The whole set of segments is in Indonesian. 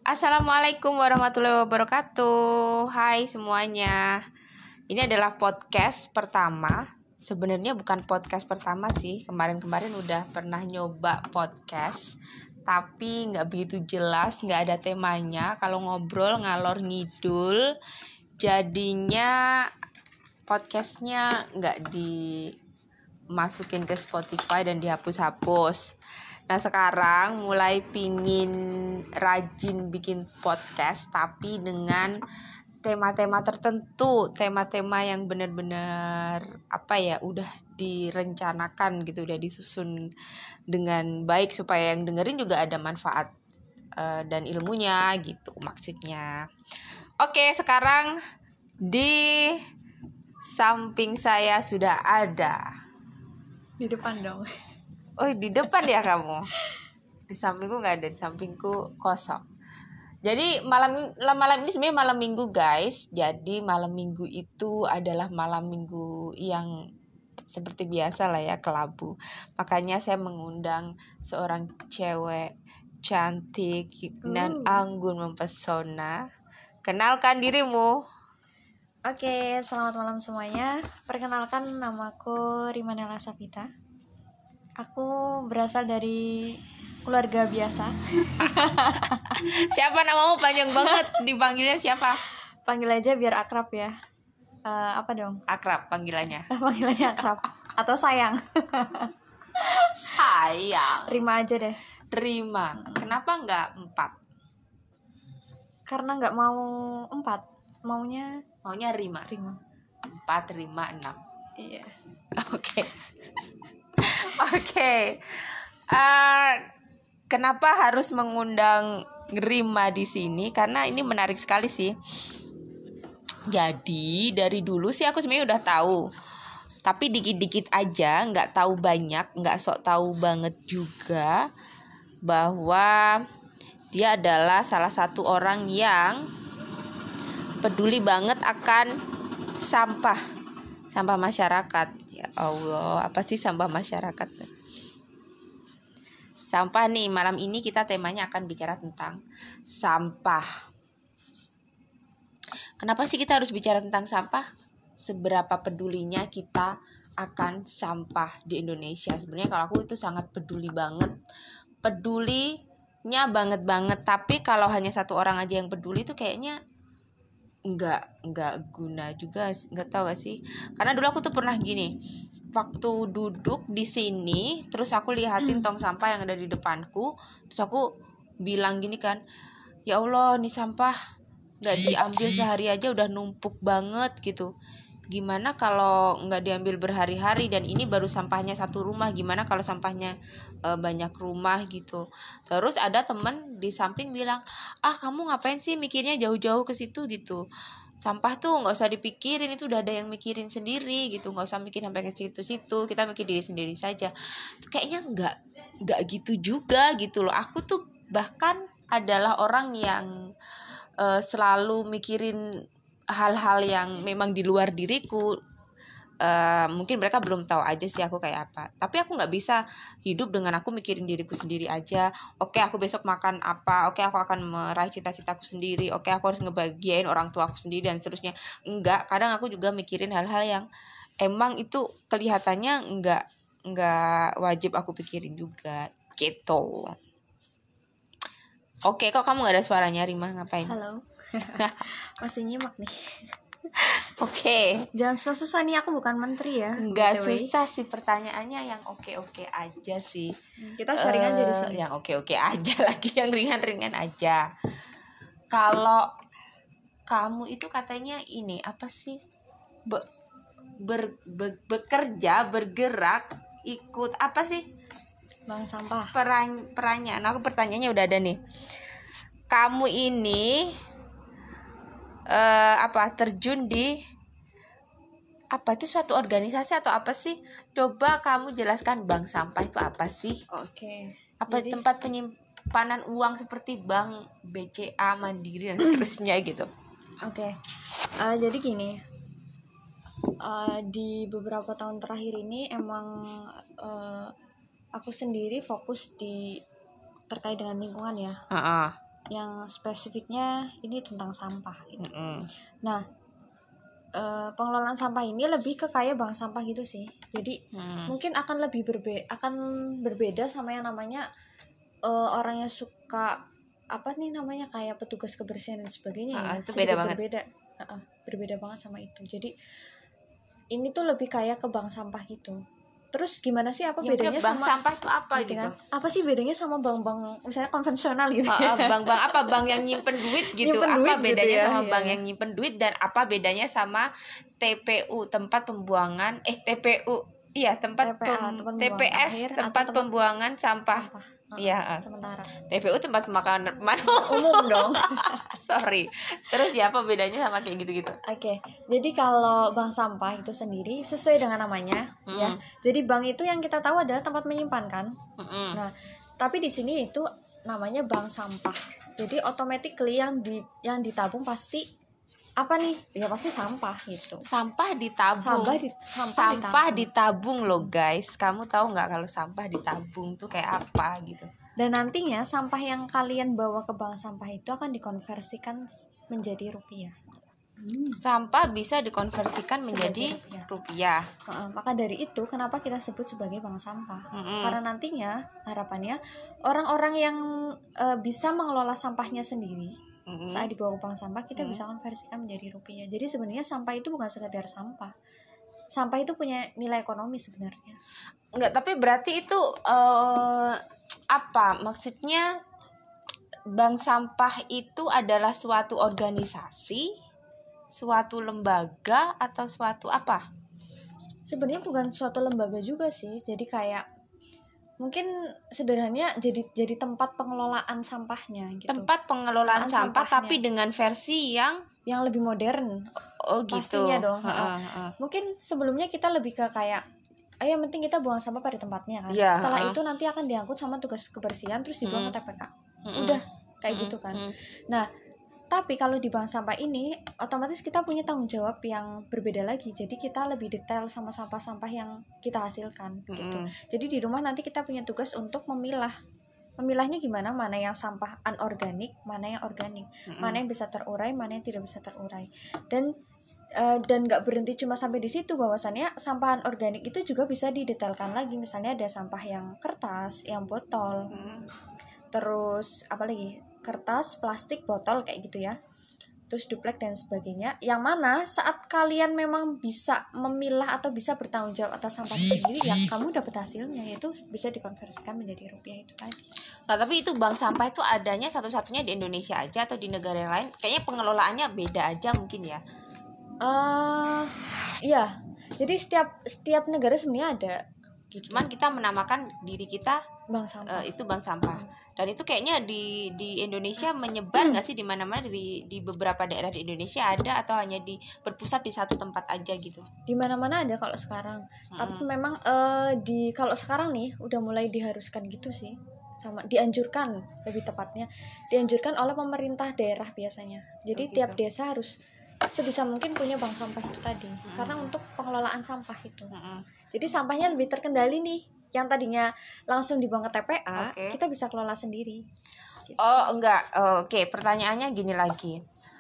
Assalamualaikum warahmatullahi wabarakatuh. Hai semuanya. Ini adalah podcast pertama. Sebenarnya bukan podcast pertama sih. Kemarin-kemarin udah pernah nyoba podcast, tapi nggak begitu jelas, nggak ada temanya. Kalau ngobrol ngalor ngidul, jadinya podcastnya nggak dimasukin ke Spotify dan dihapus-hapus. Nah sekarang mulai pingin rajin bikin podcast, tapi dengan tema-tema tertentu, tema-tema yang benar-benar udah direncanakan gitu, udah disusun dengan baik supaya yang dengerin juga ada manfaat dan ilmunya gitu maksudnya. Oke, sekarang di samping saya sudah ada. Di depan dong. Oh, di depan ya kamu. Di sampingku nggak ada, di sampingku kosong. Jadi malam ini sebenarnya malam minggu guys. Jadi malam minggu itu adalah malam minggu yang seperti biasa lah ya, kelabu. Makanya saya mengundang seorang cewek cantik dan anggun mempesona. Kenalkan dirimu. Oke, selamat malam semuanya. Perkenalkan, namaku Rimanela Safita. Aku berasal dari keluarga biasa. Siapa namamu? Panjang banget. Dipanggilnya siapa? Panggil aja biar akrab ya. Apa dong? Akrab panggilannya. Panggilannya akrab atau sayang. Sayang. Rima aja deh. Rima. Kenapa enggak 4? Karena nggak mau 4. Maunya Rima. 4, Rima 6. Iya. Oke. Kenapa harus mengundang Rima di sini? Karena ini menarik sekali sih. Jadi dari dulu sih aku sebenarnya udah tahu, tapi dikit-dikit aja, nggak tahu banyak, nggak sok tahu banget juga bahwa dia adalah salah satu orang yang peduli banget akan sampah masyarakat. Ya Allah, apa sih sampah masyarakat? Sampah nih, malam ini kita temanya akan bicara tentang sampah. Kenapa sih kita harus bicara tentang sampah? Seberapa pedulinya kita akan sampah di Indonesia? Sebenarnya kalau aku itu sangat peduli banget. Pedulinya banget. Tapi kalau hanya satu orang aja yang peduli itu kayaknya nggak guna juga, nggak tahu gak sih? Karena dulu aku tuh pernah gini, waktu duduk di sini, terus aku lihatin tong sampah yang ada di depanku, terus aku bilang gini kan, ya Allah, nih sampah nggak diambil sehari aja udah numpuk banget gitu. Gimana kalau nggak diambil berhari-hari, dan ini baru sampahnya satu rumah, gimana kalau sampahnya banyak rumah gitu. Terus ada temen di samping bilang, kamu ngapain sih mikirnya jauh-jauh ke situ gitu, sampah tuh nggak usah dipikirin, itu udah ada yang mikirin sendiri gitu, nggak usah mikir sampai ke situ-situ, kita mikir diri sendiri saja. Kayaknya nggak gitu juga gitu loh. Aku tuh bahkan adalah orang yang selalu mikirin hal-hal yang memang di luar diriku. Mungkin mereka belum tahu aja sih aku kayak apa. Tapi aku nggak bisa hidup dengan aku mikirin diriku sendiri aja. Oke, aku besok makan apa, oke aku akan meraih cita-citaku sendiri, oke aku harus ngebahagiain orang tua aku sendiri dan seterusnya. Enggak, kadang aku juga mikirin hal-hal yang emang itu kelihatannya nggak wajib aku pikirin juga gitu. Oke, kok kamu nggak ada suaranya, Rima? Ngapain? Halo. Masih nyimak nih. Oke. Jangan susah-susah nih, aku bukan menteri ya. Nggak susah sih, pertanyaannya yang oke-oke aja sih. Kita sharing aja di sini. Yang oke-oke aja lagi, yang ringan-ringan aja. Kalau kamu itu katanya ini apa sih? Bekerja, bergerak, ikut apa sih? Bank sampah. Pertanyaan aku, pertanyaannya udah ada nih. Kamu ini terjun di apa itu, suatu organisasi atau apa sih? Coba kamu jelaskan, bank sampah itu apa sih? Oke. Apa jadi, tempat penyimpanan uang seperti bank, BCA, Mandiri dan seterusnya gitu. Oke. Jadi gini, di beberapa tahun terakhir ini emang aku sendiri fokus di terkait dengan lingkungan ya. yang spesifiknya ini tentang sampah gitu. Mm-mm. Nah, pengelolaan sampah ini lebih ke kayak bank sampah gitu sih. Jadi mungkin akan lebih berbeda sama yang namanya orang yang suka apa nih namanya kayak petugas kebersihan dan sebagainya ya. Itu beda banget. Berbeda banget sama itu. Jadi ini tuh lebih kayak ke bank sampah gitu. Terus gimana sih apa Ya, bedanya bank sama sampah itu apa gitu? kan? Apa sih bedanya sama bank-bank misalnya konvensional gitu? Bank-bank apa, bank yang nyimpen duit gitu? Nyimpen Apa duit gitu bedanya ya, sama iya. bank yang nyimpen duit, dan apa bedanya sama TPU, tempat pembuangan TPU. Iya, tempat TPS, akhir, tempat pembuangan sampah. Iya, sementara. TPU tempat pemakaman Umum dong. Sorry. Terus ya apa bedanya sama kayak gitu-gitu? Oke, jadi kalau bank sampah itu sendiri sesuai dengan namanya ya. Jadi bank itu yang kita tahu adalah tempat menyimpan kan. Nah, tapi di sini itu namanya bank sampah. Jadi automatically yang ditabung pasti apa nih? Ya pasti sampah gitu. Sampah ditabung. Sampah ditabung loh guys. Kamu tahu nggak kalau sampah ditabung tuh kayak apa gitu? Dan nantinya sampah yang kalian bawa ke bank sampah itu akan dikonversikan menjadi rupiah. Sampah bisa dikonversikan menjadi rupiah. Maka dari itu kenapa kita sebut sebagai bank sampah? Karena nantinya harapannya orang-orang yang bisa mengelola sampahnya sendiri saat dibawa ke bank sampah kita bisa konversikan menjadi rupiah. Jadi sebenarnya sampah itu bukan sekedar sampah. Sampah itu punya nilai ekonomi sebenarnya. Enggak, tapi berarti itu apa? Maksudnya bank sampah itu adalah suatu organisasi, suatu lembaga, atau suatu apa? Sebenarnya bukan suatu lembaga juga sih. Jadi kayak mungkin sederhananya jadi tempat pengelolaan sampahnya gitu. Tempat pengelolaan sampah tapi dengan versi yang lebih modern. Oh gitu. Pastinya dong. Mungkin sebelumnya kita lebih ke kayak yang penting kita buang sampah pada tempatnya kan. Setelah itu nanti akan diangkut sama tugas kebersihan terus dibuang ke TPK. Udah kayak gitu kan. Nah, tapi kalau di bank sampah ini otomatis kita punya tanggung jawab yang berbeda lagi. Jadi kita lebih detail sama sampah-sampah yang kita hasilkan gitu. Jadi di rumah nanti kita punya tugas untuk memilah. Memilahnya gimana? Mana yang sampah anorganik, mana yang organik, mana yang bisa terurai, mana yang tidak bisa terurai. Dan nggak berhenti cuma sampai di situ, bahwasannya sampah anorganik itu juga bisa didetailkan lagi. Misalnya ada sampah yang kertas, yang botol, terus apa lagi? Kertas, plastik, botol kayak gitu ya. Terus duplek dan sebagainya. Yang mana saat kalian memang bisa memilah atau bisa bertanggung jawab atas sampah sendiri, ya kamu dapat hasilnya, yaitu bisa dikonversikan menjadi rupiah itu tadi. Nah, tapi itu bank sampah itu adanya satu-satunya di Indonesia aja atau di negara yang lain? Kayaknya pengelolaannya beda aja mungkin ya. Iya. Jadi setiap negara sebenarnya ada. Gitu. Cuman kita menamakan diri kita bank sampah. Itu bank sampah. Dan itu kayaknya di Indonesia menyebar nggak sih di mana-mana, di beberapa daerah di Indonesia ada, atau hanya berpusat di satu tempat aja gitu? Di mana-mana ada kalau sekarang. Tapi memang kalau sekarang nih udah mulai diharuskan gitu sih. Sama dianjurkan, lebih tepatnya dianjurkan oleh pemerintah daerah biasanya. Jadi tiap desa harus sebisa mungkin punya bank sampah itu tadi. Karena untuk pengelolaan sampah itu. Jadi sampahnya lebih terkendali nih. Yang tadinya langsung dibuang ke TPA, kita bisa kelola sendiri. Gitu. Oh, enggak. Oke, pertanyaannya gini lagi.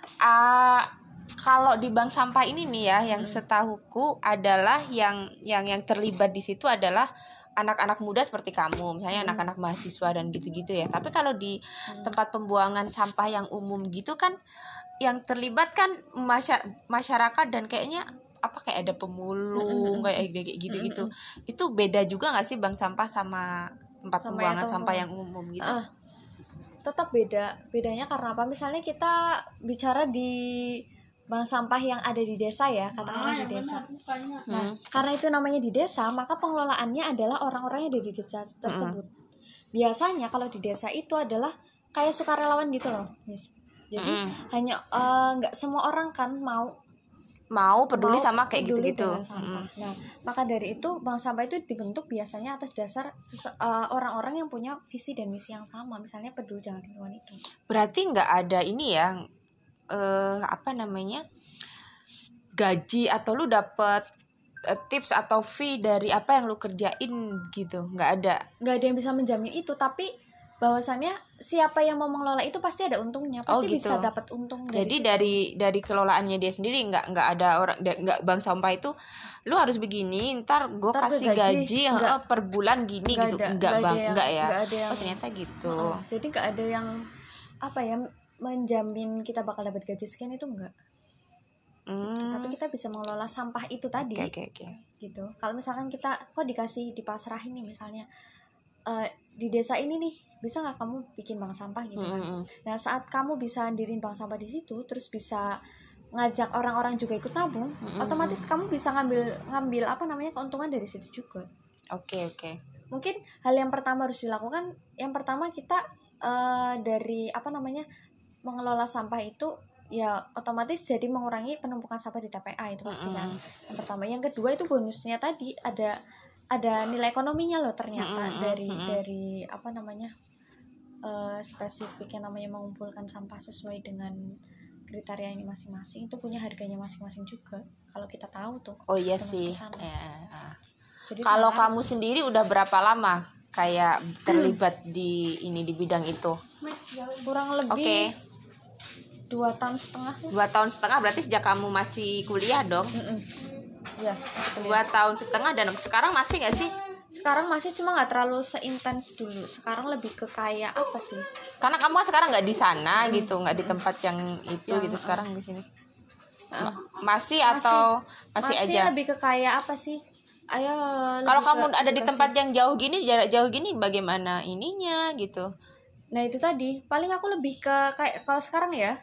Kalau di bank sampah ini nih ya, yang setahuku adalah yang terlibat di situ adalah anak-anak muda seperti kamu, misalnya anak-anak mahasiswa dan gitu-gitu ya. Tapi kalau di tempat pembuangan sampah yang umum gitu kan, yang terlibat kan masyarakat, dan kayaknya kayak ada pemulung kayak gitu-gitu. Itu beda juga nggak sih bank sampah sama tempat pembuangan sampah yang umum gitu? Tetap beda. Bedanya karena apa? Misalnya kita bicara di bank sampah yang ada di desa ya, katakanlah di desa. Nah, karena itu namanya di desa, maka pengelolaannya adalah orang-orang yang ada di desa tersebut. Biasanya kalau di desa itu adalah kayak sukarelawan gitu loh, Miss. Jadi hanya nggak semua orang kan mau peduli sama kayak gitu-gitu. Nah, maka dari itu bank sampah itu dibentuk biasanya atas dasar orang-orang yang punya visi dan misi yang sama, misalnya peduli dengan lingkungan itu. Berarti nggak ada ini ya, gaji atau lu dapet tips atau fee dari apa yang lu kerjain gitu? Nggak ada yang bisa menjamin itu. Tapi bahwasannya siapa yang mau mengelola itu pasti ada untungnya, pasti bisa dapat untung jadi dari kelolaannya dia sendiri, nggak ada orang, nggak bank sampah itu lu harus begini, ntar gue kasih gaji per bulan gini gitu, enggak ya. Ternyata gitu. Jadi nggak ada yang apa ya, menjamin kita bakal dapat gaji sekian, itu enggak. Tapi kita bisa mengelola sampah itu tadi. Gitu. Kalau misalkan kita kok dikasih dipasrahin nih misalnya di desa ini nih, bisa nggak kamu bikin bank sampah gitu kan. Nah saat kamu bisa diriin bank sampah di situ, terus bisa ngajak orang-orang juga ikut nabung, otomatis kamu bisa ngambil apa namanya keuntungan dari situ juga. Oke. Mungkin hal yang pertama harus dilakukan, yang pertama kita dari apa namanya mengelola sampah itu ya otomatis jadi mengurangi penumpukan sampah di TPA, itu pasti kan. Yang pertama. Yang kedua itu bonusnya tadi, ada nilai ekonominya loh ternyata dari apa namanya spesifik yang namanya mengumpulkan sampah sesuai dengan kriteria ini masing-masing, itu punya harganya masing-masing juga kalau kita tahu tuh. Oh iya sih. Jadi kalau kamu sendiri udah berapa lama kayak terlibat di bidang itu? Kurang lebih 2 tahun setengah. 2 tahun setengah berarti sejak kamu masih kuliah dong? Ya, 2 tahun setengah, dan sekarang masih nggak sih? Sekarang masih, cuma nggak terlalu seintens dulu. Sekarang lebih ke kayak apa sih? Karena kamu kan sekarang nggak di sana gitu, nggak di tempat yang itu gitu. Sekarang di sini masih atau masih aja? Lebih ke kayak apa sih? Ayo. Kalau kamu ada di tempat yang jauh gini, jarak jauh gini, bagaimana ininya gitu? Nah itu tadi, paling aku lebih ke kayak kalau sekarang ya,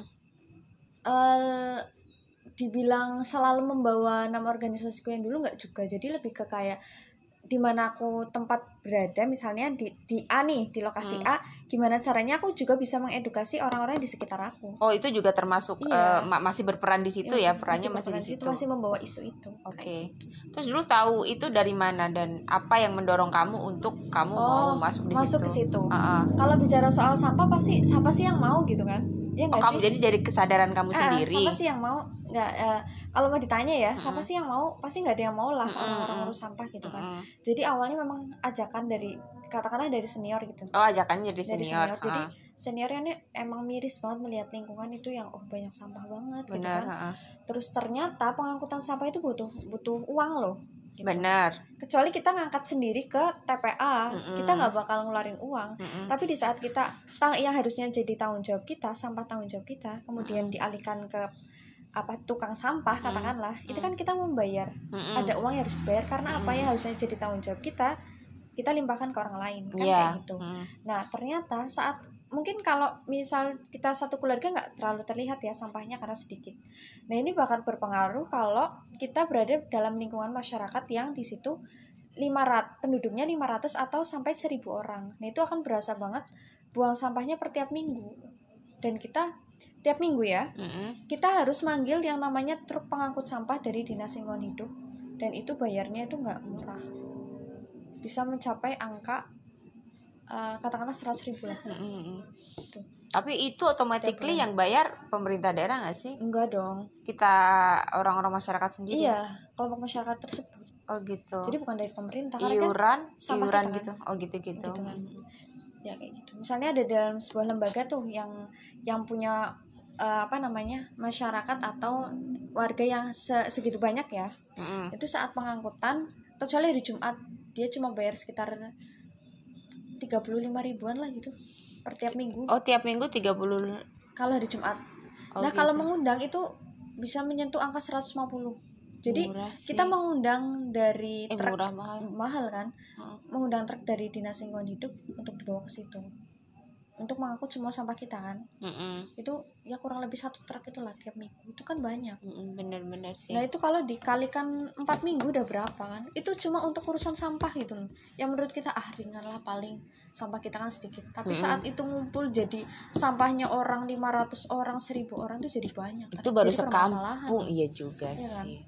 dibilang selalu membawa nama organisasiku yang dulu nggak juga. Jadi lebih ke kayak di mana aku tempat berada, misalnya di A nih, di lokasi A, gimana caranya aku juga bisa mengedukasi orang-orang di sekitar aku. Oh itu juga termasuk masih berperan di situ ya, perannya masih di situ. Masih membawa isu itu. Oke. Terus dulu tahu itu dari mana dan apa yang mendorong kamu untuk kamu mau masuk ke situ? Kalau bicara soal sampah, pasti siapa sih yang mau gitu kan? Ya kamu sih? jadi dari kesadaran kamu sendiri. Siapa sih yang mau? Nggak, kalau mau ditanya ya, siapa sih yang mau? Pasti nggak ada yang mau lah orang-orang urus sampah gitu kan. Jadi awalnya memang ajakan dari, katakanlah dari senior gitu. Oh, ajakannya dari senior. Jadi seniornya nih emang miris banget melihat lingkungan itu yang banyak sampah banget. Benar, gitu kan. Terus ternyata pengangkutan sampah itu butuh uang loh. Gitu. Benar. Kecuali kita ngangkat sendiri ke TPA, kita nggak bakal ngeluarin uang. Tapi di saat kita yang harusnya jadi tanggung jawab kita, sampah tanggung jawab kita, kemudian dialihkan ke tukang sampah katakanlah, itu kan kita membayar, ada uang yang harus dibayar karena apa yang harusnya jadi tanggung jawab kita limpahkan ke orang lain kan, kayak gitu. Nah ternyata saat mungkin kalau misal kita satu keluarga nggak terlalu terlihat ya sampahnya karena sedikit. Nah ini bakal berpengaruh kalau kita berada dalam lingkungan masyarakat yang di situ penduduknya 500 atau sampai 1000 orang. Nah itu akan berasa banget buang sampahnya per tiap minggu, dan kita tiap minggu ya, kita harus manggil yang namanya truk pengangkut sampah dari Dinas Lingkungan Hidup, dan itu bayarnya itu nggak murah, bisa mencapai angka katakanlah 100.000 lah. Gitu. Tapi itu automatically yang bayar pemerintah daerah nggak sih? Enggak dong, kita orang-orang masyarakat sendiri. Iya, kelompok masyarakat tersebut. Oh gitu. Jadi bukan dari pemerintah. Iuran kan gitu. Oh gitu. Gitu kan. Ya kayak gitu. Misalnya ada dalam sebuah lembaga tuh yang punya masyarakat atau warga yang segitu banyak ya. Itu saat pengangkutan, kecuali hari Jumat, dia cuma bayar sekitar 35 ribuan lah gitu per tiap minggu. Oh tiap minggu 30 kalau hari Jumat. Nah gitu. Kalau mengundang itu bisa menyentuh angka 150. Jadi kita mengundang dari truk, mahal kan, mengundang truk dari Dinas Lingkungan Hidup untuk dibawa ke situ, untuk mengangkut semua sampah kita kan. Itu ya kurang lebih 1 truk itulah tiap minggu, itu kan banyak. Bener-bener sih. Nah itu kalau dikalikan 4 minggu udah berapa kan, itu cuma untuk urusan sampah gitu loh, yang menurut kita ringan lah, paling sampah kita kan sedikit, tapi saat itu ngumpul jadi sampahnya orang 500 orang 1000 orang itu jadi banyak kan? Itu baru sekampung. Iya juga ya, sih kan?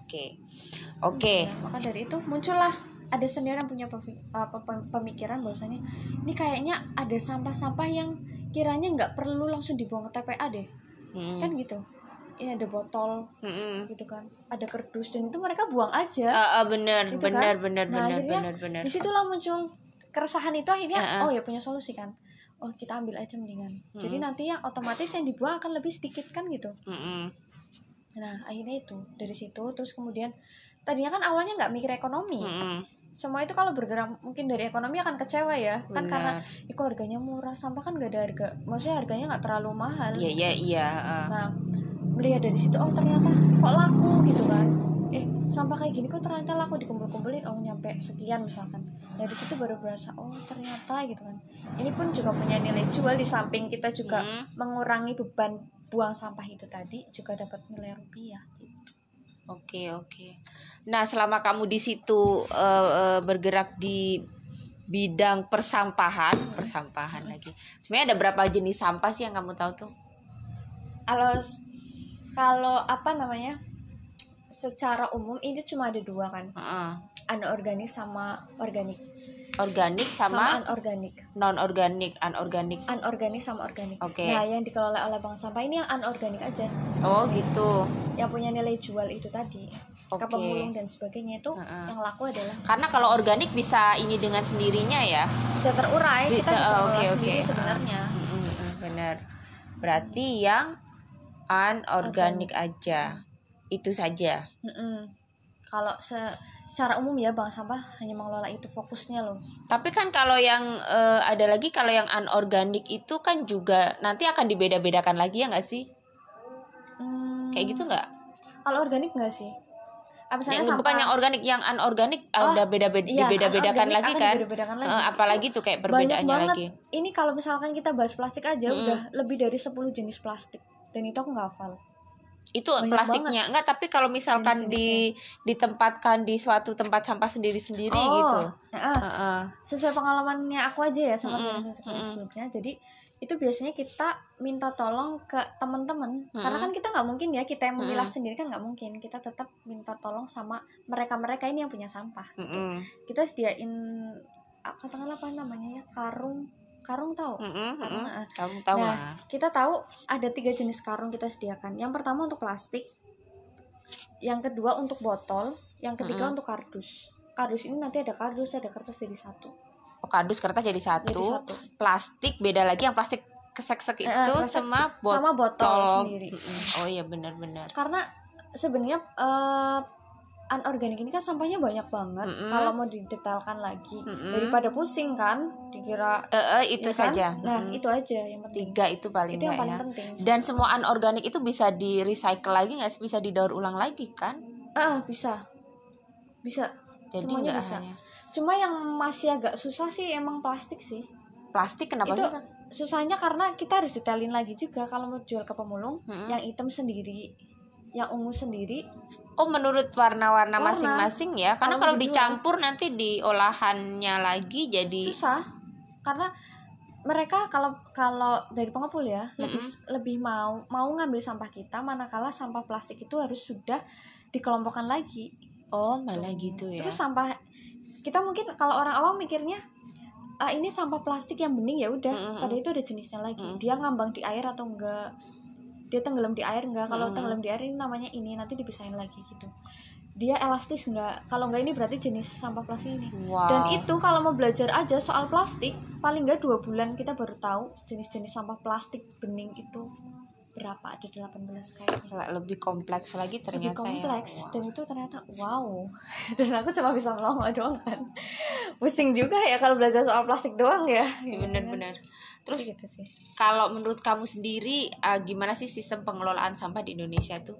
Oke. Maka dari itu muncullah ada senior yang punya pemikiran bahwasanya ini kayaknya ada sampah-sampah yang kiranya nggak perlu langsung dibuang ke TPA deh. Kan gitu. Ini ada botol gitu kan, ada kardus, dan itu mereka buang aja. Benar. Disitulah muncul keresahan itu akhirnya oh ya punya solusi kan, oh kita ambil aja mendingan. Jadi nanti yang otomatis yang dibuang akan lebih sedikit kan gitu. Nah akhirnya itu dari situ. Terus kemudian tadinya kan awalnya nggak mikir ekonomi. Semua itu kalau bergerak mungkin dari ekonomi akan kecewa ya. Benar. Kan karena itu harganya murah, sampah kan gak ada harga, maksudnya harganya nggak terlalu mahal. Iya. Nah melihat dari situ, oh ternyata kok laku gitu kan. Sampah kayak gini kok ternyata laku, dikumpul-kumpulin oh nyampe sekian misalkan. Nah di situ baru berasa oh ternyata gitu kan. Ini pun juga punya nilai jual, di samping kita juga mengurangi beban buang sampah itu tadi, juga dapat nilai rupiah gitu. Oke. Nah selama kamu di situ bergerak di bidang persampahan lagi, sebenarnya ada berapa jenis sampah sih yang kamu tahu tuh? Kalau apa namanya, secara umum ini cuma ada 2 kan, anorganik sama organik. Organik sama anorganik. Anorganik sama organik. Nah yang dikelola oleh bank sampah ini yang anorganik aja. Oh gitu. Yang punya nilai jual itu tadi, ke pemulung dan sebagainya itu yang laku adalah. Karena kalau organik bisa ini dengan sendirinya ya. Bisa terurai, kita bisa olah sendiri sebenarnya. Benar. Berarti yang anorganik aja. Itu saja. Kalau secara umum ya bank sampah hanya mengelola itu fokusnya loh. Tapi kan kalau yang ada lagi, kalau yang anorganik itu kan juga nanti akan dibeda-bedakan lagi ya nggak sih? Kayak gitu nggak? Kalau organik nggak sih? Bukan yang organik, yang anorganik udah dibeda-bedakan lagi kan? Apalagi tuh kayak perbedaannya lagi. Ini kalau misalkan kita bahas plastik aja udah lebih dari 10 jenis plastik, dan itu aku nggak hafal. Itu banyak plastiknya banget. Enggak, tapi kalau misalkan ditempatkan di suatu tempat sampah sendiri-sendiri gitu. Sesuai pengalamannya aku aja ya sama sebelumnya. Jadi itu biasanya kita minta tolong ke teman-teman, karena kan kita nggak mungkin ya kita yang memilah sendiri, kan nggak mungkin. Kita tetap minta tolong sama mereka ini yang punya sampah. Kita sediain katakanlah apa namanya ya, karung tahu? Kamu tahu lah. Kita tahu ada 3 jenis karung kita sediakan. Yang pertama untuk plastik, yang kedua untuk botol, yang ketiga untuk kardus. Kardus ini nanti ada kardus, ada kertas jadi satu. Kardus kertas jadi satu. Plastik beda lagi, yang plastik kesek-sek itu sama botol sendiri. Oh iya benar-benar. Karena sebenarnya anorganik ini kan sampahnya banyak banget. Kalau mau didetailkan lagi, daripada pusing kan dikira itu ya kan? Saja. Nah itu aja yang penting. 3 itu paling itu yang paling penting. Dan semua anorganik itu bisa di recycle lagi nggak sih? Bisa didaur ulang lagi kan? Bisa. Jadi semuanya bisa. Cuma yang masih agak susah sih emang plastik sih. Plastik kenapa itu susah? Susahnya karena kita harus detailin lagi juga kalau mau jual ke pemulung. Yang hitam sendiri, yang ungu sendiri. Oh menurut warna-warna masing-masing ya. Karena kalau dicampur nanti di olahannya lagi jadi susah. Karena mereka kalau dari pengepul ya lebih mau ngambil sampah kita, manakala sampah plastik itu harus sudah dikelompokkan lagi. Oh malah gitu ya. Terus sampah kita mungkin kalau orang awam mikirnya ini sampah plastik yang bening ya udah, padahal itu ada jenisnya lagi. Dia ngambang di air atau enggak, dia tenggelam di air enggak. Kalau tenggelam di air ini namanya ini, nanti dipisahin lagi gitu. Dia elastis enggak, kalau enggak ini berarti jenis sampah plastik ini. Dan itu kalau mau belajar aja soal plastik paling enggak 2 bulan kita baru tahu jenis-jenis sampah plastik bening itu berapa, ada 18 kayaknya. Lebih kompleks lagi ternyata. Lebih kompleks ya. Dan itu ternyata wow. Dan aku cuma bisa melongo doang kan. Pusing juga ya kalau belajar soal plastik doang ya. Benar-benar. Terus gitu sih. Kalau menurut kamu sendiri gimana sih sistem pengelolaan sampah di Indonesia tuh?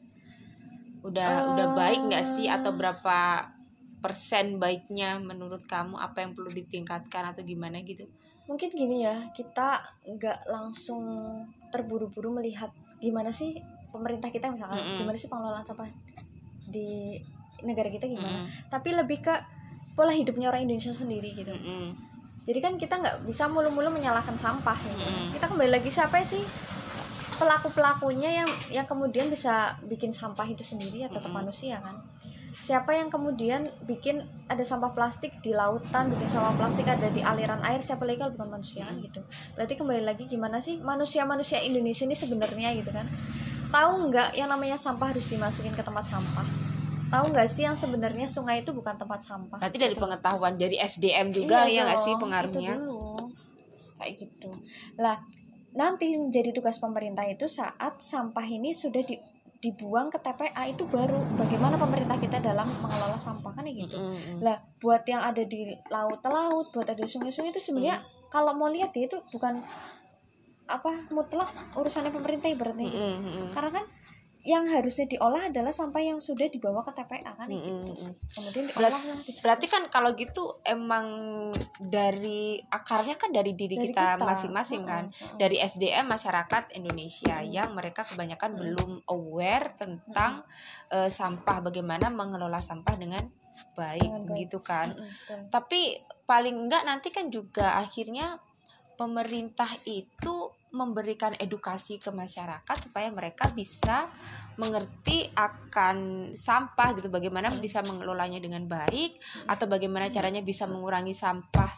Udah baik nggak sih, atau berapa persen baiknya menurut kamu? Apa yang perlu ditingkatkan atau gimana gitu? Mungkin gini ya, kita nggak langsung terburu-buru melihat gimana sih pemerintah kita misalkan, gimana sih pengelolaan sampah di negara kita gimana, tapi lebih ke pola hidupnya orang Indonesia sendiri gitu. Jadi kan kita nggak bisa mulu-mulu menyalahkan sampah gitu. Kita kembali lagi siapa sih pelaku-pelakunya yang kemudian bisa bikin sampah itu sendiri, atau tetap manusia kan. Siapa yang kemudian bikin ada sampah plastik di lautan, bikin sampah plastik ada di aliran air, siapa lagi kalau bukan manusia kan gitu. Berarti kembali lagi gimana sih manusia Indonesia ini sebenarnya gitu kan. Tahu nggak yang namanya sampah harus dimasukin ke tempat sampah? tahu nggak sih yang sebenarnya sungai itu bukan tempat sampah. Berarti dari pengetahuan dari SDM juga ya nggak sih pengaruhnya? Itu dulu kayak gitu lah. Nanti menjadi tugas pemerintah itu saat sampah ini sudah dibuang ke TPA, itu baru bagaimana pemerintah kita dalam mengelola sampah kan gitu. Lah buat yang ada di laut-laut, buat ada sungai-sungai itu sebenarnya kalau mau lihat ya itu bukan mutlak urusannya pemerintah ibaratnya gitu. Karena kan yang harusnya diolah adalah sampah yang sudah dibawa ke TPA kan gitu. Kemudian diolah berarti kan kalau gitu emang dari akarnya kan dari diri kita masing-masing kan. Dari SDM masyarakat Indonesia yang mereka kebanyakan belum aware tentang sampah, bagaimana mengelola sampah dengan baik gitu kan. Tapi paling enggak nanti kan juga akhirnya pemerintah itu memberikan edukasi ke masyarakat supaya mereka bisa mengerti akan sampah gitu, bagaimana bisa mengelolanya dengan baik atau bagaimana caranya bisa mengurangi sampah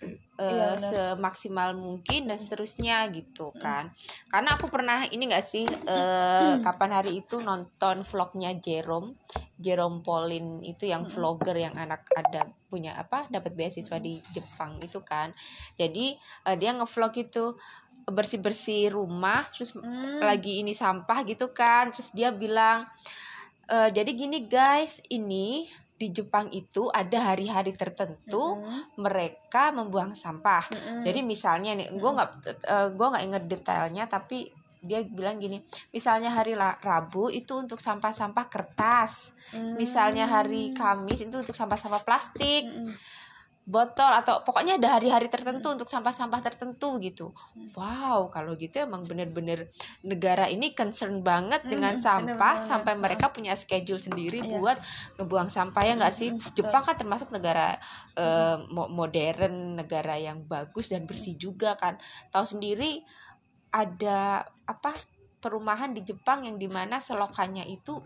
semaksimal mungkin dan seterusnya gitu kan. Karena aku pernah ini nggak sih kapan hari itu nonton vlognya Jerome Pauline itu yang vlogger yang anak ada punya dapat beasiswa di Jepang itu kan. Jadi dia ngevlog itu bersih-bersih rumah terus lagi ini sampah gitu kan, terus dia bilang jadi gini guys, ini di Jepang itu ada hari-hari tertentu mereka membuang sampah. Jadi misalnya nih, gue nggak inget detailnya, tapi dia bilang gini, misalnya hari Rabu itu untuk sampah-sampah kertas, misalnya hari Kamis itu untuk sampah-sampah plastik, botol, atau pokoknya ada hari-hari tertentu untuk sampah-sampah tertentu gitu. Wow, kalau gitu emang bener-bener negara ini concern banget dengan sampah sampai mereka punya schedule sendiri buat ngebuang sampah ya nggak sih. Jepang kan termasuk negara modern, negara yang bagus dan bersih juga kan. Tahu sendiri ada perumahan di Jepang yang dimana selokannya itu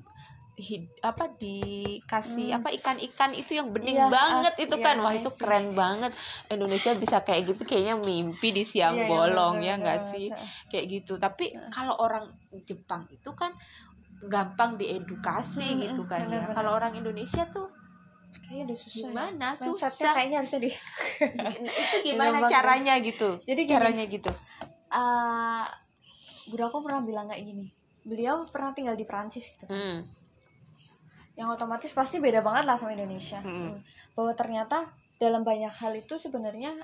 dikasih ikan-ikan itu yang bening banget itu kan. Wah itu keren banget. Indonesia bisa kayak gitu kayaknya mimpi di siang bolong ya nggak sih kayak gitu. Tapi kalau orang Jepang itu kan gampang diedukasi gitu kan ya. Kalau orang Indonesia tuh kayaknya udah susah. Gimana ya? susah kayaknya harusnya itu gimana caranya gitu. Jadi caranya gitu. Guru aku pernah bilang kayak gini. Beliau pernah tinggal di Perancis gitu. Yang otomatis pasti beda banget lah sama Indonesia. Bahwa ternyata dalam banyak hal itu sebenarnya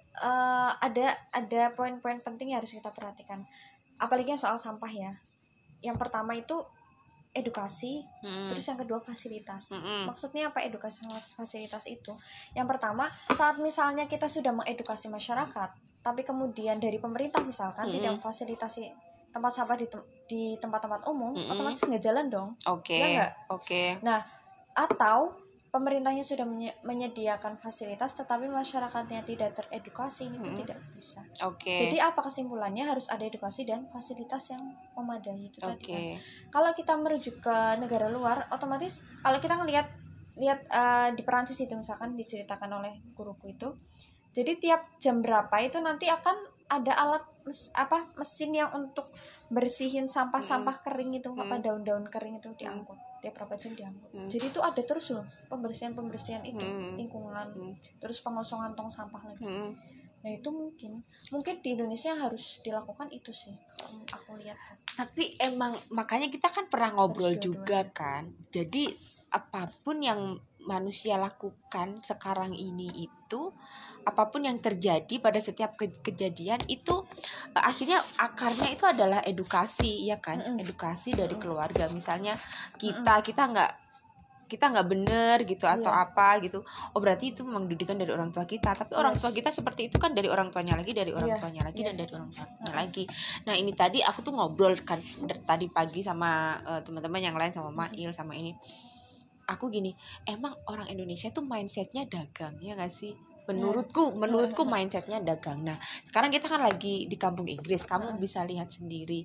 ada poin-poin penting yang harus kita perhatikan. Apalagi yang soal sampah ya. Yang pertama itu edukasi, terus yang kedua fasilitas. Maksudnya apa edukasi fasilitas itu? Yang pertama, saat misalnya kita sudah mengedukasi masyarakat, tapi kemudian dari pemerintah misalkan tidak memfasilitasi tempat sampah di tempat-tempat umum, otomatis nggak jalan dong. Oke. Nah, atau pemerintahnya sudah menyediakan fasilitas, tetapi masyarakatnya tidak teredukasi, ini pun tidak bisa. Jadi apa kesimpulannya? Harus ada edukasi dan fasilitas yang memadai itu tadi kan. Kalau kita merujuk ke negara luar, otomatis kalau kita lihat di Perancis itu misalkan diceritakan oleh guruku itu, jadi tiap jam berapa itu nanti akan ada alat mesin yang untuk bersihin sampah-sampah kering itu, daun-daun kering itu diangkut tiap berapa jam diangkut. Jadi itu ada terus loh pembersihan itu lingkungan, terus pengosongan tong sampah lagi. Nah itu mungkin di Indonesia harus dilakukan itu sih kalau aku lihat. Tapi emang makanya kita kan pernah ngobrol juga kan. Jadi apapun yang manusia lakukan sekarang ini itu, apapun yang terjadi pada setiap kejadian itu akhirnya akarnya itu adalah edukasi ya kan. Edukasi dari keluarga. Misalnya kita nggak bener gitu atau apa gitu, oh berarti itu memang didikan dari orang tua kita. Tapi orang tua kita seperti itu kan dari orang tuanya lagi, dari orang tuanya lagi, dan dari orang tuanya lagi. Nah ini tadi aku tuh ngobrol kan tadi pagi sama teman-teman yang lain, sama Mail sama ini. Aku gini, emang orang Indonesia tuh mindsetnya dagang ya nggak sih? Menurutku mindsetnya dagang. Nah sekarang kita kan lagi di kampung Inggris, kamu bisa lihat sendiri.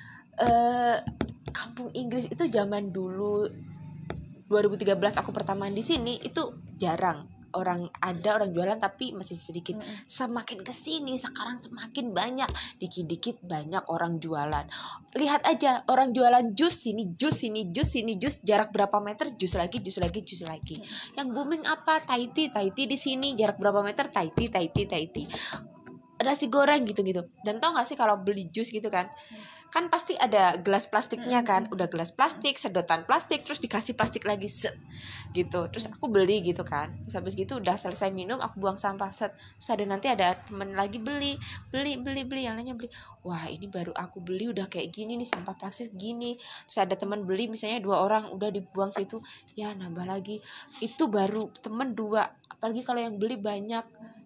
Kampung Inggris itu zaman dulu 2013 aku pertama di sini itu jarang. ada orang jualan tapi masih sedikit. Semakin kesini sekarang semakin banyak, dikit-dikit banyak orang jualan. Lihat aja orang jualan jus, ini jus, ini jus, ini jus, jarak berapa meter jus lagi. Yang booming apa? Thai tea di sini, jarak berapa meter Thai tea. Nasi goreng gitu-gitu. Dan tau gak sih kalau beli jus gitu kan pasti ada gelas plastiknya kan, udah gelas plastik, sedotan plastik, terus dikasih plastik lagi set gitu. Terus aku beli gitu kan, terus habis gitu udah selesai minum aku buang sampah set. Terus ada temen lagi beli yang lainnya beli, wah ini baru aku beli udah kayak gini nih, sampah plastik gini. Terus ada temen beli misalnya 2 orang udah dibuang situ, ya nambah lagi. Itu baru temen 2, apalagi kalau yang beli banyak.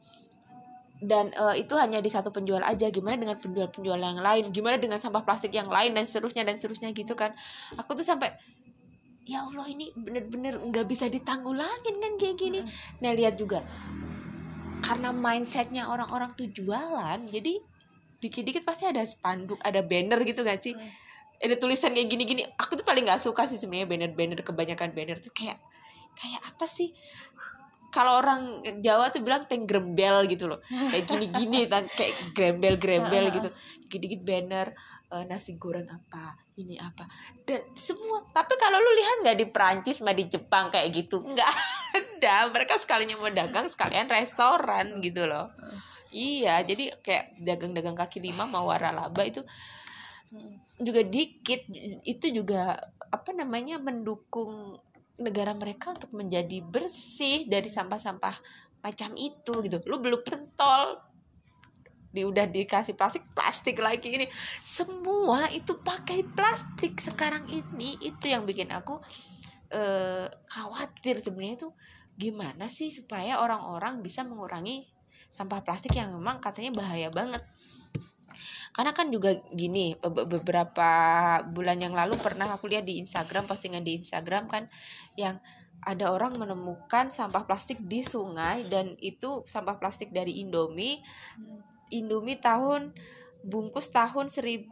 Dan itu hanya di satu penjual aja. Gimana dengan penjual yang lain? Gimana dengan sampah plastik yang lain dan seterusnya gitu kan? Aku tuh sampai ya Allah, ini bener-bener nggak bisa ditanggulangin kan kayak gini. Nah lihat juga karena mindsetnya orang-orang tuh jualan, jadi dikit-dikit pasti ada spanduk, ada banner gitu gak sih? Ada tulisan kayak gini-gini. Aku tuh paling nggak suka sih sebenarnya banner. Kebanyakan banner tuh kayak apa sih? Kalau orang Jawa tuh bilang teng grembel gitu loh, kayak gini-gini kayak grembel gitu, dikit-dikit banner, nasi goreng apa, ini apa, dan semua. Tapi kalau lu lihat nggak di Perancis sama di Jepang kayak gitu, nggak ada. Mereka sekalinya mau dagang sekalian restoran gitu loh. Iya, jadi kayak dagang-dagang kaki lima mau waralaba itu juga dikit. Itu juga mendukung negara mereka untuk menjadi bersih dari sampah-sampah macam itu gitu. Lu belum pentol udah dikasih plastik lagi, ini semua itu pakai plastik sekarang ini. Itu yang bikin aku khawatir sebenarnya. Itu gimana sih supaya orang-orang bisa mengurangi sampah plastik yang memang katanya bahaya banget. Karena kan juga gini, beberapa bulan yang lalu pernah aku lihat di Instagram, postingan di Instagram kan, yang ada orang menemukan sampah plastik di sungai, dan itu sampah plastik dari Indomie bungkus tahun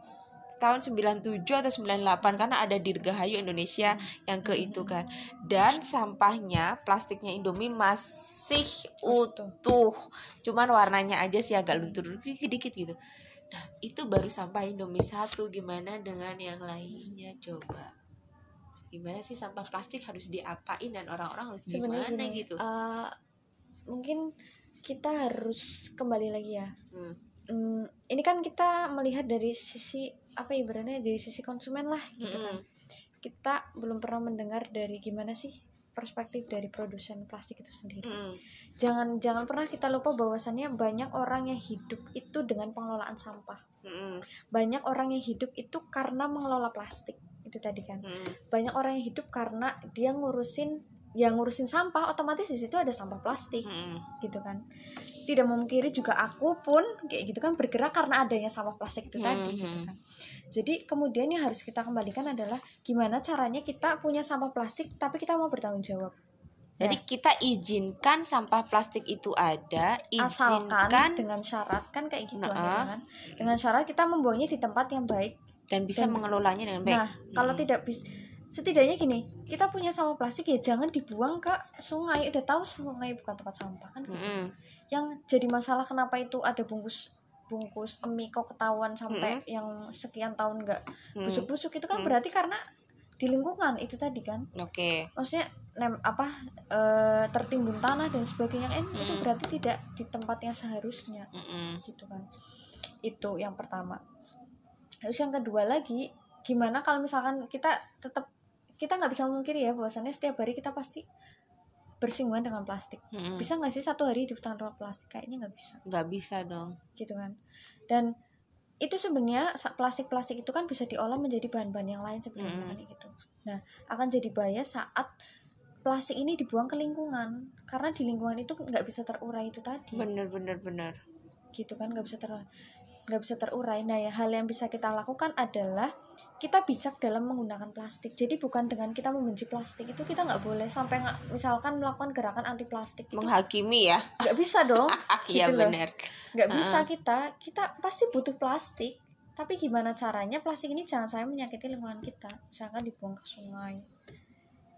97 atau 98, karena ada Dirgahayu Indonesia yang ke itu kan. Dan sampahnya, plastiknya Indomie masih utuh, cuman warnanya aja sih agak luntur dikit gitu. Nah, itu baru sampah Indomie 1. Gimana dengan yang lainnya coba? Gimana sih sampah plastik harus diapain dan orang-orang harus gimana gitu? Mungkin kita harus kembali lagi ya. Ini kan kita melihat dari sisi ibaratnya dari sisi konsumen lah gitu kan. Kita belum pernah mendengar dari gimana sih perspektif dari produsen plastik itu sendiri. Jangan pernah kita lupa bahwasannya banyak orang yang hidup itu dengan pengelolaan sampah. Banyak orang yang hidup itu karena mengelola plastik itu tadi kan. Banyak orang yang hidup karena dia ngurusin sampah, otomatis di situ ada sampah plastik gitu kan. Tidak memungkiri juga aku pun kayak gitu kan, bergerak karena adanya sampah plastik itu tadi gitu kan. Jadi kemudian yang harus kita kembalikan adalah gimana caranya kita punya sampah plastik tapi kita mau bertanggung jawab. Jadi kita izinkan sampah plastik itu ada, asalkan dengan syarat kan kayak gitu kan. Dengan syarat kita membuangnya di tempat yang baik dan bisa mengelolanya dengan baik. Nah, kalau tidak bisa, setidaknya gini, kita punya sampah plastik ya jangan dibuang ke sungai. Udah tahu sungai bukan tempat sampah kan gitu. Yang jadi masalah kenapa itu ada bungkus mie kok ketahuan sampai yang sekian tahun nggak busuk-busuk, itu kan berarti karena di lingkungan itu tadi kan. Maksudnya tertimbun tanah dan sebagainya, itu berarti tidak di tempat yang seharusnya gitu kan. Itu yang pertama. Terus yang kedua lagi, gimana kalau misalkan kita nggak bisa memungkiri ya bahwasannya setiap hari kita pasti bersinggungan dengan plastik. Bisa nggak sih satu hari hidup tanpa plastik? Kayaknya nggak bisa dong gitu kan. Dan itu sebenarnya plastik itu kan bisa diolah menjadi bahan-bahan yang lain sebenarnya gitu. Nah, akan jadi bahaya saat plastik ini dibuang ke lingkungan, karena di lingkungan itu nggak bisa terurai itu tadi. Benar gitu kan, nggak bisa terurai. Nah ya, hal yang bisa kita lakukan adalah kita bijak dalam menggunakan plastik. Jadi bukan dengan kita membenci plastik, itu kita nggak boleh sampai misalkan melakukan gerakan anti plastik itu menghakimi ya, nggak bisa dong. Iya gitu benar, nggak bisa. Kita pasti butuh plastik, tapi gimana caranya plastik ini jangan sampai menyakiti lingkungan kita, misalkan dibuang ke sungai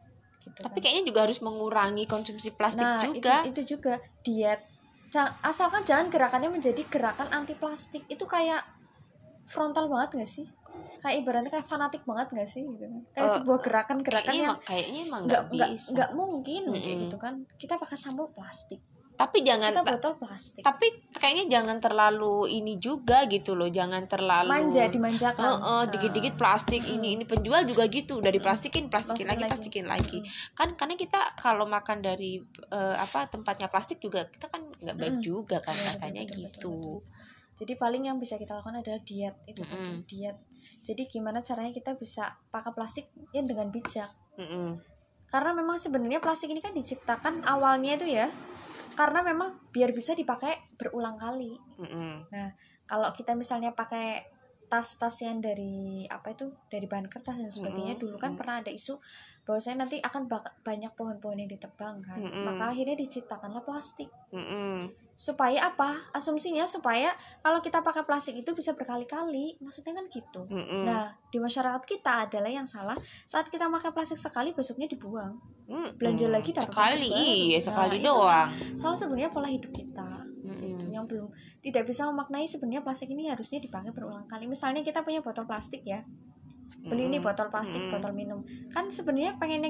gitu. Tapi kayaknya juga harus mengurangi konsumsi plastik juga. Itu juga diet. Asalkan jangan gerakannya menjadi gerakan anti plastik. Itu kayak frontal banget nggak sih? Kayak ibaratnya kayak fanatik banget nggak sih gitu kan? Kayak sebuah gerakan yang kayaknya emang nggak mungkin kayak gitu kan. Kita pakai sampo plastik. Tapi jangan kita botol plastik. Tapi kayaknya jangan terlalu ini juga gitu loh, jangan terlalu dimanjakan. Dikit-dikit plastik ini penjual juga gitu, udah diplastikin lagi. Kan karena kita kalau makan dari tempatnya plastik juga kita kan nggak baik juga kan, katanya gitu. Jadi paling yang bisa kita lakukan adalah diet itu diet. Jadi gimana caranya kita bisa pakai plastik ya dengan bijak. Karena memang sebenarnya plastik ini kan diciptakan awalnya itu ya karena memang biar bisa dipakai berulang kali. Nah, kalau kita misalnya pakai tas-tas yang dari dari bahan kertas dan sebagainya, dulu kan pernah ada isu bahwasanya nanti akan banyak pohon-pohon yang ditebang kan. Maka akhirnya diciptakanlah plastik. Supaya apa? Asumsinya supaya kalau kita pakai plastik itu bisa berkali-kali. Maksudnya kan gitu. Nah, di masyarakat kita adalah yang salah saat kita pakai plastik sekali besoknya dibuang. Belanja lagi sekali doang. Salah sebenarnya pola hidup kita. Gitu, yang belum tidak bisa memaknai sebenarnya plastik ini harusnya dipakai berulang kali. Misalnya kita punya botol plastik ya. Beli ini botol plastik, botol minum. Kan sebenarnya pengennya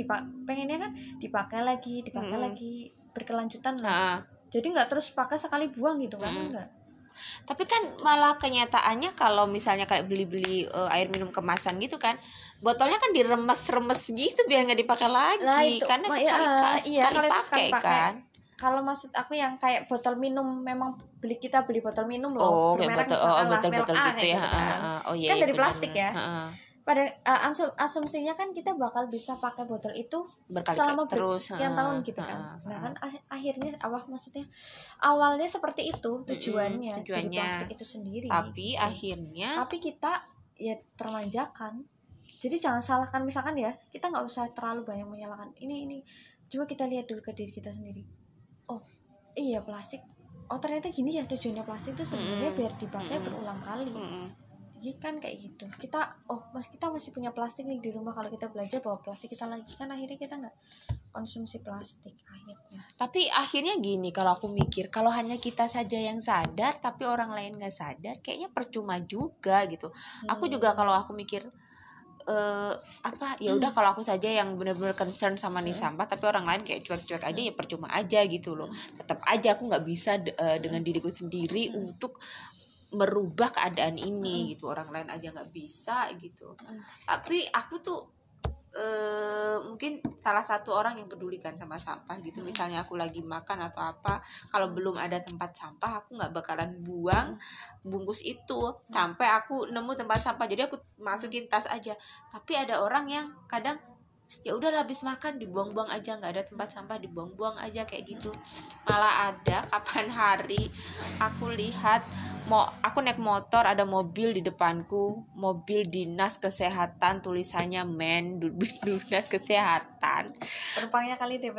dipakai lagi berkelanjutan lah. Jadi nggak terus pakai sekali buang gitu kan, enggak. Tapi kan malah kenyataannya kalau misalnya kayak beli-beli air minum kemasan gitu kan, botolnya kan diremes-remes gitu biar nggak dipakai lagi, karena sekali pakai kan. Kalau maksud aku yang kayak botol minum, memang kita beli botol minum loh, bermerek botol gitu ya, kan dari plastik ya. Pada asumsinya kan kita bakal bisa pakai botol itu selama sekian tahun gitu kan. Nah kan akhirnya awalnya seperti itu tujuannya dari plastik itu sendiri. Tapi kita ya termanjakan. Jadi jangan salahkan, misalkan ya kita nggak usah terlalu banyak menyalahkan ini. Cuma kita lihat dulu ke diri kita sendiri. Oh iya plastik. Oh ternyata gini ya tujuannya plastik itu sebenarnya biar dipakai berulang kali. Jadi kan kayak gitu. Kita masih punya plastik nih di rumah, kalau kita belanja bawa plastik kita lagi, kan akhirnya kita nggak konsumsi plastik akhirnya. Tapi akhirnya gini, kalau aku mikir kalau hanya kita saja yang sadar tapi orang lain nggak sadar, kayaknya percuma juga gitu. Aku juga kalau aku mikir ya udah kalau aku saja yang benar-benar concern sama nih sampah, tapi orang lain kayak cuek-cuek aja, ya percuma aja gitu loh. Tetap aja aku nggak bisa dengan diriku sendiri untuk merubah keadaan ini gitu, orang lain aja nggak bisa gitu. Tapi aku tuh mungkin salah satu orang yang peduli kan sama sampah gitu. Misalnya aku lagi makan atau apa, kalau belum ada tempat sampah aku nggak bakalan buang bungkus itu sampai aku nemu tempat sampah, jadi aku masukin tas aja. Tapi ada orang yang kadang ya udah habis makan dibuang-buang aja, nggak ada tempat sampah dibuang-buang aja kayak gitu. Malah ada kapan hari aku lihat aku naik motor, ada mobil di depanku, mobil dinas kesehatan, tulisannya dinas kesehatan. Penumpangnya kali deh,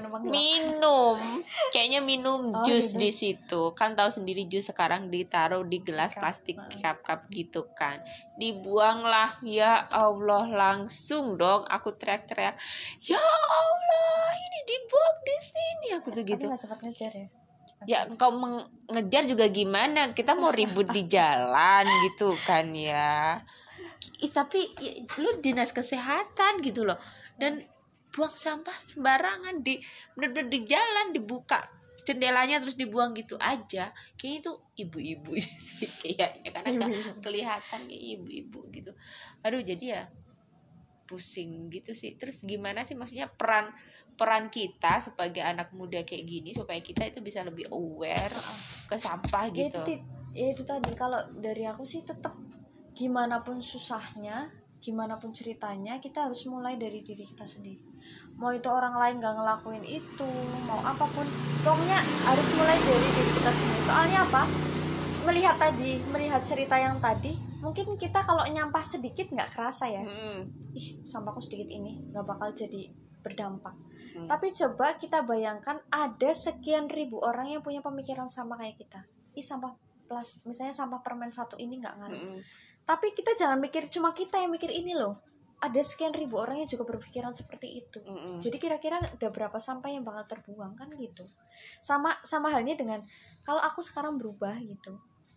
kayaknya minum jus di situ. Kan tahu sendiri jus sekarang ditaruh di gelas plastik cup gitu kan. Dibuanglah, ya Allah, langsung dong aku teriak-teriak, ya Allah ini dibuang di sini, aku tuh gitu. Tapi nggak sempat ngejar ya? Ya engkau mengejar juga gimana, kita mau ribut di jalan gitu kan ya. Tapi ya, lu dinas kesehatan gitu loh, dan buang sampah sembarangan bener-bener di jalan, dibuka jendelanya terus dibuang gitu aja. Kayaknya itu ibu-ibu sih kayaknya, karena kelihatan kayak ibu-ibu gitu. Aduh, jadi ya pusing gitu sih. Terus gimana sih maksudnya peran kita sebagai anak muda kayak gini supaya kita itu bisa lebih aware ke sampah gitu. Itu tadi, kalau dari aku sih tetap gimana pun susahnya, gimana pun ceritanya, kita harus mulai dari diri kita sendiri. Mau itu orang lain gak ngelakuin itu, mau apapun, pokoknya harus mulai dari diri kita sendiri. Soalnya apa? Melihat cerita yang tadi, mungkin kita kalau nyampah sedikit nggak kerasa ya. Sampahku sedikit ini nggak bakal jadi berdampak. Tapi coba kita bayangkan ada sekian ribu orang yang punya pemikiran sama kayak kita. Sampah plastik, misalnya sampah permen satu ini nggak ngaruh. Tapi kita jangan mikir cuma kita yang mikir ini loh. ada sekian ribu orang yang juga berpikiran seperti itu. Jadi kira-kira udah berapa sampah yang bakal terbuang kan gitu. Sama halnya dengan kalau aku sekarang berubah gitu.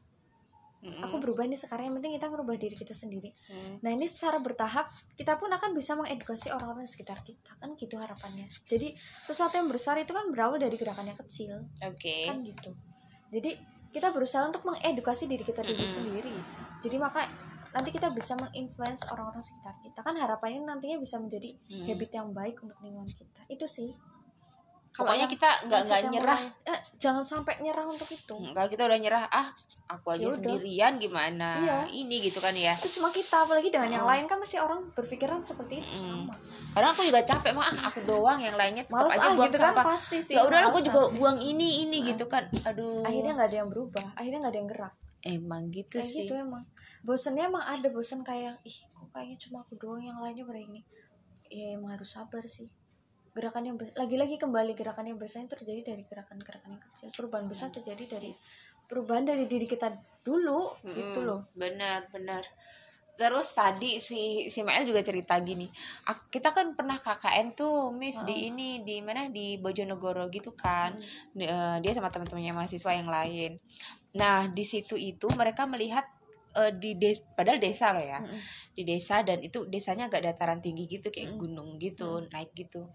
Aku berubah nih sekarang, yang penting kita ngerubah diri kita sendiri. Nah ini secara bertahap kita pun akan bisa mengedukasi orang-orang sekitar kita kan gitu harapannya. Jadi sesuatu yang besar itu kan berawal dari gerakan yang kecil. Kan gitu. Jadi kita berusaha untuk mengedukasi diri kita dulu sendiri. Jadi maka nanti kita bisa menginfluence orang-orang sekitar kita kan, harapannya nantinya bisa menjadi habit yang baik untuk lingkungan kita. Itu sih. Pokoknya kita nggak nyerah. Jangan sampai nyerah untuk itu. Kalau kita udah nyerah, aku aja sendirian gimana? Iya. Ini gitu kan ya. Itu cuma kita, apalagi dengan yang lain kan masih orang berpikiran seperti itu sama. Karena aku juga capek aku doang, yang lainnya tetap aja buang gitu sampah. Kan, pasti sih. Ya udah aku juga buang ini gitu kan. Aduh. Akhirnya nggak ada yang berubah, akhirnya nggak ada yang gerak. Emang gitu kayak sih. Gitu emang. Bosennya emang ada, bosen kayak kok kayaknya cuma aku doang, yang lainnya pada ini. Ya emang harus sabar sih. Gerakan yang lagi-lagi kembali gerakan yang besar itu terjadi dari gerakan-gerakan yang kecil. Perubahan besar terjadi dari perubahan dari diri kita dulu gitu loh. Benar. Terus tadi si Mael juga cerita gini, kita kan pernah KKN tuh Miss di mana di Bojonegoro gitu kan. Dia sama teman-temannya mahasiswa yang lain. Nah di situ itu mereka melihat padahal desa loh ya, di desa, dan itu desanya agak dataran tinggi gitu kayak gunung gitu, naik gitu.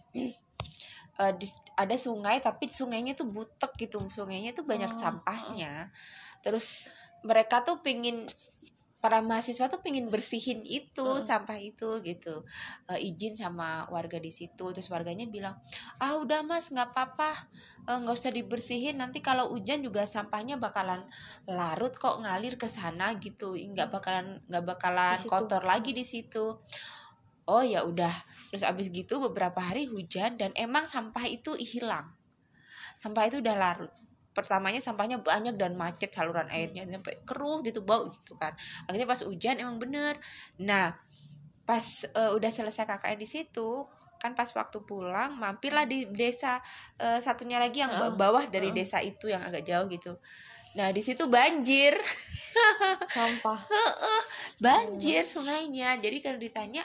Ada sungai, tapi sungainya tuh butek gitu, sungainya tuh banyak sampahnya. Terus mereka tuh para mahasiswa tuh pengen bersihin itu sampah itu gitu, izin sama warga di situ. Terus warganya bilang, udah mas nggak apa-apa, nggak usah dibersihin, nanti kalau hujan juga sampahnya bakalan larut kok, ngalir ke sana gitu, nggak bakalan kotor lagi di situ. Oh ya udah. Terus abis gitu beberapa hari hujan dan emang sampah itu hilang, sampah itu udah larut. Pertamanya sampahnya banyak dan macet saluran airnya sampai keruh gitu, bau gitu kan. Akhirnya pas hujan emang bener. Nah pas udah selesai KKN di situ kan, pas waktu pulang mampirlah di desa satunya lagi yang bawah dari desa itu yang agak jauh gitu. Nah di situ banjir sampah banjir sungainya. Jadi kalau ditanya,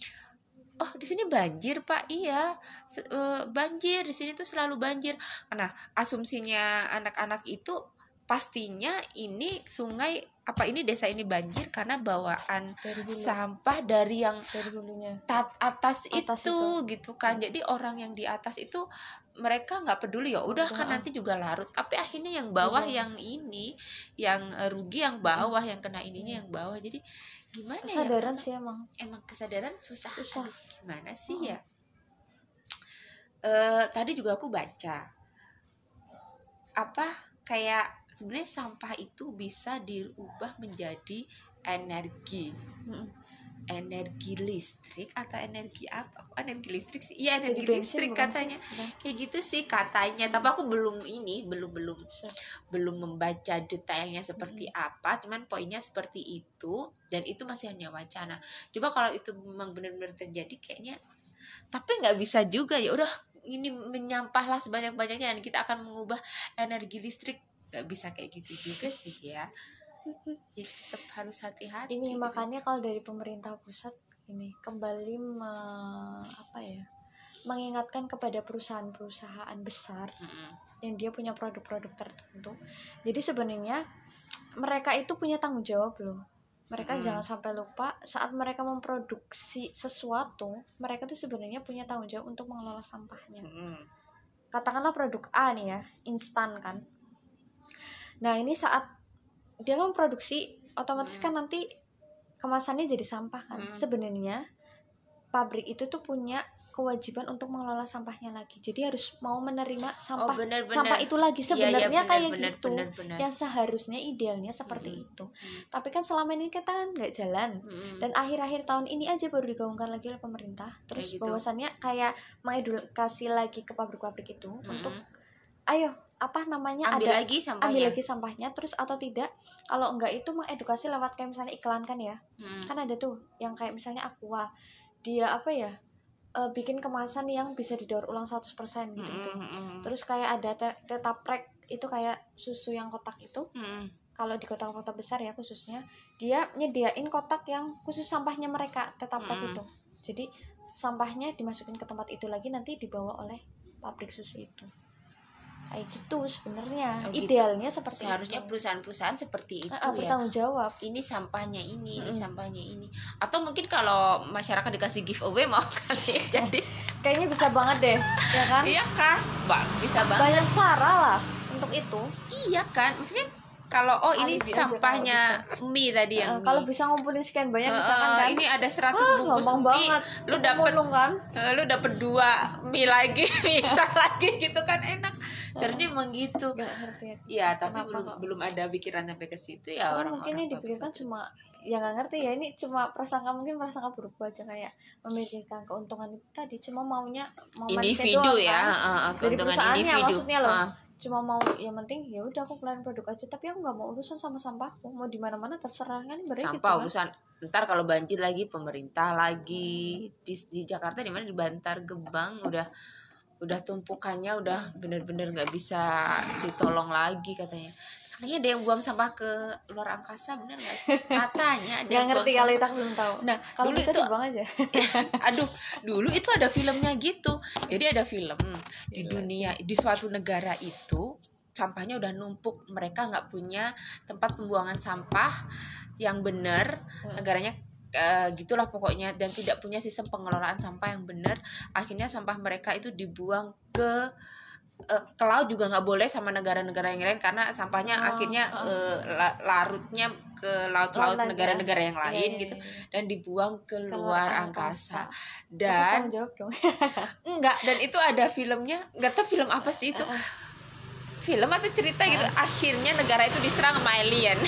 di sini banjir Pak, iya banjir di sini tuh selalu banjir. Nah asumsinya anak-anak itu pastinya ini sungai ini desa ini banjir karena bawaan sampah dari yang atas itu gitu kan. Jadi orang yang di atas itu mereka nggak peduli, ya udah kan nanti juga larut. Tapi akhirnya yang bawah yang ini yang rugi, yang bawah yang kena ininya yang bawah. Jadi gimana kesadaran ya? Sih emang kesadaran susah. Gimana sih ya? Tadi juga aku baca kayak sebenarnya sampah itu bisa diubah menjadi energi. Energi listrik atau energi apa? Energi listrik sih. Iya, energi listrik katanya. Kayak gitu sih katanya. Tapi aku belum membaca detailnya seperti apa. Cuman poinnya seperti itu, dan itu masih hanya wacana. Coba kalau itu memang benar-benar terjadi kayaknya, tapi nggak bisa juga. Ya udah, ini menyampahlah sebanyak-banyaknya dan kita akan mengubah energi listrik. Nggak bisa kayak gitu juga sih ya. Jadi tetap harus hati-hati. Ini gitu. Makanya kalau dari pemerintah pusat ini kembali mengingatkan kepada perusahaan-perusahaan besar yang dia punya produk-produk tertentu. Jadi sebenarnya mereka itu punya tanggung jawab loh. Mereka jangan sampai lupa saat mereka memproduksi sesuatu, mereka tuh sebenarnya punya tanggung jawab untuk mengelola sampahnya. Katakanlah produk A nih ya, instan kan. Nah ini saat dia kan produksi, otomatis kan nanti kemasannya jadi sampah kan. Sebenarnya pabrik itu tuh punya kewajiban untuk mengelola sampahnya lagi. Jadi harus mau menerima sampah sampah itu lagi. Sebenarnya bener. Yang seharusnya idealnya seperti itu. Tapi kan selama ini kita nggak jalan. Dan akhir-akhir tahun ini aja baru digaungkan lagi oleh pemerintah. Terus bahwasannya kayak mengedukasi lagi ke pabrik-pabrik itu untuk ayo ambil lagi sampahnya terus, atau tidak kalau enggak itu mengedukasi lewat kayak misalnya iklan kan ya. Kan ada tuh yang kayak misalnya Aqua, dia bikin kemasan yang bisa didaur ulang 100% gitu. Terus kayak ada Tetrapack itu kayak susu yang kotak itu. Kalau di kota-kota besar ya khususnya, dia nyediain kotak yang khusus sampahnya mereka, Tetrapack itu. Jadi sampahnya dimasukin ke tempat itu lagi, nanti dibawa oleh pabrik susu itu. Kayak gitu sebenarnya. Idealnya seperti seharusnya itu. Perusahaan-perusahaan seperti itu ya. Bertanggung jawab. Ini sampahnya ini sampahnya ini. Atau mungkin kalau masyarakat dikasih giveaway mau kali ya. Jadi kayaknya bisa banget deh, ya kan? Iya kan, bisa banget. Banyak cara lah untuk itu. Iya kan, maksudnya kalau ini sampahnya mie tadi yang kalau bisa ngumpulin sekian banyak misalkan kan, ini ada 100 bungkus mie, banget. lu dapat 2 mie lagi, mie instan lagi gitu kan, enak. Seharusnya emang gitu. Ya, tapi belum ada pikiran sampai ke situ ya orang. Mungkin ini dipikirkan cuma ya nggak ngerti ya, ini cuma prasangka buruk aja, kayak memikirkan keuntungan itu tadi, cuma maunya individu ya, keuntungan individu maksudnya loh. Cuma mau yang penting ya udah aku keluarin produk aja, tapi aku nggak mau urusan sama sampahku, mau di mana-mana terserah kan, sampah gitu, urusan ntar kalau banjir lagi pemerintah lagi di Jakarta, di mana di Bantar Gebang udah tumpukannya udah bener-bener nggak bisa ditolong lagi katanya ada yang buang sampah ke luar angkasa, bener nggak sih? Katanya ada yang buang ngerti kali, tak belum tahu. Nah, kalau dulu bisa itu dibuang aja. Dulu itu ada filmnya gitu. Jadi ada film di dunia, di suatu negara itu sampahnya udah numpuk, mereka nggak punya tempat pembuangan sampah yang benar, negaranya gitulah pokoknya, dan tidak punya sistem pengelolaan sampah yang benar. Akhirnya sampah mereka itu dibuang ke laut juga nggak boleh sama negara-negara yang lain, karena sampahnya akhirnya larutnya ke laut-laut negara-negara yang lain gitu, dan dibuang ke luar angkasa. Dan enggak, dan itu ada filmnya, nggak tahu film apa sih itu, film atau cerita gitu. Akhirnya negara itu diserang sama alien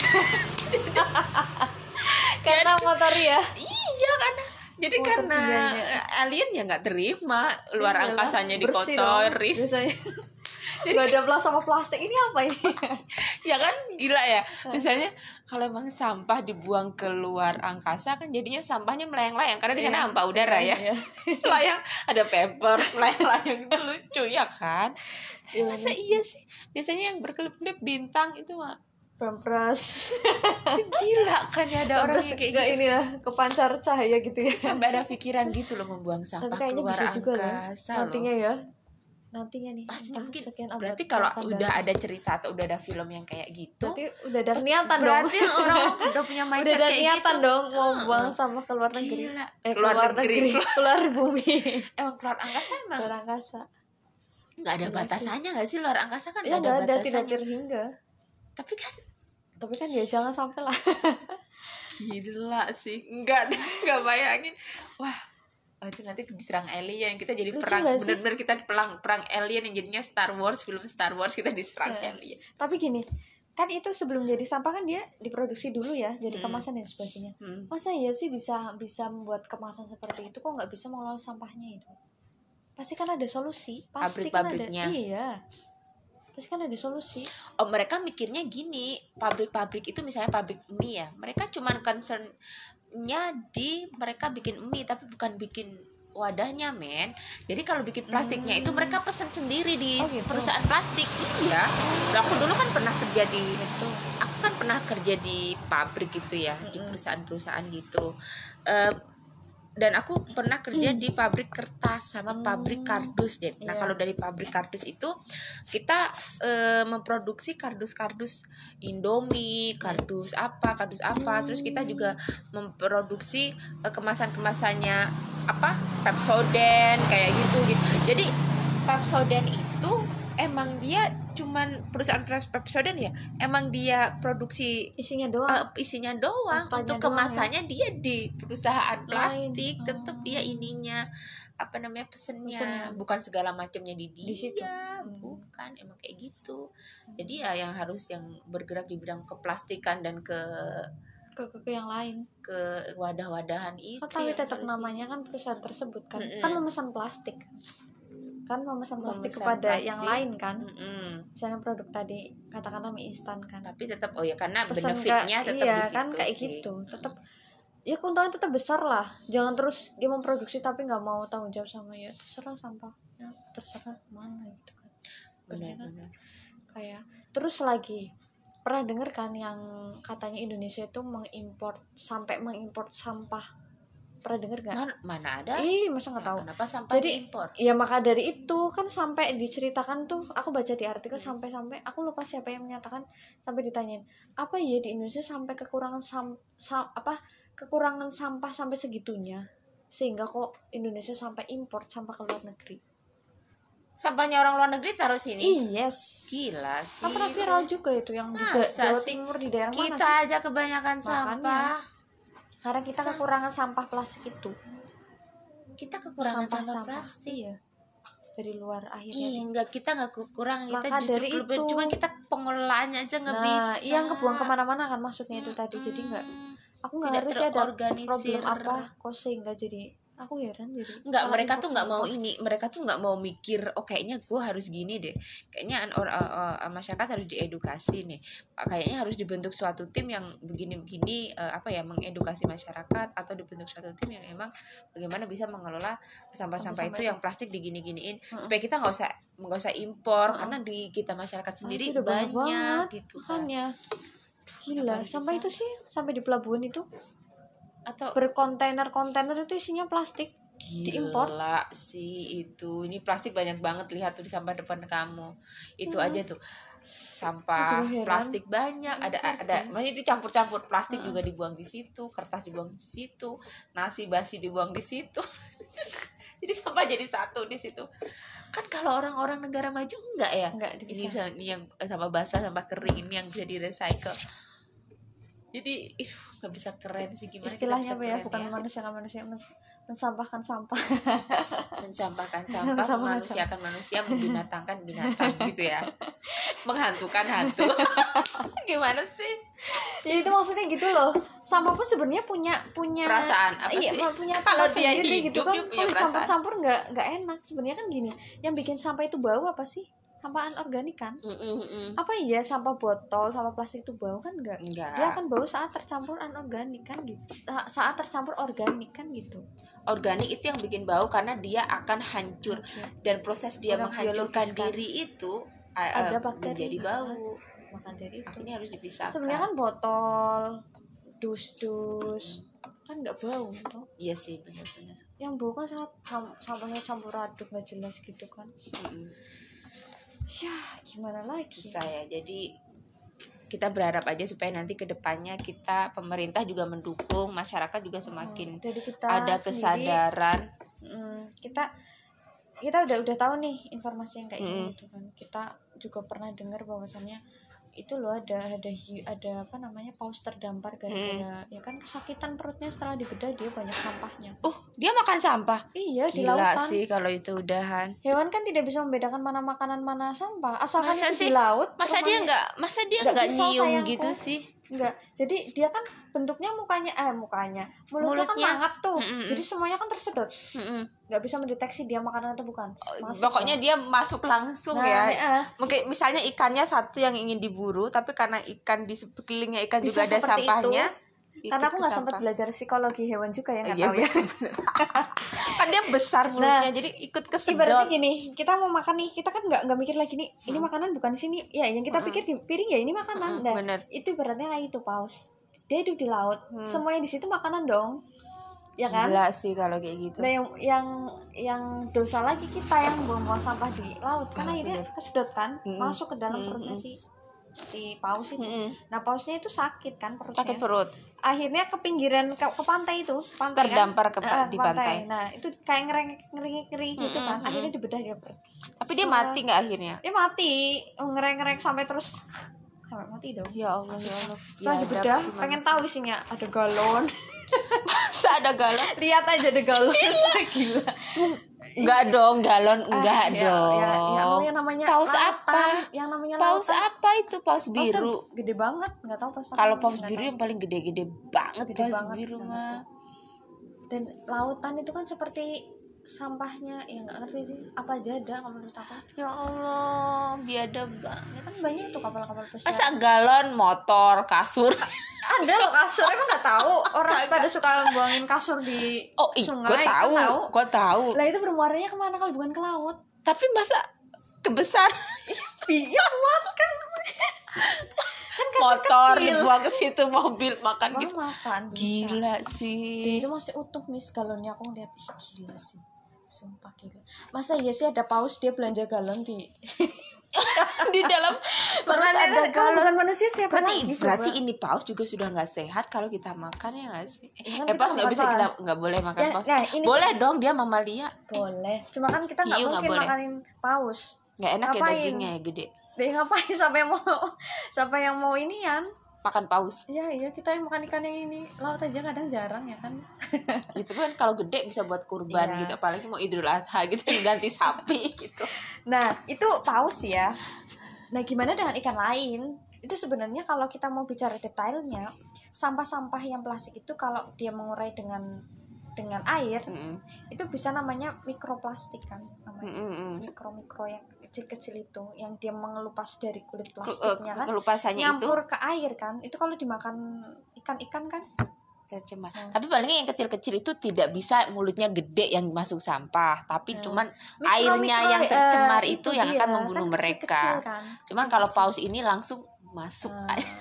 karena motor ya. Iya kan. Jadi karena alien ya nggak terima luar angkasanya dikotorin. Gak ada sama plastik, ini apa ini? Ya kan, gila ya. Misalnya kalau emang sampah dibuang ke luar angkasa kan jadinya sampahnya melayang-layang, karena di sana hampa udara ya. Layang, ada paper melayang-layang, itu lucu ya kan. Tapi masa iya sih? Biasanya yang berkelip-kelip bintang itu mah Pampers. Gila kan ya, ada orang yang kayak gitu. Ini ya, kepancar cahaya gitu ya. Sampai ada pikiran gitu loh membuang sampah keluar angkasa loh. Nantinya nih pasti mungkin. Berarti kalau udah ada cerita atau udah ada film yang kayak gitu, berarti udah ada niatan dong. Berarti orang-orang udah punya mindset udah kayak gitu. Udah niatan dong mau buang sampah ke luar negeri. Keluar bumi. Emang keluar angkasa emang. Keluar angkasa. Enggak ada batasannya enggak sih luar angkasa kan? Enggak ada batasannya. Tidak terhingga. Tapi kan ya jangan sampai lah. Gila sih. Enggak bayangin. Wah, itu nanti diserang alien, kita jadi lucu perang, bener-bener kita perang alien yang jadinya Star Wars, film Star Wars, kita diserang alien. Tapi gini, kan itu sebelum jadi sampah kan dia diproduksi dulu ya, jadi kemasan dan sebagainya. Masa iya sih bisa membuat kemasan seperti itu, kok nggak bisa mengelola sampahnya itu? Pasti kan ada solusi, pasti kan ada. Iya, pasti kan ada solusi. Oh, mereka mikirnya gini, pabrik-pabrik itu misalnya pabrik mie ya, mereka cuman concern di mereka bikin mie, tapi bukan bikin wadahnya, men. Jadi kalau bikin plastiknya itu mereka pesan sendiri di perusahaan plastik. Iya. Aku dulu kan pernah kerja di pabrik gitu ya, di perusahaan-perusahaan gitu. Dan aku pernah kerja di pabrik kertas sama pabrik kardus. Nah, kalau dari pabrik kardus itu kita memproduksi kardus-kardus Indomie, kardus apa. Terus kita juga memproduksi kemasan-kemasannya Pepsodent kayak gitu. Jadi Pepsodent itu emang dia cuman perusahaan Pepsodent ya, emang dia produksi isinya doang. Untuk kemasannya dia di perusahaan plastik tetap dia ininya pesennya, bukan segala macamnya di dia, bukan, emang kayak gitu. Jadi ya yang bergerak di bidang keplastikan dan ke yang lain, ke wadah-wadahan itu. Tapi tetap namanya kan perusahaan tersebut kan memesan plastik. Kepada yang lain kan. Misalnya produk tadi katakanlah mie instan kan, tapi tetap karena benefitnya tetap di situ kan, kayak sih. Gitu tetap ya keuntungan tetap besar lah. Jangan terus dia memproduksi tapi nggak mau tanggung jawab sama terserah sampahnya, terserah mana gitu kan. Benar-benar kayak terus lagi pernah dengar kan yang katanya Indonesia itu mengimpor sampah Pernah denger gak? Mana ada? Masa nggak tahu? Kenapa sampah Jadi diimpor? ya maka dari itu kan sampai diceritakan tuh, aku baca di artikel sampai aku lupa siapa yang menyatakan, sampai ditanyain apa ya di Indonesia sampai kekurangan kekurangan sampah sampai segitunya sehingga kok Indonesia sampai import sampah ke luar negeri. Sampahnya orang luar negeri taruh sini. Yes. Gila sih. Apa viral juga itu yang di Jawa Timur di daerah kita mana sih? aja kebanyakan sampah. Karena kita kekurangan sampah plastik itu. Kita kekurangan sampah plastik ya. Dari luar akhirnya. Iya, enggak, kita enggak kekurangan, kita Maka justru dari lebih, itu, cuman kita pengelolaannya aja nggak bisa. Iya, kebuang kemana-mana kan maksudnya itu tadi. Jadi nggak, aku nggak harus ada problem apa kok sehingga jadi aku heran jadi. Enggak, mereka tuh nggak mau ini, mereka tuh nggak mau mikir, oh kayaknya gue harus gini deh, kayaknya masyarakat harus diedukasi nih, kayaknya harus dibentuk suatu tim yang begini-begini, mengedukasi masyarakat, atau dibentuk suatu tim yang emang bagaimana bisa mengelola sampah-sampah itu yang plastik digini-giniin, supaya kita nggak usah impor, karena di kita masyarakat sendiri banyak gitu kan. Gila, sampai itu sih, sampai di pelabuhan itu atau berkontainer itu isinya plastik. Diimpor. Gila sih itu. Ini plastik banyak banget, lihat tuh di sampah depan kamu. Itu aja tuh. Sampah plastik banyak, ada maksudnya itu campur-campur plastik juga dibuang di situ, kertas dibuang di situ, nasi basi dibuang di situ. Jadi sampah jadi satu di situ. Kan kalau orang-orang negara maju enggak ya? Ini misalnya yang sampah basah, sampah kering ini yang bisa di-recycle. Jadi itu nggak bisa keren sih, gimana istilahnya apa ya, bukan manusia mensampahkan sampah. Mensampahkan sampah, memanusiakan manusia, membinatangkan binatang gitu ya, menghantukan hantu. Gimana sih? Ya itu maksudnya gitu loh. Sampah pun sebenarnya punya perasaan apa sih? Punya kalau dia hidup gitu kan, dia punya kalau perasaan. campur nggak enak sebenarnya kan. Gini, yang bikin sampah itu bau apa sih? Sampah anorganik kan? Apa iya sampah botol, sampah plastik itu bau kan? Enggak. Dia akan bau saat tercampur anorganik kan gitu. Saat tercampur organik kan gitu. Organik itu yang bikin bau karena dia akan hancur. Dan proses dia menghancurkan diri itu ada bakteri menjadi bau. Maka dari itu akhirnya harus dipisahkan. Sebenarnya kan botol, dus kan nggak bau toh. Iya sih, benar-benar. Yang bau kan saat sampahnya campur aduk nggak jelas gitu kan. Ya gimana lagi saya. Jadi kita berharap aja supaya nanti kedepannya kita, pemerintah juga mendukung, masyarakat juga semakin jadi kita ada kesadaran. Kita udah tahu nih informasi yang kayak gitu kan. Kita juga pernah dengar bahwasannya itu loh ada apa namanya, paus terdampar gara-gara ya kan kesakitan perutnya setelah dibedah dia banyak sampahnya. Dia makan sampah? Iya, di gila lautan sih kalau itu udahan. Hewan kan tidak bisa membedakan mana makanan mana sampah asalkan masa itu sih? Di laut. Masa dia nggak nyium sayangku. Gitu sih? Enggak, jadi dia kan bentuknya mulutnya kan mangap tuh. Jadi semuanya kan tersedot. Nggak bisa mendeteksi dia makanan atau bukan. Pokoknya dia masuk langsung ya. Mungkin misalnya ikannya satu yang ingin diburu, tapi karena ikan di sekelilingnya ikan bisa juga ada sampahnya. Karena aku nggak sempat belajar psikologi hewan juga ya, nggak tahu ya. Kan dia besar mulutnya, jadi ikut kesedot. Ibaratnya gini, kita mau makan nih, kita kan nggak mikir lagi nih, ini makanan bukan di sini. Ya, yang kita pikir di piring ya ini makanan. Itu ibaratnya kayak itu paus. Dia hidup di laut, semuanya di situ makanan dong. Ya kan? Gila sih kalau kayak gitu. Nah, yang dosa lagi kita yang buang sampah di laut, karena akhirnya kesedot kan, masuk ke dalam perutnya si paus itu. Nah, pausnya itu sakit kan perutnya. Sakit perut. Akhirnya ke pinggiran ke pantai itu, terdampar kan? Di pantai. Nah, itu kayak ngeri gitu kan. Akhirnya dibedah dia. Tapi dia mati nggak akhirnya? Dia mati, ngereng sampai terus sampai mati dong. Ya Allah. Setelah dibedah, pengen tahu isinya, ada galon. Masa ada galon? Lihat aja ada galon. Gila. Enggak dong, galon enggak dong. Yang namanya paus apa? Yang namanya paus lautan. Apa itu? Paus biru. Gede banget, enggak tahu paus. Kalau paus biru yang paling gede-gede banget, paus biru mah. Dan lautan itu kan seperti sampahnya, ya nggak ngerti sih apa aja ada kalau menurut aku. Ya Allah, biadab banget kan sih. Banyak tuh kapal-kapal pesiar. Masa galon, motor, kasur. Ada loh kasur, emang nggak tahu orang pada suka buangin kasur di sungai. Gue tahu. Lah itu bermuaranya kemana kalau bukan ke laut? Tapi masa kebesaran. Iya makan. Kan Motor kecil. dibuang ke situ, mobil makan Mau gitu. makan bisa. Gila Dan sih. itu masih utuh Miss galonnya, aku ngeliat gila sih. Sumpah gila. Masa iya sih ada paus dia belanja galon di Di dalam makanya ada kalau bukan manusia siapa berarti lagi berarti coba? ini paus juga sudah nggak sehat kalau kita makan, ya nggak sih? Kan kita Paus nggak makan bisa, kita paus. nggak boleh makan Ya, paus. nah, ini Boleh dong, dia mamalia. boleh. Cuma kan kita nggak Hiu nggak mungkin boleh. makanin paus. Nggak enak ya Ngapain? dagingnya ya, gede. Deh ngapain sampai yang mau inian? Makan paus. Iya kita yang makan ikan yang ini laut aja kadang jarang ya kan. Gitu kan, kalau gede bisa buat kurban Iya. gitu, apalagi mau Idul Adha gitu ganti sapi gitu. Nah itu paus ya. Nah gimana dengan ikan lain? Itu sebenarnya kalau kita mau bicara detailnya, sampah-sampah yang plastik itu kalau dia mengurai dengan air, itu bisa namanya mikroplastik kan, namanya mikro yang kecil-kecil itu, yang dia mengelupas dari kulit plastiknya kan, Kelupasannya nyampur itu ke air kan, itu kalau dimakan ikan-ikan kan tercemar. Tapi paling yang kecil-kecil itu tidak bisa, mulutnya gede yang masuk sampah, tapi cuman airnya yang tercemar itu yang akan membunuh kan mereka. kan. Cuman kalau paus ini langsung masuk.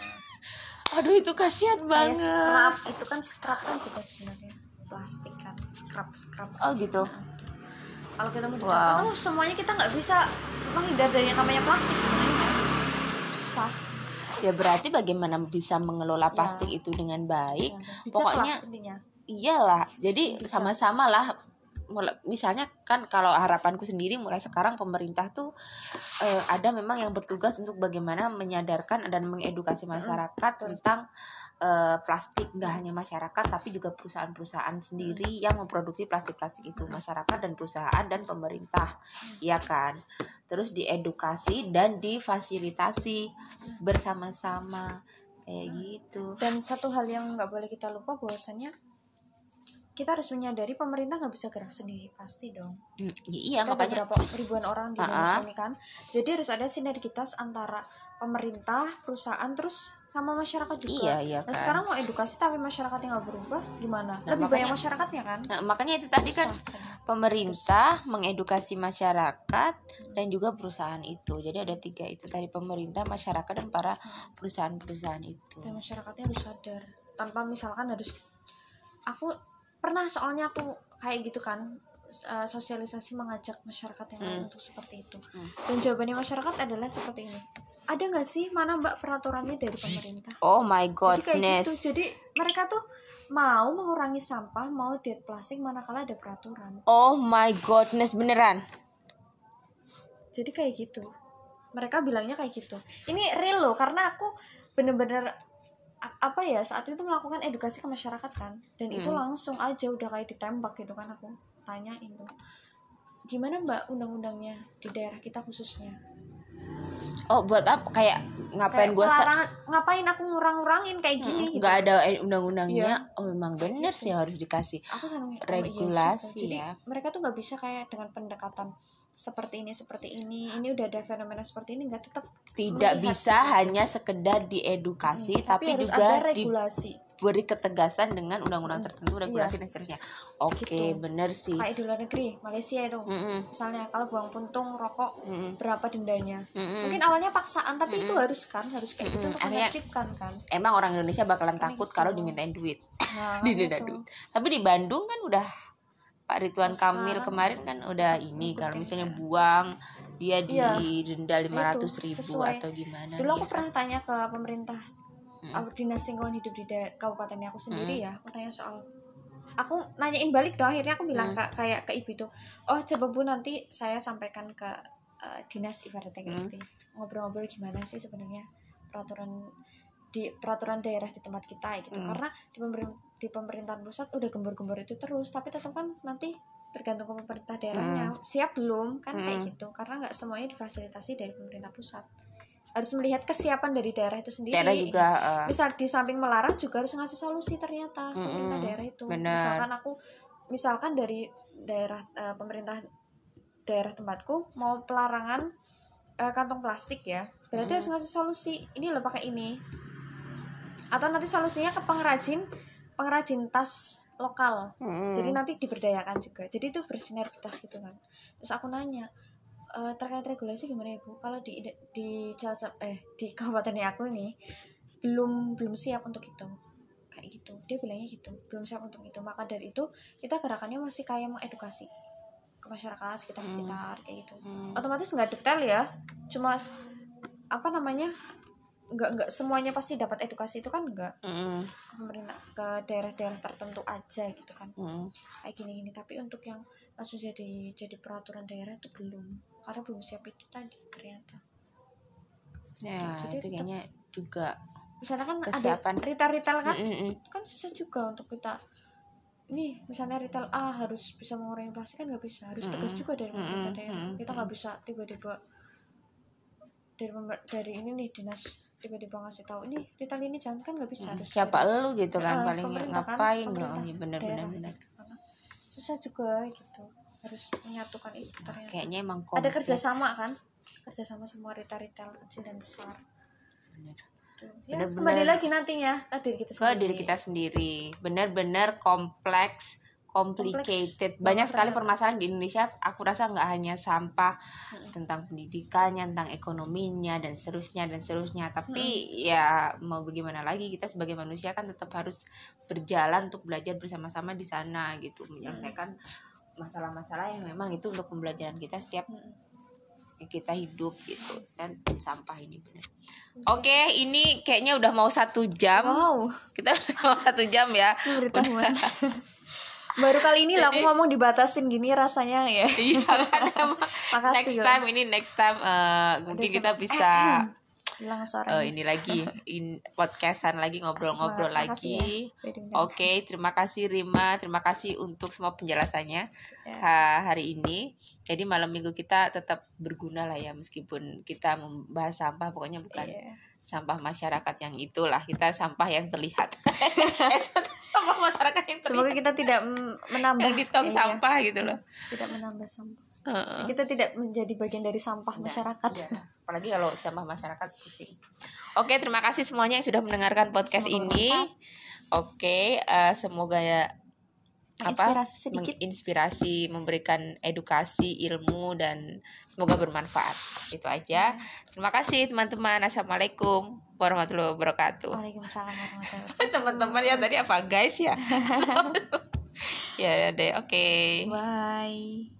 Aduh itu kasihan banget. Scrub itu kan, scrub kan juga sebenarnya plastik kan, scrub. Oh gitu. Kalau kita mau dikatakan, semuanya kita nggak bisa menghindar dari yang namanya plastik sebenarnya. Susah. Ya berarti bagaimana bisa mengelola plastik itu dengan baik? Bijak Pokoknya lah, intinya. Iyalah. Jadi sama-sama lah. Misalnya kan kalau harapanku sendiri mulai sekarang pemerintah tuh ada memang yang bertugas untuk bagaimana menyadarkan dan mengedukasi masyarakat tentang plastik. Nggak hanya masyarakat tapi juga perusahaan-perusahaan sendiri yang memproduksi plastik-plastik itu, masyarakat dan perusahaan dan pemerintah, ya kan. Terus diedukasi dan difasilitasi bersama-sama kayak gitu. Dan satu hal yang nggak boleh kita lupa bahwasanya kita harus menyadari pemerintah nggak bisa gerak sendiri, pasti dong. Iya, Kita makanya ada berapa ribuan orang di Indonesia ini kan, jadi harus ada sinergitas antara pemerintah, perusahaan, terus sama masyarakat juga. Iya Nah kan. sekarang mau edukasi tapi masyarakatnya nggak berubah, gimana? Nah, Lebih makanya- banyak masyarakatnya kan. Nah, makanya itu tadi kan pemerintah mengedukasi masyarakat dan juga perusahaan itu. Jadi ada 3 itu tadi, pemerintah, masyarakat, dan para perusahaan-perusahaan itu. Dan masyarakatnya harus sadar. Tanpa misalkan harus, aku pernah soalnya aku kayak gitu kan, sosialisasi mengajak masyarakat yang lain untuk seperti itu. Dan jawabannya masyarakat adalah seperti ini. Ada nggak sih mana mbak peraturannya dari pemerintah? Oh my Jadi kayak godness. gitu. Jadi mereka tuh mau mengurangi sampah, mau diet plastik manakala ada peraturan. Oh my godness, beneran. Jadi kayak gitu. Mereka bilangnya kayak gitu. Ini real loh, karena aku bener-bener apa ya, saat itu melakukan edukasi ke masyarakat kan, dan itu langsung aja udah kayak ditembak gitu kan. Aku tanyain tuh, gimana mbak undang-undangnya di daerah kita khususnya? Oh, buat apa? Kayak ngapain gue ngapain aku ngurang-ngurangin kayak gini gitu. nggak ada undang-undangnya. Iya. Oh memang bener sih, harus dikasih Aku senang regulasi Jadi ya. mereka tuh nggak bisa kayak dengan pendekatan seperti ini udah ada fenomena seperti ini, nggak, tetap Tidak melihat bisa gitu. hanya sekedar diedukasi, tapi harus juga ada regulasi. diberi ketegasan dengan undang-undang tertentu, regulasi Iya. dan seterusnya. Oke, Gitu. bener sih. Kayak di luar negeri, Malaysia itu misalnya kalau buang puntung rokok berapa dendanya. Mungkin awalnya paksaan, tapi itu harus kayak gitu untuk Akhirnya- menertibkan kan. Emang orang Indonesia bakalan Kayak takut gitu. kalau dimintain duit. Nah, Didenda gitu. duit. Tapi di Bandung kan udah Pak Ridwan Kamil Sekarang kemarin kan udah ini, kalau ngikutin misalnya kan. buang dia Iya. didenda 500.000 sesuai. atau gimana. Dulu aku gitu. pernah tanya ke pemerintah dinas lingkungan hidup di kabupatennya aku sendiri ya, aku tanya soal, aku nanyain balik dong, akhirnya aku bilang kayak ke ibu itu, oh coba bu nanti saya sampaikan ke dinas ibaratnya gitu, ngobrol-ngobrol gimana sih sebenarnya peraturan daerah di tempat kita gitu, karena di pemerintahan pusat udah gembor-gembor itu terus, tapi tetap kan nanti tergantung ke pemerintah daerahnya siap belum kan kayak gitu, karena nggak semuanya difasilitasi dari pemerintah pusat, harus melihat kesiapan dari daerah itu sendiri. Daerah juga Misal di samping melarang juga harus ngasih solusi ternyata pemerintah daerah itu. bener. Misalkan dari daerah pemerintah daerah tempatku mau pelarangan kantong plastik ya, berarti harus ngasih solusi. Ini loh pakai ini. Atau nanti solusinya ke pengrajin tas lokal. Jadi nanti diberdayakan juga. Jadi itu bersinergitas gitu kan. Terus aku nanya, terkait regulasi gimana Ibu? Kalau di di kabupaten aku nih belum siap untuk itu. Kayak gitu. Dia bilangnya gitu, belum siap untuk itu. Maka dari itu kita gerakannya masih kayak mengedukasi ke masyarakat sekitar kayak gitu. Otomatis nggak detail ya. Cuma nggak semuanya pasti dapat edukasi itu kan, enggak ke pemerintah, ke daerah-daerah tertentu aja gitu kan, kayak gini-gini. Tapi untuk yang langsung jadi peraturan daerah itu belum, karena belum siap itu tadi ternyata ya. Jadi itu kayaknya juga misalnya kan kesiapan. ada retail kan kan susah juga untuk kita ini, misalnya retail A harus bisa mengurangi plastik kan nggak bisa, harus tegas juga dari pemerintah daerah. Kita nggak bisa tiba-tiba dari ini nih dinas tiba-tiba ngasih tahu ini retail ini jangan, kan nggak bisa. Siapa lu gitu kan, paling ngapain kan, dong. Benar. Susah juga gitu, harus menyatukan itu ternyata. Kayaknya emang kompleks. Ada kerjasama semua retail kecil dan besar. Ya, kembali lagi nantinya ke diri kita sendiri. Benar-benar kompleks, complicated. Banyak sekali permasalahan di Indonesia. Aku rasa nggak hanya sampah, tentang pendidikannya, tentang ekonominya dan seterusnya. Tapi ya mau bagaimana lagi, kita sebagai manusia kan tetap harus berjalan untuk belajar bersama-sama di sana gitu, menyelesaikan masalah-masalah yang memang itu untuk pembelajaran kita setiap kita hidup gitu. Dan sampah ini benar. Oke, ini kayaknya udah mau 1 jam. Wow. Kita udah mau 1 jam ya. Baru kali ini lah aku ngomong dibatasin gini rasanya ya. Iya kan. Next time mungkin kita bisa hilang suaranya. Ini lagi podcastan lagi, ngobrol-ngobrol lagi. Oke, terima kasih Rima, terima kasih untuk semua penjelasannya hari ini. Jadi malam minggu kita tetap berguna lah ya, meskipun kita membahas sampah, pokoknya bukan sampah masyarakat yang itulah, kita sampah yang terlihat. Sampah masyarakat yang terlihat. Semoga kita tidak menambah yang di tong sampah gitu loh. Tidak menambah sampah. Kita tidak menjadi bagian dari sampah masyarakat. Ya. Apalagi kalau sampah masyarakat pusing. Oke, terima kasih semuanya yang sudah mendengarkan podcast ini. Oke, semoga ya menginspirasi, memberikan edukasi, ilmu, dan semoga bermanfaat. Itu aja. Terima kasih teman-teman. Assalamualaikum warahmatullahi wabarakatuh. Waalaikumsalam warahmatullahi wabarakatuh. Teman-teman ya tadi apa guys ya? Ya deh, oke. Bye.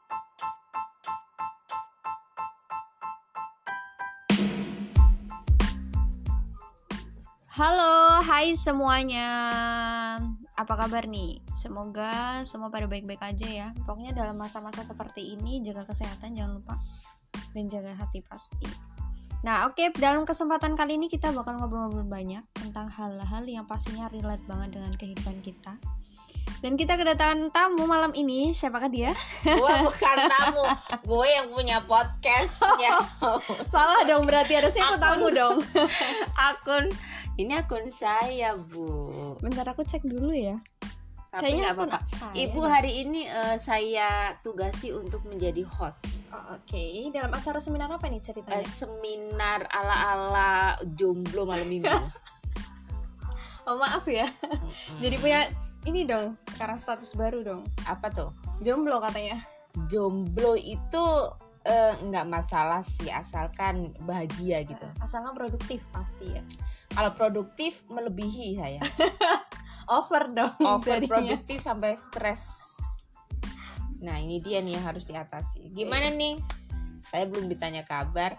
Halo, hai semuanya. Apa kabar nih? Semoga semua pada baik-baik aja ya. Pokoknya dalam masa-masa seperti ini jaga kesehatan jangan lupa, dan jaga hati pasti. Nah, oke, dalam kesempatan kali ini kita bakal ngobrol-ngobrol banyak tentang hal-hal yang pastinya relate banget dengan kehidupan kita. Dan kita kedatangan tamu malam ini. Siapakah dia? Gue bukan tamu, gue yang punya podcastnya. Salah dong, berarti harusnya aku tamu dong. Ini akun saya, Bu. Bentar aku cek dulu ya. Tapi nggak apa-apa. Ibu hari ini saya tugasi untuk menjadi host. Oke. Dalam acara seminar apa nih ceritanya? Seminar ala-ala jomblo malam minggu. Oh maaf ya. Jadi punya ini dong, sekarang status baru dong. Apa tuh? Jomblo katanya. Jomblo itu nggak masalah sih, asalkan bahagia gitu. Asalkan produktif pasti ya. Kalau produktif melebihi saya. Over dong. Over produktif sampai stres. Nah ini dia nih yang harus diatasi. Gimana nih? Saya belum ditanya kabar.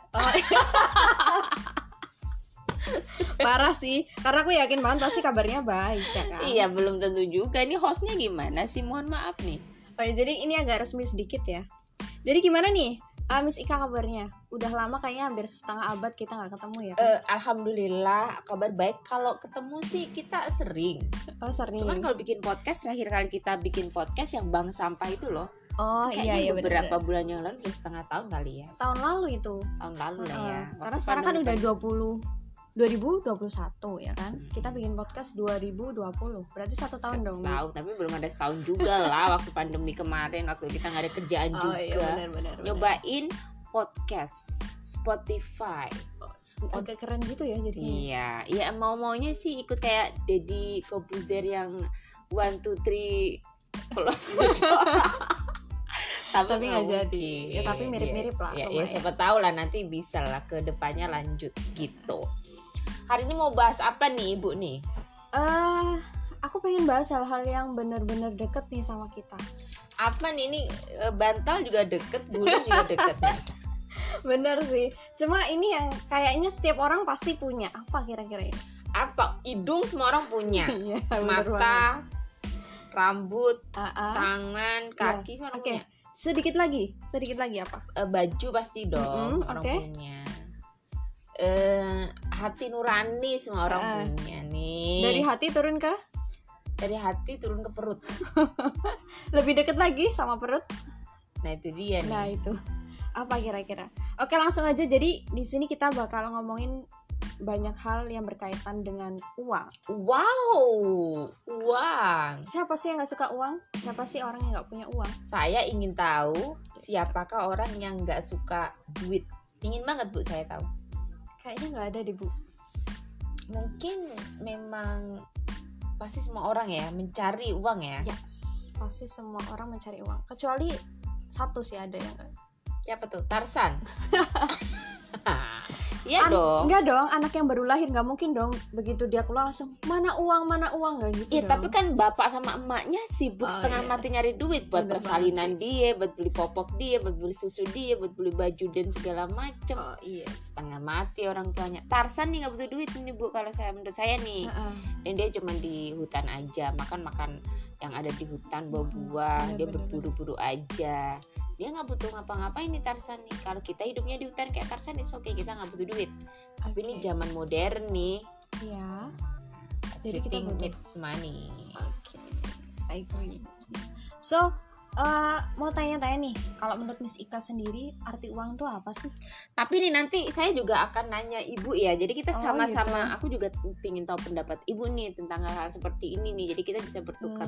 Parah sih, karena aku yakin banget pasti kabarnya baik ya kan. Iya, belum tentu juga. Ini hostnya gimana sih? Mohon maaf nih. Oh ya, jadi ini agak resmi sedikit ya. Jadi gimana nih Miss Ika kabarnya? Udah lama kayaknya hampir setengah abad kita gak ketemu ya kan? Alhamdulillah kabar baik. Kalau ketemu sih kita sering. Oh sering. Cuman kalau bikin podcast, terakhir kali kita bikin podcast yang Bank Sampah itu loh. Oh iya beberapa bulan yang lalu, udah setengah tahun kali ya. Tahun lalu itu. Tahun lalu lah ya. Karena sekarang kan udah 2021 ya kan? Kita bikin podcast 2020. Berarti 1 tahun dong. Setahun, tapi belum ada setahun juga lah waktu pandemi kemarin, waktu kita nggak ada kerjaan juga. Iya, benar. Nyobain podcast Spotify. Agak keren gitu ya jadinya. Iya, maunya sih ikut kayak Deddy Kobuzer yang 1, 2, 3 close the door. tapi nggak jadi. Ya tapi mirip-mirip lah. Ya siapa tahu lah nanti bisa lah ke depannya lanjut gitu. Hari ini mau bahas apa nih Ibu nih? Aku pengen bahas hal-hal yang benar-benar deket nih sama kita. Apa nih ini, bantal juga deket, bulu juga deket nih. Bener sih. Cuma ini yang kayaknya setiap orang pasti punya. Apa kira-kira ini? Apa? Hidung semua orang punya. Mata, rambut, tangan, kaki semua orang punya. Sedikit lagi apa? Baju pasti dong orang punya. Hati nurani semua orang punya nih. Dari hati turun ke? Dari hati turun ke perut. Lebih deket lagi sama perut. Nah itu dia nih. Nah itu apa kira-kira? Oke langsung aja. Jadi di sini kita bakal ngomongin banyak hal yang berkaitan dengan uang. Wow, uang. Siapa sih yang nggak suka uang? Siapa sih orang yang nggak punya uang? Saya ingin tahu siapakah orang yang nggak suka duit. Ingin banget Bu saya tahu. Kayaknya nggak ada deh Bu. Mungkin memang pasti semua orang ya mencari uang ya. Yes, pasti semua orang mencari uang. Kecuali satu sih ada yang nggak. Siapa tuh? Tarsan. Iya dong. Enggak dong, anak yang baru lahir nggak mungkin dong begitu dia keluar langsung mana uang nggak gitu. Iya tapi kan bapak sama emaknya sibuk setengah mati nyari duit buat persalinan dia, buat beli popok dia, buat beli susu dia, buat beli baju dan segala macem. Setengah mati orang tuanya. Tarsan nih nggak butuh duit nih Bu kalau menurut saya nih. Dan dia cuma di hutan aja, makan yang ada di hutan, bawa buah, dia berburu-buru aja. Dia nggak butuh ngapa-ngapain nih Tarsan nih. Kalau kita hidupnya di hutan kayak Tarsan, it's okay, kita nggak butuh duit. Tapi ini zaman modern nih. Iya. Jadi kita needs money. I agree. So, mau tanya-tanya nih, kalau menurut Miss Ika sendiri arti uang itu apa sih? Tapi nih nanti saya juga akan nanya Ibu ya. Jadi kita sama-sama, gitu. Aku juga ingin tahu pendapat Ibu nih tentang hal-hal seperti ini nih. Jadi kita bisa bertukar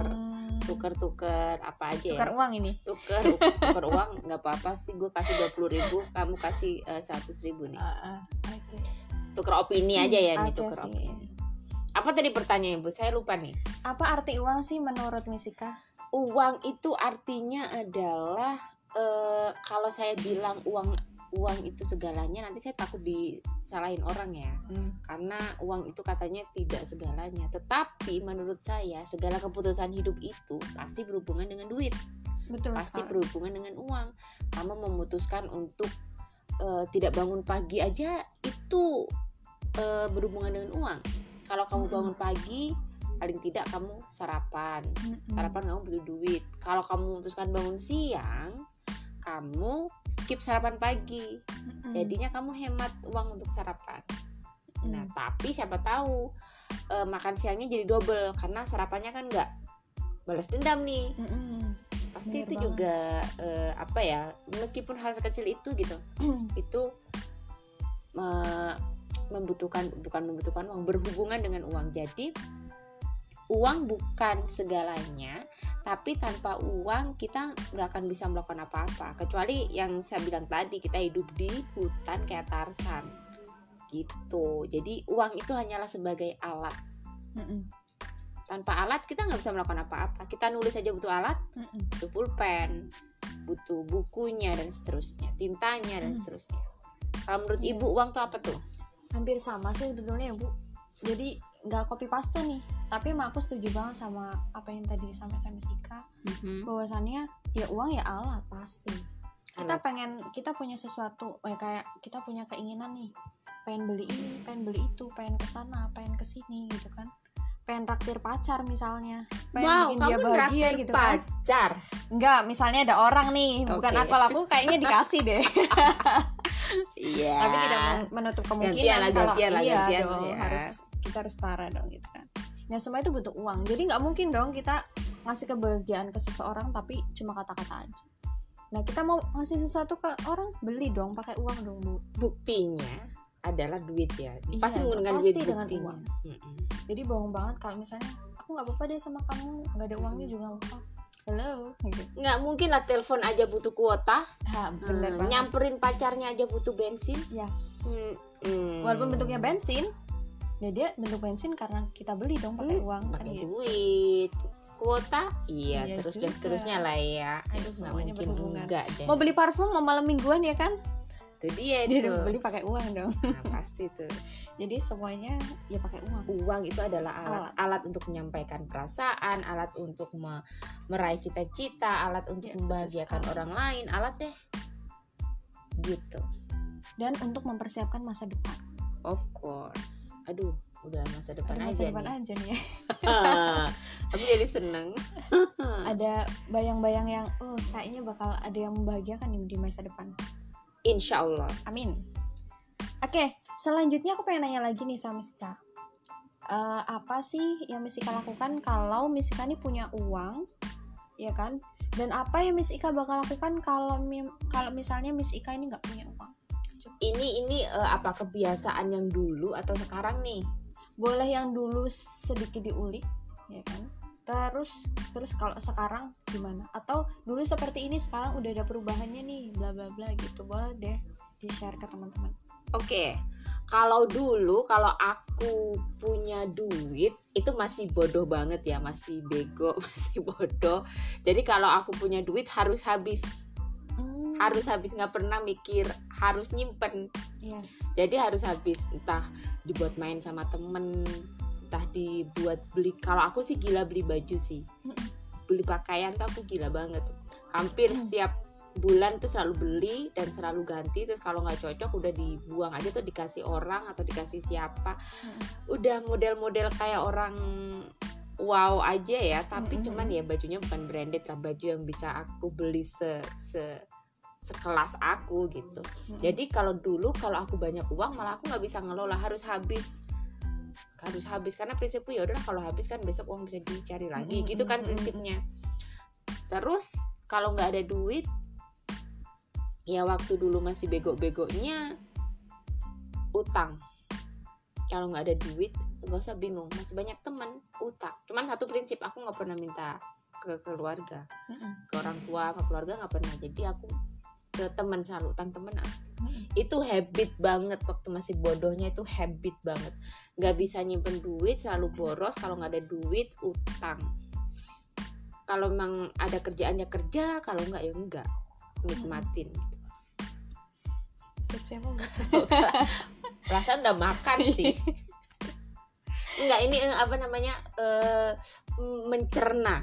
apa aja ya? Tukar uang ini. Tukar uang nggak apa-apa sih. Gue kasih 20.000, kamu kasih 100.000 nih. Tukar opini aja ya nih, tukar opini. Apa tadi pertanyaan Ibu? Saya lupa nih. Apa arti uang sih menurut Miss Ika? Uang itu artinya adalah kalau saya bilang uang itu segalanya, nanti saya takut disalahin orang ya. Karena uang itu katanya tidak segalanya. Tetapi menurut saya segala keputusan hidup itu pasti berhubungan dengan duit. Betul. Pasti berhubungan dengan uang. Kamu memutuskan untuk tidak bangun pagi aja itu berhubungan dengan uang. Kalau kamu bangun pagi, paling tidak kamu sarapan kamu butuh duit. Kalau kamu memutuskan bangun siang, kamu skip sarapan pagi, jadinya kamu hemat uang untuk sarapan. Nah tapi siapa tahu makan siangnya jadi double karena sarapannya kan nggak balas dendam nih. Pasti itu juga apa ya, meskipun hal sekecil itu gitu itu bukan membutuhkan uang, berhubungan dengan uang. Jadi uang bukan segalanya, tapi tanpa uang kita nggak akan bisa melakukan apa-apa. Kecuali yang saya bilang tadi, kita hidup di hutan kayak Tarsan gitu. Jadi uang itu hanyalah sebagai alat. Tanpa alat kita nggak bisa melakukan apa-apa. Kita nulis aja butuh alat, butuh pulpen, butuh bukunya dan seterusnya, tintanya dan seterusnya. Kalau menurut Ibu uang tuh apa tuh? Hampir sama sih sebetulnya ya Bu. Jadi nggak copy paste nih, tapi aku setuju banget sama apa yang tadi disampaikan Miss Ika, bahwasannya ya uang ya alat pasti. Kita punya sesuatu, kayak kita punya keinginan nih, pengen beli ini, pengen beli itu, pengen kesana, pengen kesini gitu kan, pengen raktir pacar misalnya, pengen bikin dia bahagia gitu kan. Pacar? Enggak, misalnya ada orang nih, bukan aku kayaknya dikasih deh. Iya. Tapi tidak menutup kemungkinan kalau iya dong, kita harus setara dong gitu kan. Nah semua itu butuh uang. Jadi nggak mungkin dong kita ngasih kebahagiaan ke seseorang tapi cuma kata-kata aja. Nah kita mau ngasih sesuatu ke orang, beli dong pakai uang dong Bu. Buktinya adalah duit ya. Pasti menggunakan duit buktinya. Dengan uang. Jadi bohong banget kalau misalnya aku nggak apa-apa deh sama kamu, nggak ada uangnya juga nggak apa-apa. Halo, nggak mungkin lah telepon aja butuh kuota. Bener banget. Nyamperin pacarnya aja butuh bensin. Yes. Walaupun bentuknya bensin, ya dia bentuk bensin karena kita beli dong pakai uang pakai kan duit. kuota, iya terus dan juga. seterusnya lah ya. Aduh, Nggak mungkin enggak deh. Mau beli parfum mau malam mingguan ya kan? Itu dia Dia itu. beli pakai uang dong. Nah, pasti tuh. Jadi semuanya ya pakai uang. Uang itu adalah alat untuk menyampaikan perasaan, alat untuk meraih cita-cita, alat untuk membahagiakan orang lain, alat deh. Gitu. Dan untuk mempersiapkan masa depan. Of course. Aduh, udah masa depan Ada aja masa depan nih. aja nih ya. Aku jadi seneng. Ada bayang-bayang yang kayaknya bakal ada yang membahagiakan nih di masa depan. Insya Allah. Amin. Oke, selanjutnya aku pengen nanya lagi nih sama Miss Ika. Apa sih yang Miss Ika lakukan kalau Miss Ika nih punya uang, ya kan? Dan apa yang Miss Ika bakal lakukan kalau misalnya Miss Ika ini nggak punya uang? Ini apa kebiasaan yang dulu atau sekarang nih? Boleh yang dulu sedikit diulik, ya kan? Terus kalau sekarang gimana? Atau dulu seperti ini sekarang udah ada perubahannya nih, bla bla bla gitu. Boleh deh di-share ke teman-teman. Oke. Kalau dulu kalau aku punya duit itu masih bodoh banget ya, masih bego, masih bodoh. Jadi kalau aku punya duit harus habis. Harus habis, nggak pernah mikir harus nyimpen. Yes. Jadi harus habis, entah dibuat main sama temen, entah dibuat beli. Kalau aku sih gila beli baju sih, beli pakaian tuh aku gila banget. Hampir setiap bulan tuh selalu beli dan selalu ganti. Terus kalau nggak cocok udah dibuang aja tuh, dikasih orang atau dikasih siapa. Udah model-model kayak orang wow aja ya, tapi cuman ya bajunya bukan branded lah, baju yang bisa aku beli sekelas aku gitu. Jadi kalau dulu kalau aku banyak uang malah aku nggak bisa ngelola, harus habis karena prinsipku ya udahlah kalau habis kan besok uang bisa dicari lagi gitu kan prinsipnya. Terus kalau nggak ada duit ya waktu dulu masih bego-begonya utang. Kalau nggak ada duit nggak usah bingung, masih banyak teman utang. Cuman satu prinsip, aku nggak pernah minta ke keluarga, ke orang tua sama keluarga nggak pernah. Jadi aku ke teman selalu utang temen. Itu habit banget waktu masih bodohnya, itu habit banget. Nggak bisa nyimpen duit, selalu boros. Kalau nggak ada duit utang. Kalau memang ada kerjaan ya kerja, kalau nggak ya enggak, nikmatin gitu. Perasaan udah makan sih. Enggak, ini apa namanya mencerna.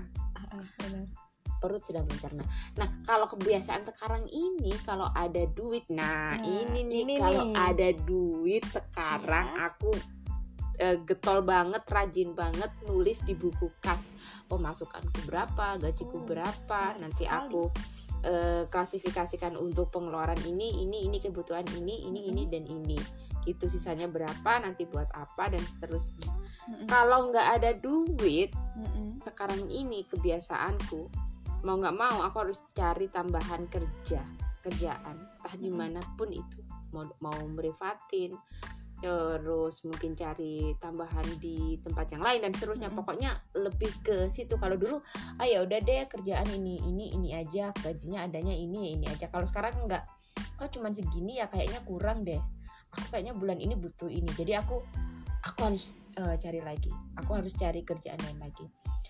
Perut sedang mencerna. Nah, kalau kebiasaan sekarang ini kalau ada duit, ini kalau ada duit sekarang aku getol banget, rajin banget nulis di buku kas. Pemasukanku berapa, gajiku berapa, nanti aku klasifikasikan untuk pengeluaran ini kebutuhan ini dan ini. Itu sisanya berapa, nanti buat apa dan seterusnya. Kalau nggak ada duit, sekarang ini kebiasaanku mau nggak mau aku harus cari tambahan kerjaan entah dimanapun itu, mau merivatin, terus mungkin cari tambahan di tempat yang lain dan seterusnya. Pokoknya lebih ke situ. Kalau dulu ya udah deh kerjaan ini aja, gajinya adanya ini aja. Kalau sekarang enggak, kok cuman segini ya, kayaknya kurang deh, aku kayaknya bulan ini butuh ini, jadi aku harus cari lagi, aku harus cari kerjaan lain lagi.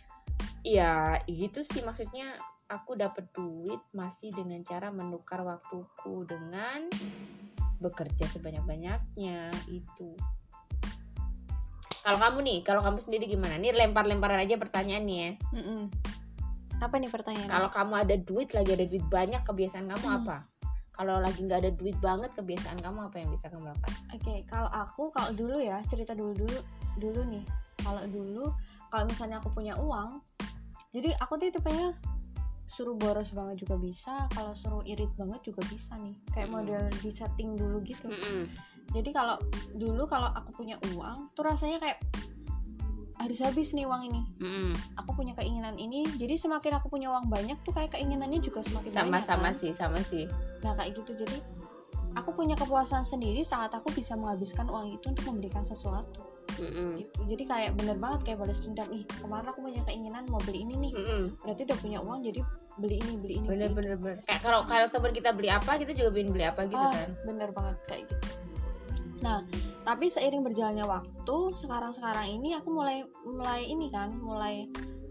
Ya gitu sih, maksudnya aku dapat duit masih dengan cara menukar waktuku dengan bekerja sebanyak-banyaknya itu. Kalau kamu sendiri gimana? Nih lempar-lemparan aja pertanyaan nih ya. Apa nih pertanyaannya? Kalau kamu ada duit banyak, kebiasaan kamu apa? Kalau lagi nggak ada duit banget, kebiasaan kamu apa yang bisa kamu lakukan? Oke, kalau dulu ya, cerita dulu nih. Kalau misalnya aku punya uang, jadi aku tuh tipenya suruh boros banget juga bisa, kalau suruh irit banget juga bisa nih. Kayak model di setting dulu gitu. Jadi kalau aku punya uang tuh rasanya kayak harus habis nih uang ini. Aku punya keinginan ini, jadi semakin aku punya uang banyak tuh kayak keinginannya juga semakin banyak. Sama sih. Nah kayak gitu, jadi aku punya kepuasan sendiri saat aku bisa menghabiskan uang itu untuk memberikan sesuatu. Gitu. Jadi kayak bener banget kayak balas dendam. Kemarin aku punya keinginan mau beli ini nih, berarti udah punya uang jadi beli ini. Bener. Kayak kalau teman kita beli apa, kita juga pengen beli apa gitu kan. Bener banget kayak gitu. Nah, tapi seiring berjalannya waktu, sekarang ini aku mulai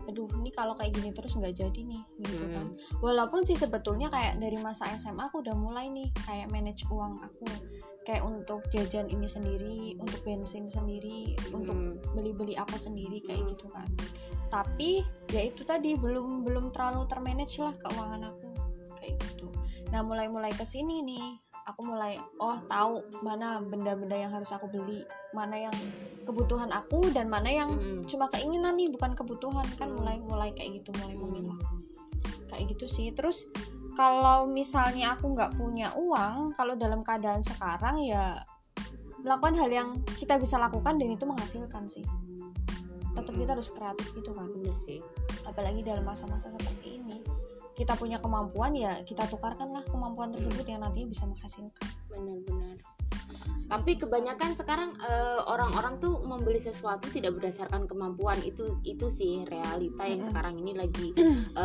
aduh ini kalau kayak gini terus nggak jadi nih gitu kan. Walaupun sih sebetulnya kayak dari masa SMA aku udah mulai nih kayak manage uang aku, kayak untuk jajan ini sendiri, untuk bensin sendiri, untuk beli-beli apa sendiri kayak gitu kan. Tapi ya itu tadi belum terlalu termanage lah keuangan aku kayak gitu. Nah mulai kesini nih aku mulai tahu mana benda-benda yang harus aku beli, mana yang kebutuhan aku dan mana yang cuma keinginan nih bukan kebutuhan kan. Mulai kayak gitu, mulai memilah kayak gitu sih. Terus kalau misalnya aku nggak punya uang, kalau dalam keadaan sekarang ya melakukan hal yang kita bisa lakukan dan itu menghasilkan sih. Tetap kita harus kreatif gitu kan. Bener sih, apalagi dalam masa-masa seperti ini kita punya kemampuan ya kita tukarkanlah kemampuan tersebut yang nantinya bisa menghasilkan. Benar-benar. Tapi kebanyakan sekarang orang-orang tuh membeli sesuatu tidak berdasarkan kemampuan. Itu sih realita yang sekarang ini lagi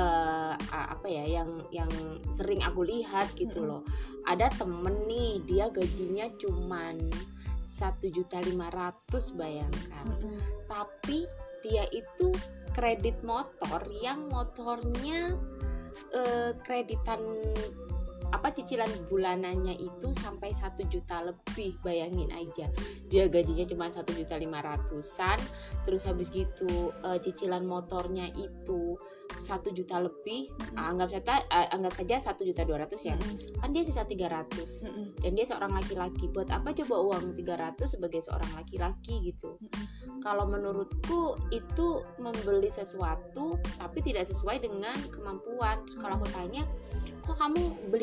yang sering aku lihat gitu loh. Ada temen nih, dia gajinya cuman 1.500.000 bayangkan. Tapi dia itu kredit motor yang motornya kreditan cicilan bulanannya itu sampai 1 juta lebih. Bayangin aja, dia gajinya cuma 1.500.000-an, terus habis gitu cicilan motornya itu 1 juta lebih. Anggap saja 1.200.000 ya. Kan dia sisa 300. Dan dia seorang laki-laki. Buat apa coba uang 300 sebagai seorang laki-laki gitu. Kalau menurutku itu membeli sesuatu tapi tidak sesuai dengan kemampuan. Terus kalau aku tanya, kok kamu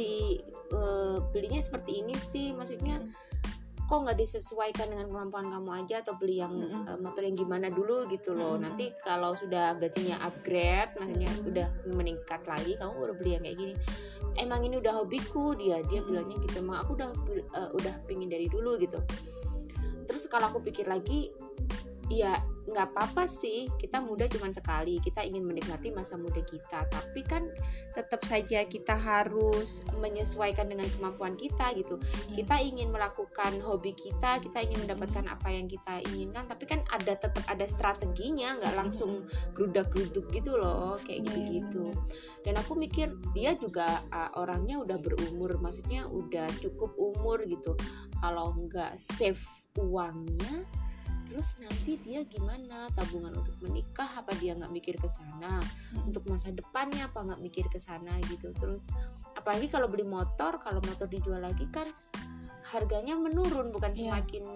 belinya seperti ini sih, maksudnya kok nggak disesuaikan dengan kemampuan kamu aja, atau beli yang motor yang gimana dulu gitu loh. Nanti kalau sudah gajinya upgrade, maksudnya udah meningkat lagi, kamu baru beli yang kayak gini. Emang ini udah hobiku, dia bilangnya gitu. Emang aku udah pingin dari dulu gitu. Terus kalau aku pikir lagi, ya nggak apa-apa sih, kita muda cuma sekali, kita ingin menikmati masa muda kita, tapi kan tetap saja kita harus menyesuaikan dengan kemampuan kita gitu. Kita ingin melakukan hobi kita ingin mendapatkan apa yang kita inginkan, tapi kan tetap ada strateginya, nggak langsung gerudak-geruduk gitu loh, kayak gitu-gitu. Dan aku mikir dia juga orangnya udah berumur, maksudnya udah cukup umur gitu. Kalau nggak save uangnya, terus nanti dia gimana tabungan untuk menikah, apa dia nggak mikir ke sana, untuk masa depannya apa nggak mikir ke sana gitu. Terus apalagi kalau beli motor, kalau motor dijual lagi kan harganya menurun, bukan semakin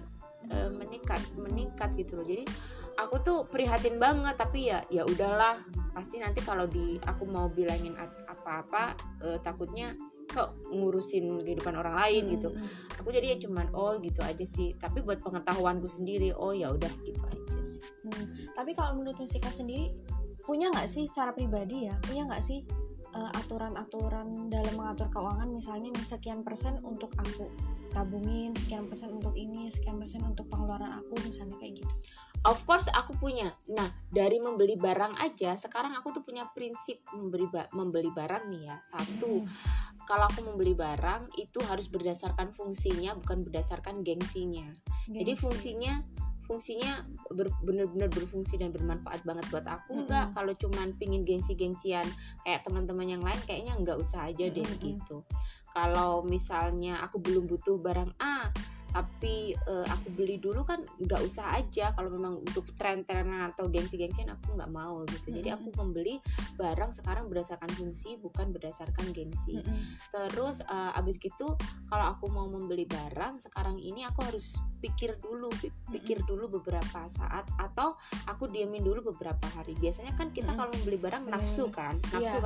meningkat gitu loh. Jadi aku tuh prihatin banget, tapi ya udahlah, pasti nanti kalau aku mau bilangin apa-apa takutnya kok ngurusin kehidupan orang lain gitu. Aku jadi ya cuman gitu aja sih. Tapi buat pengetahuanku sendiri, ya udah gitu aja sih. Tapi kalau menurut Mustika sendiri, punya nggak sih secara pribadi ya, punya nggak sih aturan-aturan dalam mengatur keuangan, misalnya nih sekian persen untuk aku tabungin, sekian persen untuk ini, sekian persen untuk pengeluaran aku, misalnya kayak gitu. Of course aku punya. Nah, dari membeli barang aja, sekarang aku tuh punya prinsip membeli barang nih ya. Satu, kalau aku membeli barang itu harus berdasarkan fungsinya, bukan berdasarkan gengsinya. Jadi fungsinya benar-benar berfungsi dan bermanfaat banget buat aku. Enggak, kalau cuman pingin gengsi-gengsian kayak teman-teman yang lain, kayaknya enggak usah aja deh gitu. Kalau misalnya aku belum butuh barang A, tapi aku beli dulu, kan nggak usah aja. Kalau memang untuk tren-trenan atau gengsi-gengsian, aku nggak mau gitu. Jadi aku membeli barang sekarang berdasarkan fungsi, bukan berdasarkan gengsi. Terus abis gitu, kalau aku mau membeli barang sekarang ini, aku harus pikir dulu beberapa saat, atau aku diamin dulu beberapa hari. Biasanya kan kita kalau membeli barang nafsu kan.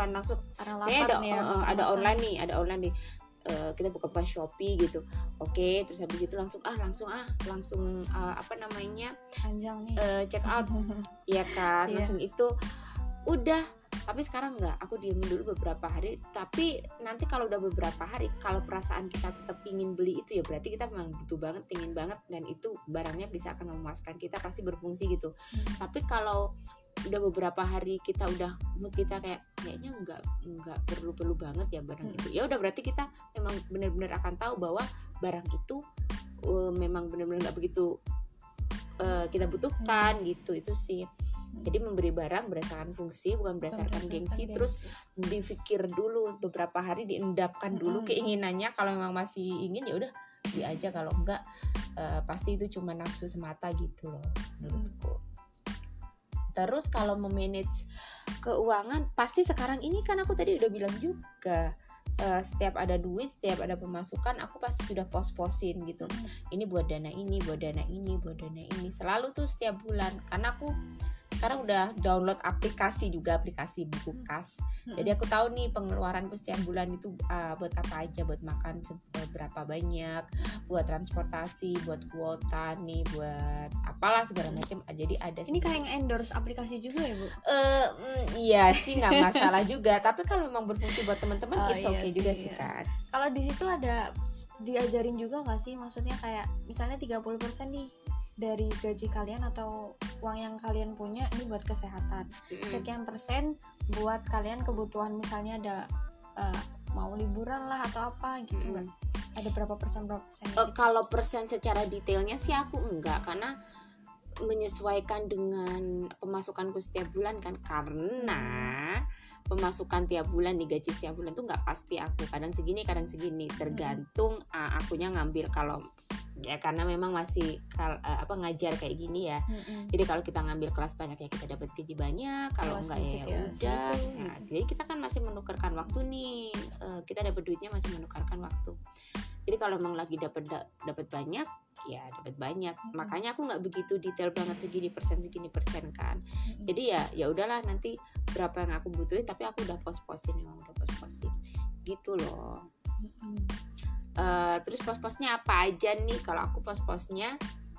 Ada online nih, kita buka pas Shopee gitu. Oke, terus habis itu langsung check out ya kan, langsung itu udah. Tapi sekarang enggak, aku diemin dulu beberapa hari. Tapi nanti kalau udah beberapa hari, kalau perasaan kita tetap ingin beli itu, ya berarti kita memang butuh banget, ingin banget, dan itu barangnya bisa akan memuaskan kita, pasti berfungsi gitu. Tapi kalau udah beberapa hari mood kita kayaknya nggak perlu banget ya barang itu, ya udah berarti kita memang benar-benar akan tahu bahwa barang itu memang benar-benar nggak begitu kita butuhkan gitu. Itu sih. Jadi memberi barang berdasarkan fungsi, bukan berdasarkan gengsi. Terus dipikir dulu beberapa hari, diendapkan dulu keinginannya. Kalau memang masih ingin ya udah beli aja, kalau enggak pasti itu cuma nafsu semata gitu loh menurutku. Terus kalau memanage keuangan, pasti sekarang ini kan aku tadi udah bilang juga, setiap ada duit, setiap ada pemasukan, aku pasti sudah pos-posin gitu. Ini buat dana ini, buat dana ini, buat dana ini. Selalu tuh setiap bulan. Karena aku sekarang udah download aplikasi buku kas. Jadi aku tahu nih pengeluaranku setiap bulan itu buat apa aja, buat makan berapa banyak, buat transportasi, buat kuota nih, buat apalah segala macam. Jadi ada. Ini kayak endorse aplikasi juga ya, Bu? Iya sih, nggak masalah juga. Tapi kalau memang berfungsi buat teman-teman, it's okay juga sih kan. Kalau di situ ada diajarin juga nggak sih? Maksudnya kayak misalnya 30% nih dari gaji kalian atau uang yang kalian punya ini buat kesehatan, sekian persen buat kalian kebutuhan, misalnya ada mau liburan lah atau apa gitu kan. Ada berapa persen gitu? Kalau persen secara detailnya sih aku enggak, karena menyesuaikan dengan pemasukanku setiap bulan kan, karena pemasukan tiap bulan, digaji setiap bulan tuh nggak pasti aku, kadang segini tergantung akunya ngambil. Kalau ya karena memang masih ngajar kayak gini ya. Jadi kalau kita ngambil kelas banyak ya kita dapat gaji banyak, kalau enggak ya udah. Nah, jadi kita kan masih menukarkan waktu nih. Kita dapat duitnya masih menukarkan waktu. Jadi kalau memang lagi dapat banyak, ya dapat banyak. Makanya aku nggak begitu detail banget segini persen kan. Jadi ya udahlah, nanti berapa yang aku butuhin, tapi aku udah pos-posin gitu loh. Terus pos-posnya apa aja nih? Kalau aku pos-posnya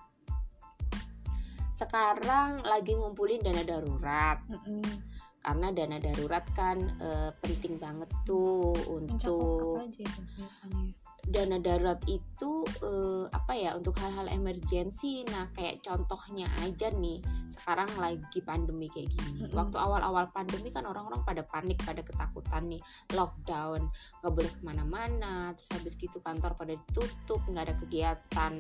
sekarang lagi ngumpulin dana darurat. Karena dana darurat kan penting banget tuh untuk apa aja itu biasanya? Dana darurat itu untuk hal-hal emergensi. Nah, kayak contohnya aja nih, sekarang lagi pandemi kayak gini. Waktu awal-awal pandemi kan orang-orang pada panik, pada ketakutan nih, lockdown, nggak boleh kemana-mana. Terus habis gitu kantor pada ditutup, nggak ada kegiatan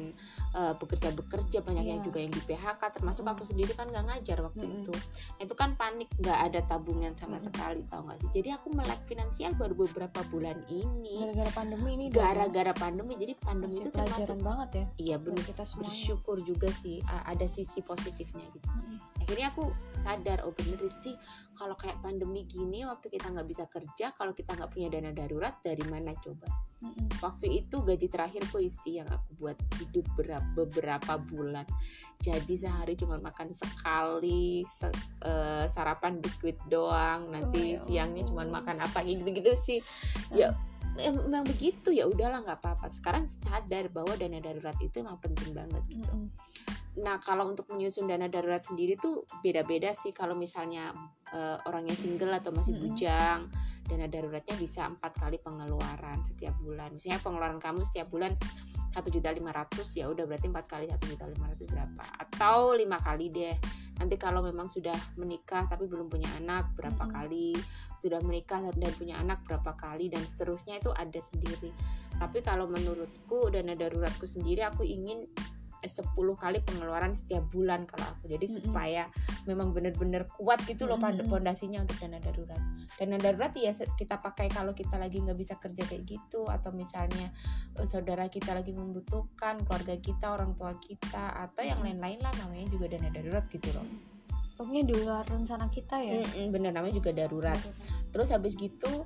bekerja, banyak yang juga yang di PHK, termasuk aku sendiri kan nggak ngajar waktu itu. Nah, itu kan panik, nggak ada tabungan sama sekali, tau nggak sih? Jadi aku melek finansial baru beberapa bulan ini. Gara-gara pandemi ini. Gara-gara pandemi. Jadi pandemi masih itu termasuk banget ya. Iya benar, kita bersyukur juga sih, ada sisi positifnya gitu. Akhirnya aku sadar, oh bener sih, kalau kayak pandemi gini, waktu kita nggak bisa kerja, kalau kita nggak punya dana darurat, dari mana coba? Waktu itu gaji terakhir puisi yang aku buat hidup beberapa bulan. Jadi sehari cuma makan sekali, sarapan biskuit doang, nanti siangnya cuma makan apa gitu-gitu sih. Ya memang begitu, ya udahlah nggak apa-apa. Sekarang sadar bahwa dana darurat itu emang penting banget gitu. Nah, kalau untuk menyusun dana darurat sendiri tuh beda-beda sih. Kalau misalnya orangnya single atau masih bujang, dana daruratnya bisa 4 kali pengeluaran setiap bulan. Misalnya pengeluaran kamu setiap bulan 1.500.000, ya udah berarti 4 kali 1.500.000 berapa? Atau 5 kali deh. Nanti kalau memang sudah menikah tapi belum punya anak, berapa kali? Sudah menikah dan punya anak, berapa kali? Dan seterusnya itu ada sendiri. Tapi kalau menurutku dana daruratku sendiri, aku ingin 10 kali pengeluaran setiap bulan kalau aku. Jadi supaya memang benar-benar kuat gitu loh pondasinya untuk dana darurat. Dana darurat ya kita pakai kalau kita lagi nggak bisa kerja kayak gitu, atau misalnya saudara kita lagi membutuhkan, keluarga kita, orang tua kita, atau yang lain-lain lah, namanya juga dana darurat gitu loh. Pokoknya di luar rencana kita ya. Bener, namanya juga darurat. Terus habis gitu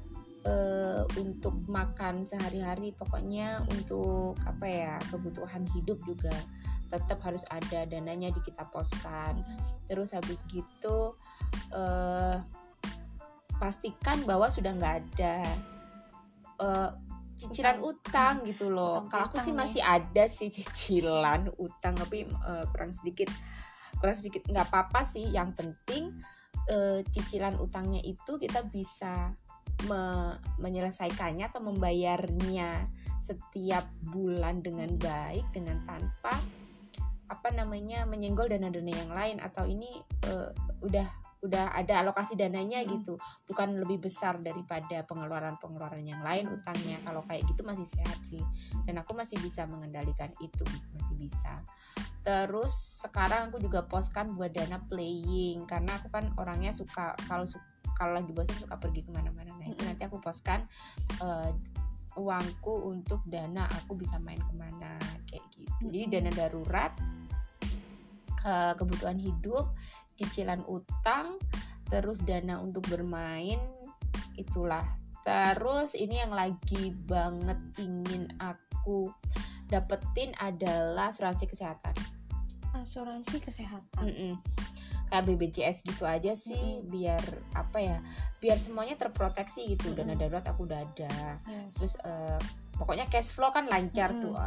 untuk makan sehari-hari, pokoknya untuk kebutuhan hidup juga tetap harus ada dananya kita poskan. Terus habis gitu pastikan bahwa sudah nggak ada cicilan utang gitu loh. Kalau aku sih masih ada sih cicilan utang, tapi kurang sedikit nggak apa-apa sih. Yang penting cicilan utangnya itu kita bisa menyelesaikannya atau membayarnya setiap bulan dengan baik, dengan tanpa menyenggol dana-dana yang lain, atau ini udah udah ada alokasi dananya gitu, bukan lebih besar daripada pengeluaran yang lain utangnya. Kalau kayak gitu masih sehat sih, dan aku masih bisa mengendalikan itu, masih bisa. Terus sekarang aku juga postkan buat dana playing, karena aku kan orangnya suka kalau lagi bosan suka pergi kemana-mana. Nah itu nanti aku postkan uangku untuk dana aku bisa main kemana kayak gitu. Jadi dana darurat, kebutuhan hidup, cicilan utang, terus dana untuk bermain, itulah. Terus ini yang lagi banget ingin aku dapetin adalah asuransi kesehatan. Asuransi kesehatan. Kayak BPJS gitu aja sih, biar apa ya, biar semuanya terproteksi gitu. Dana darurat aku udah ada. Terus pokoknya cash flow kan lancar tuh,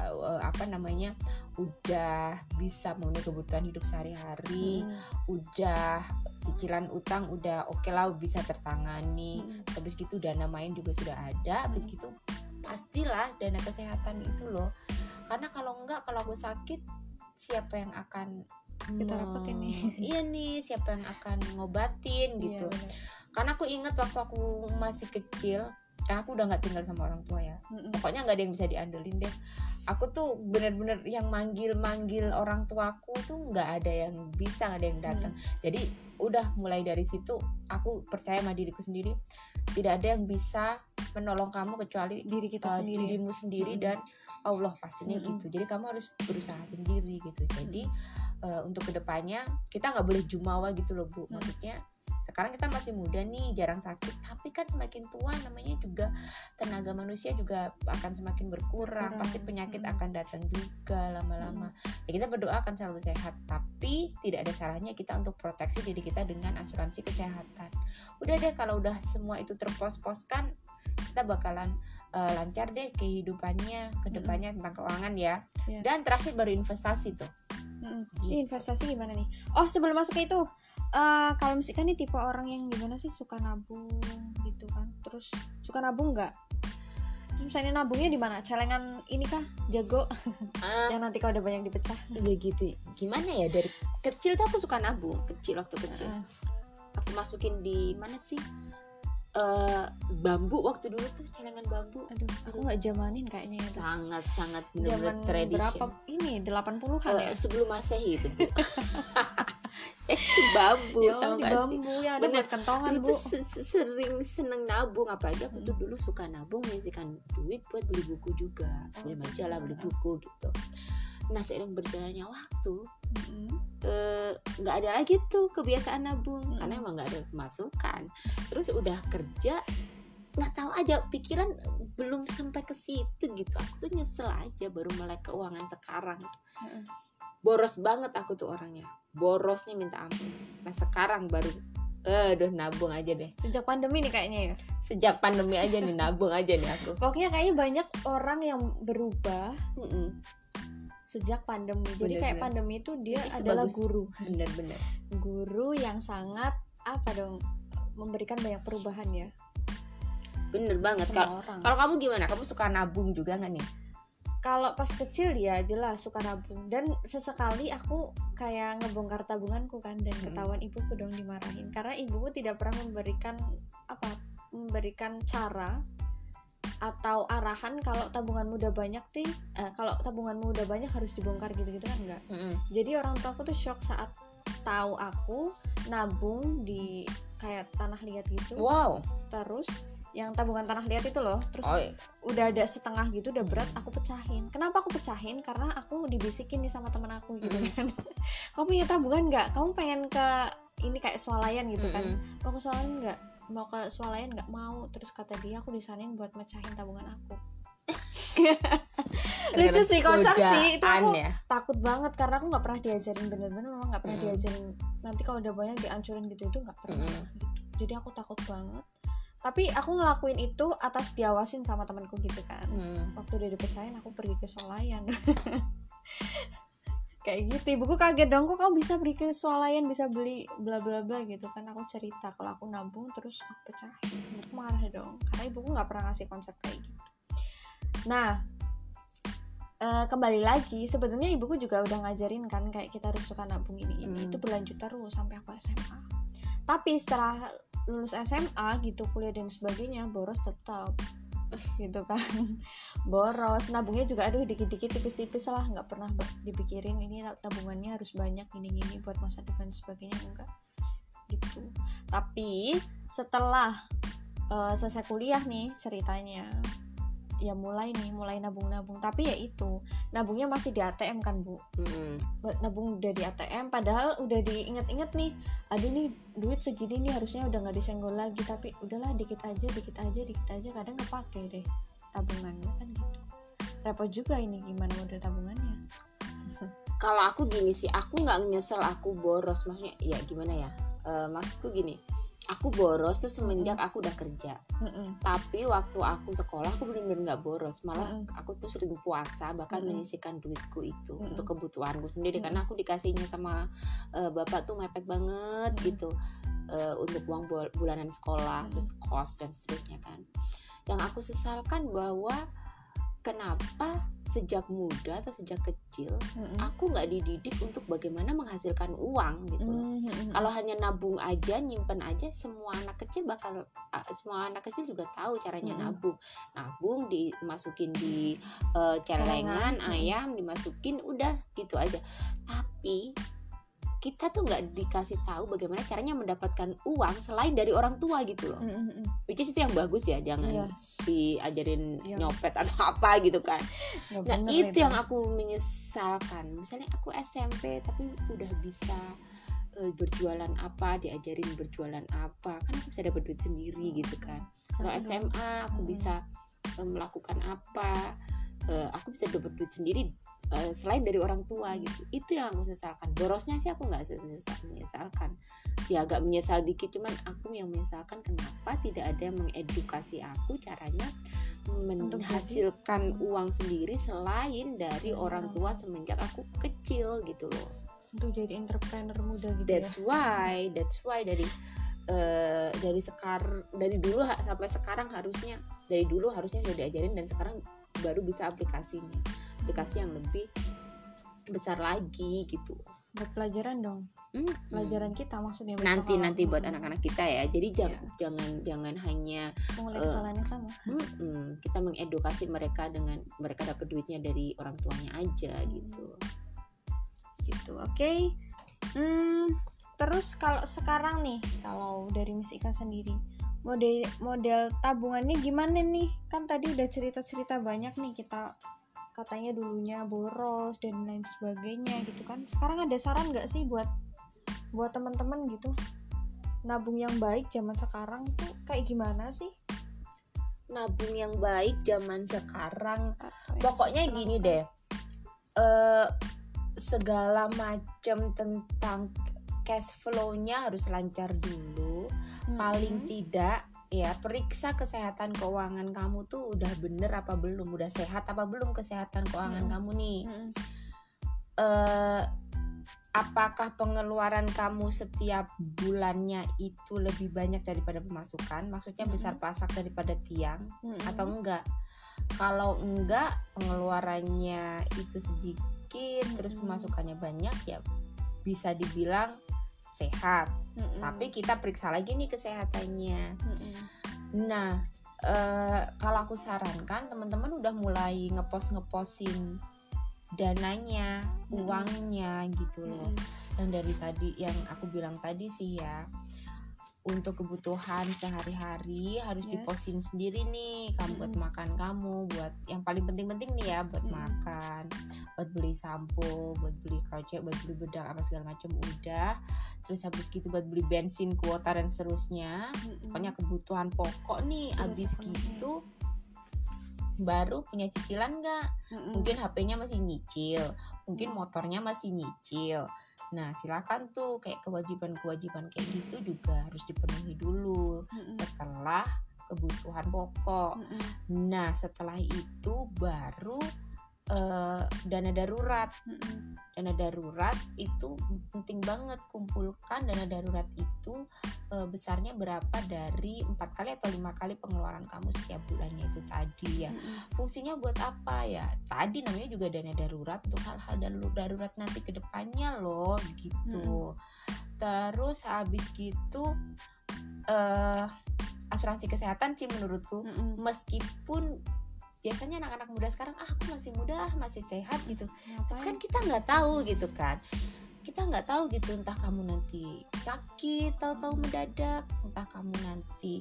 udah bisa memenuhi kebutuhan hidup sehari-hari, udah cicilan utang udah oke lah, bisa tertangani. Habis gitu dana main juga sudah ada. Habis gitu pastilah dana kesehatan itu loh, karena kalau aku sakit, siapa yang akan kita dapetin nih? Iya nih, siapa yang akan ngobatin gitu. Karena aku ingat waktu aku masih kecil, karena aku udah nggak tinggal sama orang tua ya, pokoknya nggak ada yang bisa diandelin deh. Aku tuh bener-bener yang manggil orang tuaku tuh nggak ada yang bisa, nggak ada yang datang. Jadi udah mulai dari situ aku percaya sama diriku sendiri, tidak ada yang bisa menolong kamu kecuali dirimu sendiri dan Allah pastinya gitu. Jadi kamu harus berusaha sendiri gitu. Jadi untuk kedepannya kita nggak boleh jumawa gitu loh Bu. Maksudnya sekarang kita masih muda nih, jarang sakit, tapi kan semakin tua namanya juga tenaga manusia juga akan semakin berkurang. Pasti penyakit akan datang juga lama-lama. Ya kita berdoa akan selalu sehat, tapi tidak ada salahnya kita untuk proteksi diri kita dengan asuransi kesehatan. Udah deh, kalau udah semua itu terpos-poskan, kita bakalan lancar deh kehidupannya kedepannya tentang keuangan ya. Dan terakhir baru investasi tuh. Gitu. Investasi gimana nih? Oh, sebelum masuk ke itu, kalau misalkan nih tipe orang yang gimana sih, suka nabung gitu kan? Terus suka nabung nggak? Terus misalnya nabungnya di mana? Celengan ini kah? Jago? Yang nanti kalau udah banyak dipecah. Iya gitu. Gimana ya, dari kecil tuh aku suka nabung. Waktu kecil. Aku masukin di mana sih? Bambu waktu dulu tuh, celengan bambu. Aduh, aku nggak zamanin kayaknya itu. Sangat benar-benar tradition. Berapa ini? 80-an ya? Sebelum Masehi itu, Bu. Bambu, tahu nggak sih? Bambu yang ada buat kentongan, Bu. Sering seneng nabung, apalagi aku tuh dulu suka nabung, menyisihkan duit buat beli buku juga, beli majalah, beli buku gitu. Nah, seiring berjalannya waktu, nggak ada lagi tuh kebiasaan nabung, karena emang nggak ada pemasukan. Terus udah kerja, nggak tahu aja, pikiran belum sampai ke situ gitu. Aku tuh nyesel aja baru melek keuangan sekarang. Boros banget aku tuh orangnya, borosnya minta ampun. Nah sekarang baru nabung aja deh. Sejak pandemi nih kayaknya ya. Sejak pandemi aja nih, nabung aja nih aku. Pokoknya kayaknya banyak orang yang berubah sejak pandemi. Jadi kayak pandemi itu dia itu adalah bagus. Guru. Bener-bener. Guru yang sangat memberikan banyak perubahan ya. Bener banget. Kalau kamu gimana? Kamu suka nabung juga nggak nih? Kalau pas kecil ya jelas suka nabung, dan sesekali aku kayak ngebongkar tabunganku kan, dan ketahuan ibuku dong, dimarahin karena ibuku tidak pernah memberikan cara atau arahan kalau tabunganmu udah banyak kalau tabunganmu udah banyak harus dibongkar gitu kan, enggak. Jadi orang tua aku tuh shock saat tahu aku nabung di kayak tanah liat gitu. Wow. Terus yang tabungan tanah liat itu loh, terus udah ada setengah gitu, udah berat, aku pecahin. Kenapa aku pecahin? Karena aku dibisikin nih sama teman aku gitu kan. Kamu punya tabungan nggak? Kamu pengen ke ini kayak swalayan gitu kan? Mau ke swalayan nggak? Mau ke swalayan nggak? Mau. Terus kata dia aku disaranin buat mecahin tabungan aku. Lucu sih, kocak sih. Itu aku takut banget karena aku nggak pernah diajarin, bener-bener memang nggak pernah diajarin. Nanti kalau udah banyak dihancurin gitu, itu nggak pernah gitu. Jadi aku takut banget. Tapi aku ngelakuin itu atas diawasin sama temanku gitu kan. Waktu udah dipecahin aku pergi ke swalayan. Kayak gitu. Ibuku kaget dong, kok kamu bisa pergi ke swalayan, bisa beli bla bla bla gitu kan. Aku cerita kalau aku nabung terus aku pecahin. Ibuku marah dong, karena ibuku nggak pernah ngasih konsep kayak gitu. Nah, kembali lagi, sebenarnya ibuku juga udah ngajarin kan kayak kita harus suka nabung ini. Itu berlanjut terus sampai aku SMA. Tapi setelah lulus SMA gitu, kuliah dan sebagainya, boros tetap gitu kan. Boros, nabungnya juga aduh dikit-dikit tipis-tipis lah, nggak pernah dipikirin ini tabungannya harus banyak gini-gini buat masa depan sebagainya, enggak gitu. Tapi setelah selesai kuliah nih ceritanya, ya mulai nabung-nabung. Tapi ya itu, nabungnya masih di ATM kan Bu. Nabung udah di ATM, padahal udah diinget-inget nih, aduh nih duit segini nih harusnya udah nggak disenggol lagi, tapi udahlah dikit aja, kadang kepake deh tabungannya kan gitu. Repot juga ini gimana model tabungannya. Kalau aku gini sih, aku nggak nyesel aku boros, maksudnya ya gimana ya, maksudku gini, aku boros tuh semenjak aku udah kerja. Tapi waktu aku sekolah aku benar-benar nggak boros, malah aku tuh sering puasa, bahkan menyisihkan duitku itu untuk kebutuhanku sendiri, karena aku dikasihnya sama bapak tuh mepet banget gitu, untuk uang bulanan sekolah, terus kos dan seterusnya kan. Yang aku sesalkan bahwa kenapa sejak muda atau sejak kecil aku nggak dididik untuk bagaimana menghasilkan uang gitu loh. Kalau hanya nabung aja, nyimpen aja, semua anak kecil juga tahu caranya nabung dimasukin di celengan ayam, dimasukin udah gitu aja. Tapi kita tuh nggak dikasih tahu bagaimana caranya mendapatkan uang selain dari orang tua gitu loh. Which is itu yang bagus ya, jangan diajarin nyopet atau apa gitu kan. Nah itu yang aku menyesalkan. Misalnya aku SMP tapi udah bisa berjualan apa, diajarin berjualan apa, kan aku bisa dapat duit sendiri gitu kan. Kalau SMA aku bisa melakukan apa, aku bisa dapat duit sendiri selain dari orang tua gitu. Itu yang aku sesalkan. Borosnya sih aku nggak menyesalkan, ya agak menyesal dikit, cuman aku yang menyesalkan kenapa tidak ada yang mengedukasi aku caranya menghasilkan uang sendiri selain dari orang tua semenjak aku kecil gitu loh. Untuk jadi entrepreneur muda gitu. That's why dari dulu sampai sekarang harusnya sudah diajarin, dan sekarang baru bisa aplikasi yang lebih besar lagi gitu. Buat pelajaran dong. Pelajaran kita maksudnya nanti buat anak-anak kita ya. Jadi jangan hanya mengulang kesalahan yang sama. Kita mengedukasi mereka dengan mereka dapat duitnya dari orang tuanya aja gitu. Oke. Terus kalau sekarang nih, kalau dari Miss Ika sendiri, model tabungannya gimana nih? Kan tadi udah cerita-cerita banyak nih, kita katanya dulunya boros dan lain sebagainya gitu kan. Sekarang ada saran nggak sih buat teman-teman gitu, nabung yang baik zaman sekarang tuh kayak gimana sih? Nabung yang baik zaman sekarang, pokoknya gini deh, segala macam tentang cash flow-nya harus lancar dulu. Paling tidak ya periksa kesehatan keuangan kamu tuh udah bener apa belum, udah sehat apa belum kesehatan keuangan kamu nih. Apakah pengeluaran kamu setiap bulannya itu lebih banyak daripada pemasukan, maksudnya besar pasak daripada tiang, atau enggak? Kalau enggak, pengeluarannya itu sedikit terus pemasukannya banyak, ya bisa dibilang sehat. Tapi kita periksa lagi nih kesehatannya. Nah, kalau aku sarankan teman-teman udah mulai ngeposin dananya, uangnya gitu loh. Yang dari tadi yang aku bilang tadi sih ya, untuk kebutuhan sehari-hari harus diposin sendiri nih, kamu buat makan kamu, buat yang paling penting-penting nih ya, buat makan, buat beli sampo, buat beli crochet, buat beli bedak apa segala macam udah. Terus habis gitu buat beli bensin, kuota dan seterusnya. Pokoknya kebutuhan pokok nih. Habis gitu baru punya cicilan nggak? Mungkin HP-nya masih nyicil, mungkin motornya masih nyicil. Nah silakan tuh kayak kewajiban kayak gitu juga harus dipenuhi dulu setelah kebutuhan pokok. Nah setelah itu baru dana darurat. Dana darurat itu penting banget, kumpulkan dana darurat itu besarnya berapa dari 4 kali atau 5 kali pengeluaran kamu setiap bulannya itu tadi ya. Fungsinya buat apa ya? Tadi namanya juga dana darurat untuk hal-hal darurat nanti ke depannya loh gitu. Terus habis gitu asuransi kesehatan sih menurutku, meskipun biasanya anak-anak muda sekarang aku masih muda, masih sehat gitu. Tapi kan kita nggak tahu gitu kan. Kita nggak tahu gitu, entah kamu nanti sakit tahu-tahu mendadak, entah kamu nanti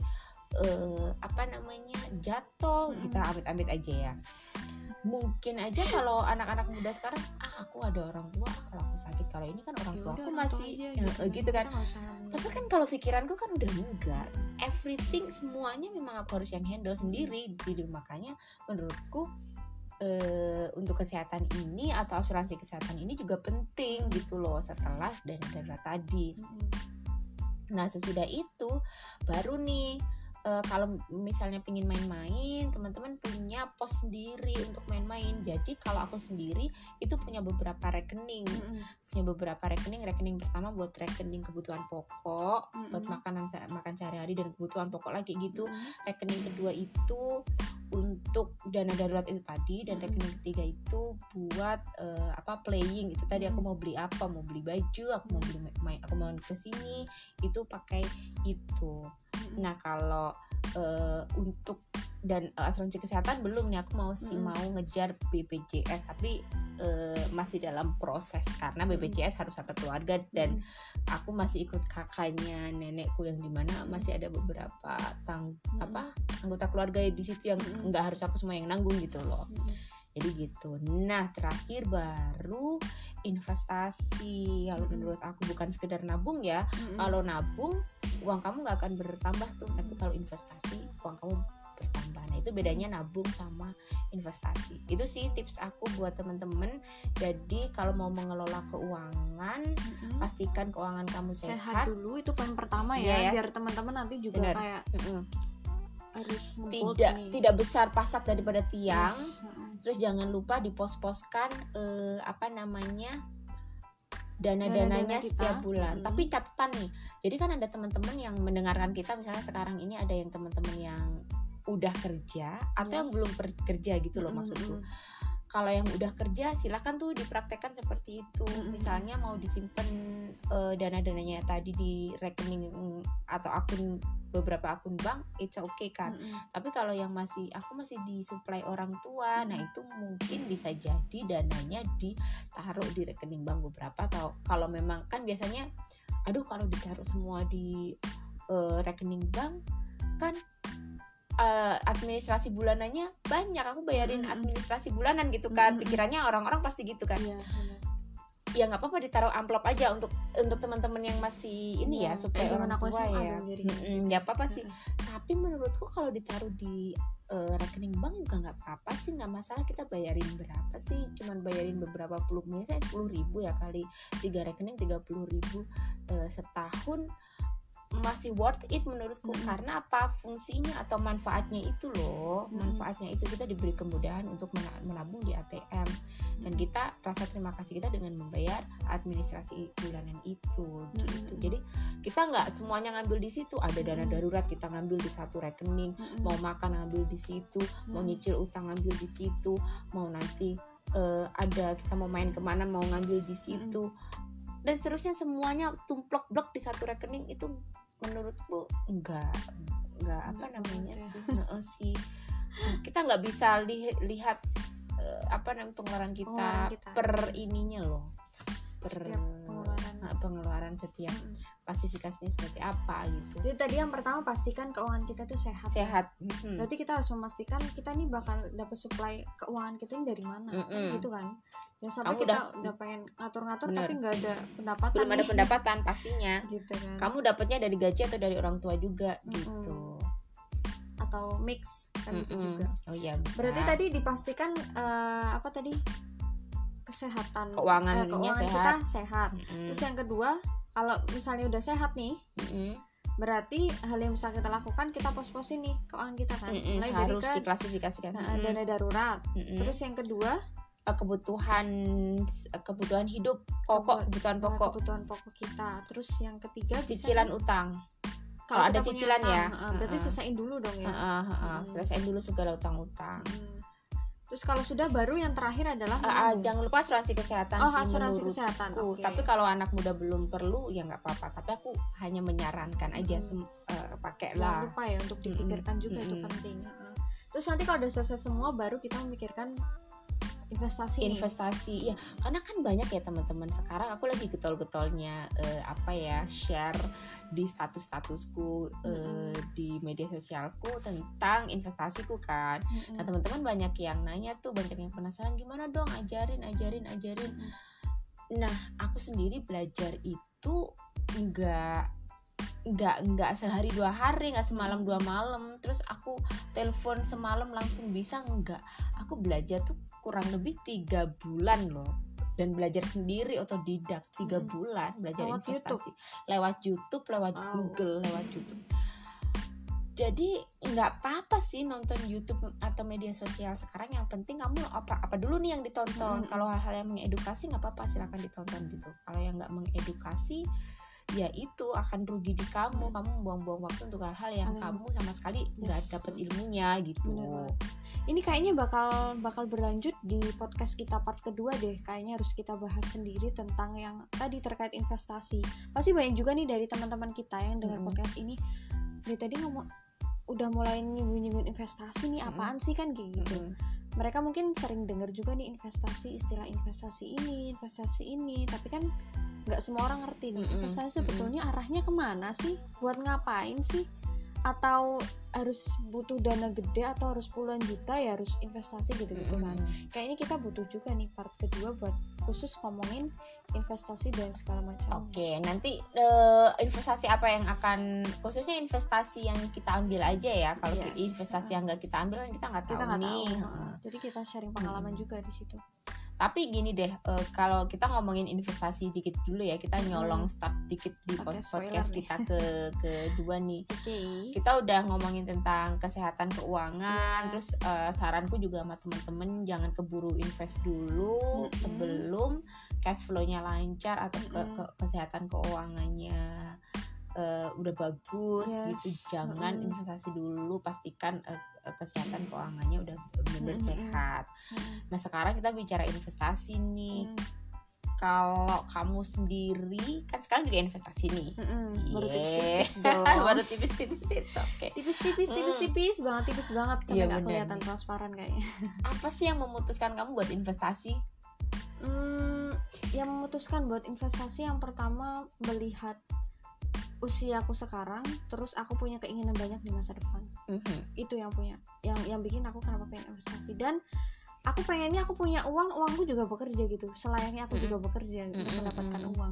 jatuh, kita amit-amit aja ya. Mungkin aja kalau anak-anak muda sekarang, aku ada orang tua, kalau aku sakit, kalau ini kan orang tua aku masih gitu kan. Tapi kan kalau pikiranku kan udah enggak, everything semuanya memang aku harus yang handle sendiri. Jadi makanya menurutku untuk kesehatan ini atau asuransi kesehatan ini juga penting gitu loh, setelah dana darurat tadi. Nah sesudah itu baru nih kalau misalnya pengen main-main, teman-teman punya pos sendiri untuk main-main. Jadi kalau aku sendiri itu punya beberapa rekening, rekening pertama buat rekening kebutuhan pokok, buat makan sehari-hari dan kebutuhan pokok lagi gitu. Rekening kedua itu untuk dana darurat itu tadi, dan rekening ketiga itu buat playing itu tadi. Aku mau beli apa, mau beli baju, aku mau kesini, itu pakai itu. Nah kalau untuk dan asuransi kesehatan belum nih, aku mau ngejar BPJS, tapi masih dalam proses karena BPJS harus satu keluarga, dan aku masih ikut kakaknya nenekku yang dimana masih ada beberapa anggota keluarga di situ yang nggak harus aku semua yang nanggung gitu loh. Jadi gitu. Nah terakhir baru investasi. Kalau menurut aku bukan sekedar nabung ya. Kalau nabung uang kamu nggak akan bertambah tuh, tapi kalau investasi uang kamu bertambah. Nah itu bedanya nabung sama investasi. Itu sih tips aku buat temen-temen. Jadi kalau mau mengelola keuangan, pastikan keuangan kamu sehat dulu, itu poin pertama ya, biar teman-teman nanti juga kayak harus tidak besar pasak daripada tiang. Terus jangan lupa dipos-poskan dana-dananya setiap bulan. Tapi catatan nih, jadi kan ada teman-teman yang mendengarkan kita, misalnya sekarang ini ada yang teman-teman yang udah kerja atau yang belum kerja gitu loh maksudku. Kalau yang udah kerja silakan tuh dipraktekkan seperti itu. Misalnya mau disimpan dana-dananya tadi di rekening atau beberapa akun bank, it's okay kan. Tapi kalau yang aku masih disuplai orang tua, nah itu mungkin bisa jadi dananya ditaruh di rekening bank beberapa, atau kalau memang kan biasanya kalau ditaruh semua di rekening bank kan administrasi bulanannya banyak, aku bayarin administrasi bulanan gitu kan. Pikirannya orang-orang pasti gitu kan. Ya nggak apa-apa, ditaruh amplop aja untuk teman-teman yang masih ini ya, supaya orang tua ya. Ya apa-apa sih. Tapi menurutku kalau ditaruh di rekening bank juga nggak apa-apa sih, nggak masalah. Kita bayarin berapa sih? Cuman bayarin beberapa puluh, misalnya 10.000 ya kali 3 rekening 30.000 setahun, masih worth it menurutku. Karena apa? Fungsinya atau manfaatnya itu loh. Manfaatnya itu kita diberi kemudahan untuk menabung di ATM, dan kita rasa terima kasih kita dengan membayar administrasi bulanan itu gitu. Jadi kita nggak semuanya ngambil di situ. Ada dana darurat kita ngambil di satu rekening, mau makan ngambil di situ, mau nyicil utang ngambil di situ, mau nanti kita mau main kemana mau ngambil di situ, dan seterusnya semuanya tumplek-blek di satu rekening. Itu menurutku enggak sih. Kita nggak bisa lihat pengeluaran kita per ininya loh, pengeluaran setiap klasifikasinya seperti apa gitu. Jadi tadi yang pertama pastikan keuangan kita tuh sehat. Berarti kita harus memastikan kita nih bakal dapat supply keuangan kita ini dari mana, gitu kan. Yang sampai kita udah pengen ngatur-ngatur tapi nggak ada pendapatan. Belum ada pendapatan pastinya. Gitu kan. Kamu dapatnya dari gaji atau dari orang tua juga gitu. Atau mix kan bisa juga. Oh iya bisa. Berarti tadi dipastikan kesehatan keuangan sehat. Kita sehat. Terus yang kedua, kalau misalnya udah sehat nih, berarti hal yang bisa kita lakukan, kita pos-posin nih keuangan kita kan. Mulai harus dari diklasifikasikan. Dana darurat. Terus yang kedua, kebutuhan hidup pokok, kebutuhan pokok kita. Terus yang ketiga, cicilan utang. Kalau ada cicilan utang, ya, berarti selesaiin dulu dong ya. Selesaiin dulu segala utang-utang. Terus kalau sudah baru yang terakhir adalah jangan lupa asuransi kesehatan sih asuransi menurutku. kesehatan. Okay. Tapi kalau anak muda belum perlu ya nggak apa-apa. Tapi aku hanya menyarankan aja pakailah. Jangan lupa ya untuk dipikirkan juga itu penting. Terus nanti kalau udah selesai semua baru kita memikirkan investasi ya, karena kan banyak ya teman-teman. Sekarang aku lagi getol-getolnya share di statusku di media sosialku tentang investasiku kan. Nah teman-teman banyak yang nanya tuh, banyak yang penasaran, gimana dong, ajarin. Nah aku sendiri belajar itu nggak sehari 2 hari, nggak semalam 2 malam, terus aku telepon semalam langsung bisa, nggak. Aku belajar tuh kurang lebih 3 bulan loh, dan belajar sendiri otodidak 3 bulan belajar lewat investasi lewat YouTube, lewat Google, lewat YouTube. Jadi nggak apa-apa sih nonton YouTube atau media sosial sekarang, yang penting kamu apa dulu nih yang ditonton. Kalau hal-hal yang mengedukasi nggak apa-apa, silakan ditonton gitu. Kalau yang nggak mengedukasi ya itu akan rugi di kamu buang-buang waktu untuk hal-hal yang kamu sama sekali nggak dapet ilmunya gitu. Ini kayaknya bakal berlanjut di podcast kita part kedua deh. Kayaknya harus kita bahas sendiri tentang yang tadi terkait investasi. Pasti banyak juga nih dari teman-teman kita yang dengar podcast ini. Dia tadi udah mulai nyinggung investasi nih, apaan sih kan kayak gitu. Mereka mungkin sering dengar juga nih istilah investasi ini, tapi kan nggak semua orang ngerti nih investasi sebetulnya arahnya kemana sih, buat ngapain sih, atau harus butuh dana gede atau harus puluhan juta ya harus investasi gitu kan. Kayaknya kita butuh juga nih part kedua buat khusus ngomongin investasi dan segala macam. Oke, nanti investasi apa yang akan, khususnya investasi yang kita ambil aja ya. Kalau investasi yang nggak kita ambil kan kita nggak tahu nih. Jadi kita sharing pengalaman juga di situ. Tapi gini deh, kalau kita ngomongin investasi dikit dulu ya, kita nyolong start dikit di podcast kita kedua nih. Kita udah ngomongin tentang kesehatan keuangan, terus saranku juga sama temen-temen jangan keburu invest dulu sebelum cash flow-nya lancar atau kesehatan keuangannya udah bagus gitu. Jangan investasi dulu, pastikan kesehatan keuangannya udah benar-benar sehat. Nah sekarang kita bicara investasi nih. Kalau kamu sendiri kan sekarang juga investasi nih. Baru tipis-tipis dong. Baru tipis-tipis itu. Okay. Tipis banget tapi nggak kelihatan transparan kayaknya. Apa sih yang memutuskan kamu buat investasi? Yang memutuskan buat investasi yang pertama melihat usiaku sekarang, terus aku punya keinginan banyak di masa depan. Itu yang bikin aku kenapa pengen investasi. Dan aku pengennya aku punya uangku juga bekerja gitu, selayaknya aku juga bekerja untuk mendapatkan uang.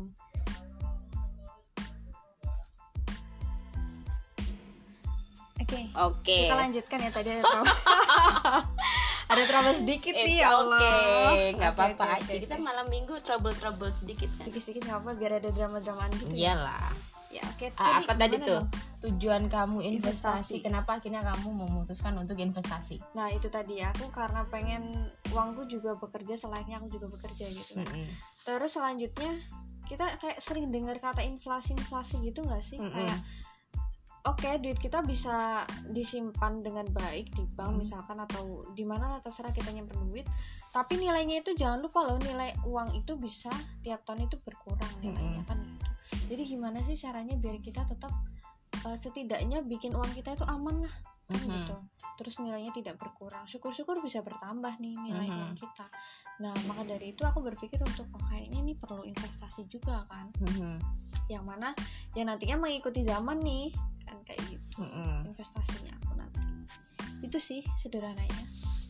Oke. Kita lanjutkan ya, tadi ada trouble sedikit nih, ya Allah. Nggak apa-apa. Jadi kan malam minggu trouble sedikit. Sedikit nggak apa, biar ada drama-dramaan gitu. Iyalah. Ya, oke. Apa tadi tuh tujuan kamu investasi? Kenapa akhirnya kamu memutuskan untuk investasi? Nah itu tadi aku karena pengen uangku juga bekerja selayaknya aku juga bekerja gitu. Terus selanjutnya kita kayak sering dengar kata inflasi gitu nggak sih? Kayak duit kita bisa disimpan dengan baik di bank misalkan, atau di mana lah terserah kita nyimpen duit. Tapi nilainya itu jangan lupa loh, nilai uang itu bisa tiap tahun itu berkurang nilainya kan gitu. Jadi gimana sih caranya biar kita tetap setidaknya bikin uang kita itu aman lah kan gitu. Terus nilainya tidak berkurang. Syukur-syukur bisa bertambah nih nilai uang kita. Nah maka dari itu aku berpikir untuk kayaknya ini perlu investasi juga kan. Yang mana ya nantinya mengikuti zaman nih kan kayak gitu. Investasinya aku nanti. Itu sih sederhananya.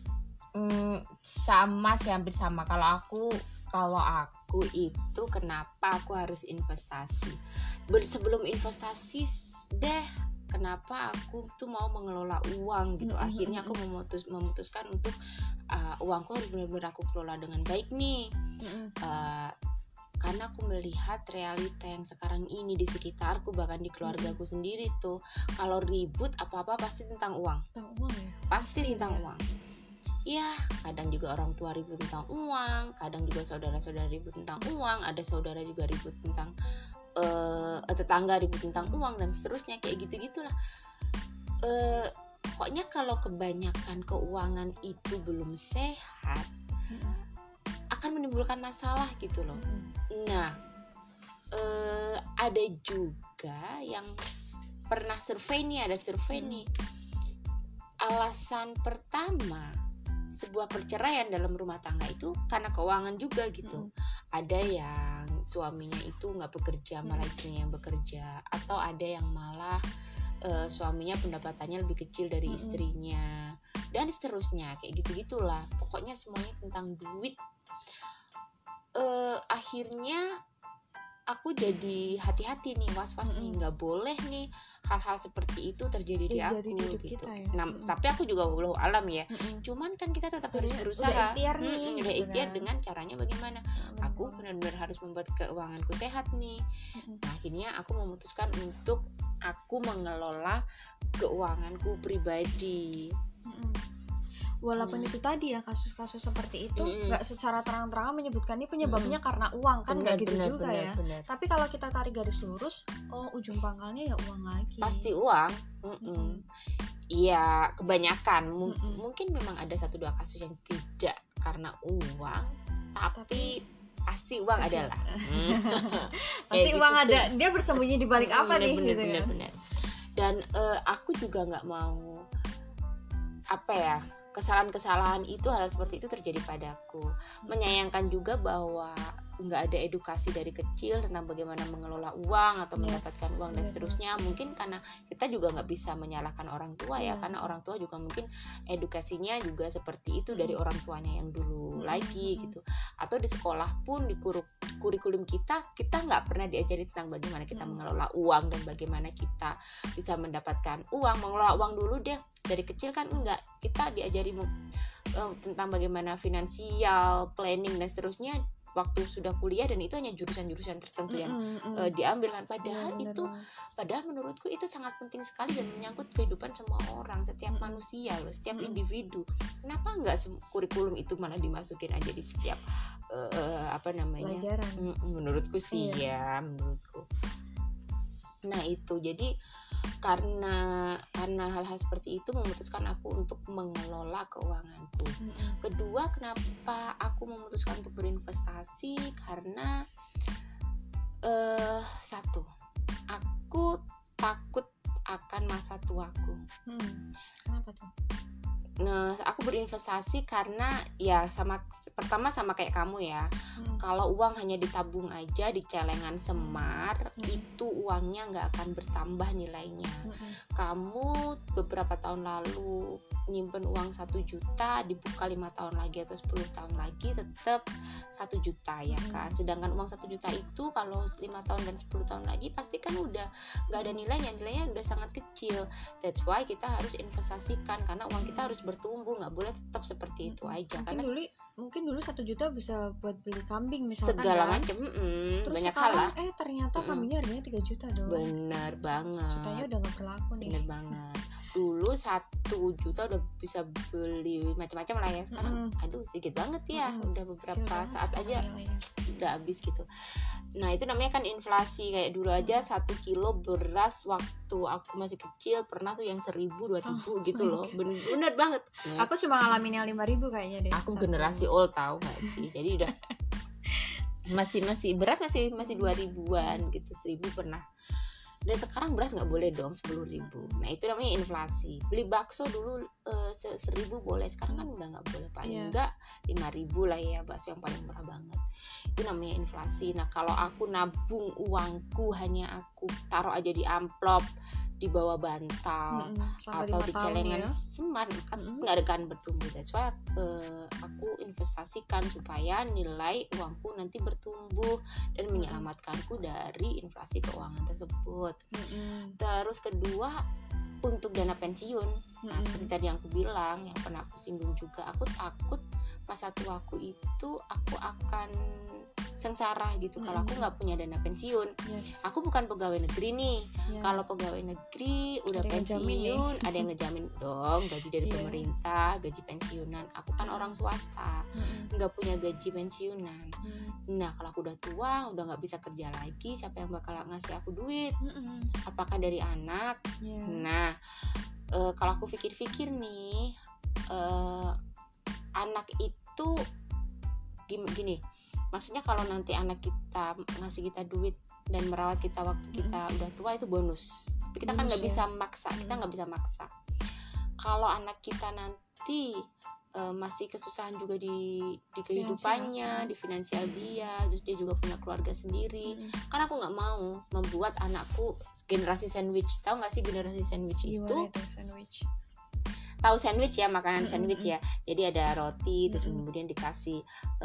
Sama sih, hampir sama. Kalau aku itu kenapa aku harus investasi? Sebelum investasi deh, kenapa aku tuh mau mengelola uang gitu. Akhirnya aku memutuskan untuk uangku harus benar-benar aku kelola dengan baik nih. Karena aku melihat realita yang sekarang ini di sekitarku, bahkan di keluargaku sendiri tuh, kalau ribut apa-apa pasti tentang uang. Pasti tentang uang. Ya, kadang juga orang tua ribut tentang uang, kadang juga saudara-saudara ribut tentang uang, ada saudara juga ribut tentang tetangga ribut tentang uang, dan seterusnya kayak gitu-gitulah. pokoknya kalau kebanyakan keuangan itu belum sehat akan menimbulkan masalah gitu loh. Nah, ada juga yang pernah survei nih, ada survei nih, alasan pertama sebuah perceraian dalam rumah tangga itu karena keuangan juga gitu. Ada yang suaminya itu nggak bekerja, malah istrinya yang bekerja, atau ada yang malah suaminya pendapatannya lebih kecil dari istrinya, dan seterusnya, kayak gitu-gitulah. Pokoknya semuanya tentang duit. Akhirnya aku jadi hati-hati nih, was-was nih, nggak boleh nih hal-hal seperti itu terjadi di aku gitu. Ya. Nah, tapi aku juga wallahu alam ya. Cuman kan kita tetap harus berusaha. Udah ikhtiar nih, udah ikhtiar dengan caranya bagaimana. Aku benar-benar harus membuat keuanganku sehat nih. Nah, akhirnya aku memutuskan untuk aku mengelola keuanganku pribadi. Walaupun itu tadi ya, kasus-kasus seperti itu nggak secara terang-terangan menyebutkan ini penyebabnya karena uang, kan nggak gitu juga ya. Tapi kalau kita tarik garis lurus, ujung pangkalnya ya uang lagi. Pasti uang. Iya, kebanyakan. Mungkin memang ada 1-2 kasus yang tidak karena uang, tapi pasti uang adalah. Pasti gitu uang ada. Dia bersembunyi di balik apa nih? Bener. Dan aku juga nggak mau kesalahan-kesalahan itu, hal seperti itu terjadi padaku. Menyayangkan juga bahwa nggak ada edukasi dari kecil tentang bagaimana mengelola uang atau mendapatkan uang dan seterusnya. Mungkin karena kita juga nggak bisa menyalahkan orang tua ya, karena orang tua juga mungkin edukasinya juga seperti itu dari orang tuanya yang dulu lagi gitu. Atau di sekolah pun di kurikulum kita nggak pernah diajari tentang bagaimana kita mengelola uang dan bagaimana kita bisa mendapatkan uang. Mengelola uang dulu deh dari kecil kan enggak, kita diajari tentang bagaimana finansial planning dan seterusnya waktu sudah kuliah, dan itu hanya jurusan-jurusan tertentu yang diambil kan. Padahal menurutku itu sangat penting sekali dan menyangkut kehidupan semua orang, setiap manusia loh, setiap individu. Kenapa enggak kurikulum itu malah dimasukin aja di setiap pelajaran? Menurutku sih ya, menurutku. Nah itu, jadi karena hal-hal seperti itu memutuskan aku untuk mengelola keuanganku. Kedua, kenapa aku memutuskan untuk berinvestasi? Karena satu, aku takut akan masa tuaku. Kenapa tuh? Nah, aku berinvestasi karena ya pertama sama kayak kamu ya. Kalau uang hanya ditabung aja di celengan semar, itu uangnya nggak akan bertambah nilainya. Kamu beberapa tahun lalu nyimpen uang 1 juta, dibuka 5 tahun lagi atau 10 tahun lagi tetap 1 juta ya kan. Sedangkan uang 1 juta itu kalau 5 tahun dan 10 tahun lagi pasti kan udah nggak ada nilainya udah sangat kecil. That's why kita harus investasikan, karena uang kita harus bertumbuh, nggak boleh tetap seperti itu aja. Mungkin dulu 1 juta bisa buat beli kambing misalkan, segala kan? macam. Terus banyak sekarang, hal lah. Ternyata kambingnya harganya 3 juta dong. Bener banget. Jutanya udah nggak berlaku nih. Bener banget. Dulu 1 juta udah bisa beli macam-macam lah ya. Sekarang aduh sedikit banget ya. Udah beberapa saat aja udah habis gitu. Nah itu namanya kan inflasi. Kayak dulu aja 1 kilo beras waktu aku masih kecil pernah tuh yang 1.000, 2.000 gitu loh. Bener banget. Aku cuma ngalamin yang 5.000 kayaknya deh. Aku generasi old tahu gak sih. Jadi udah masih beras masih 2.000-an gitu, 1.000 pernah. Dan sekarang beras nggak boleh dong 10.000. Nah itu namanya inflasi. Beli bakso dulu 1.000 boleh, sekarang kan udah nggak boleh, paling nggak 5.000 lah ya, bakso yang paling murah banget. Itu namanya inflasi. Nah kalau aku nabung uangku, hanya aku taruh aja di amplop di bawah bantal atau di celengan semar, kan nggak akan bertumbuh. That's why aku investasikan supaya nilai uangku nanti bertumbuh dan menyelamatkanku dari inflasi keuangan tersebut. Terus kedua, untuk dana pensiun. Nah seperti tadi yang aku bilang, yang pernah aku singgung juga, aku takut masa tuaku itu aku akan sengsara gitu kalau aku nggak punya dana pensiun. Aku bukan pegawai negeri nih. Kalau pegawai negeri udah ada pensiun, ada yang ngejamin dong gaji dari pemerintah, gaji pensiunan. Aku kan orang swasta, nggak punya gaji pensiunan. Nah kalau aku udah tua, udah nggak bisa kerja lagi, siapa yang bakal ngasih aku duit? Apakah dari anak? Nah kalau aku pikir-pikir nih, anak itu gini, maksudnya kalau nanti anak kita ngasih kita duit dan merawat kita waktu kita udah tua itu bonus. Tapi kita kan nggak bisa maksa, kita nggak bisa maksa. Kalau anak kita nanti masih kesusahan juga di kehidupannya, di finansial dia, terus dia juga punya keluarga sendiri. Kan aku nggak mau membuat anakku generasi sandwich. Tahu nggak sih generasi sandwich itu? Sandwich. Tahu sandwich ya, makanan sandwich ya. Jadi ada roti, terus kemudian dikasih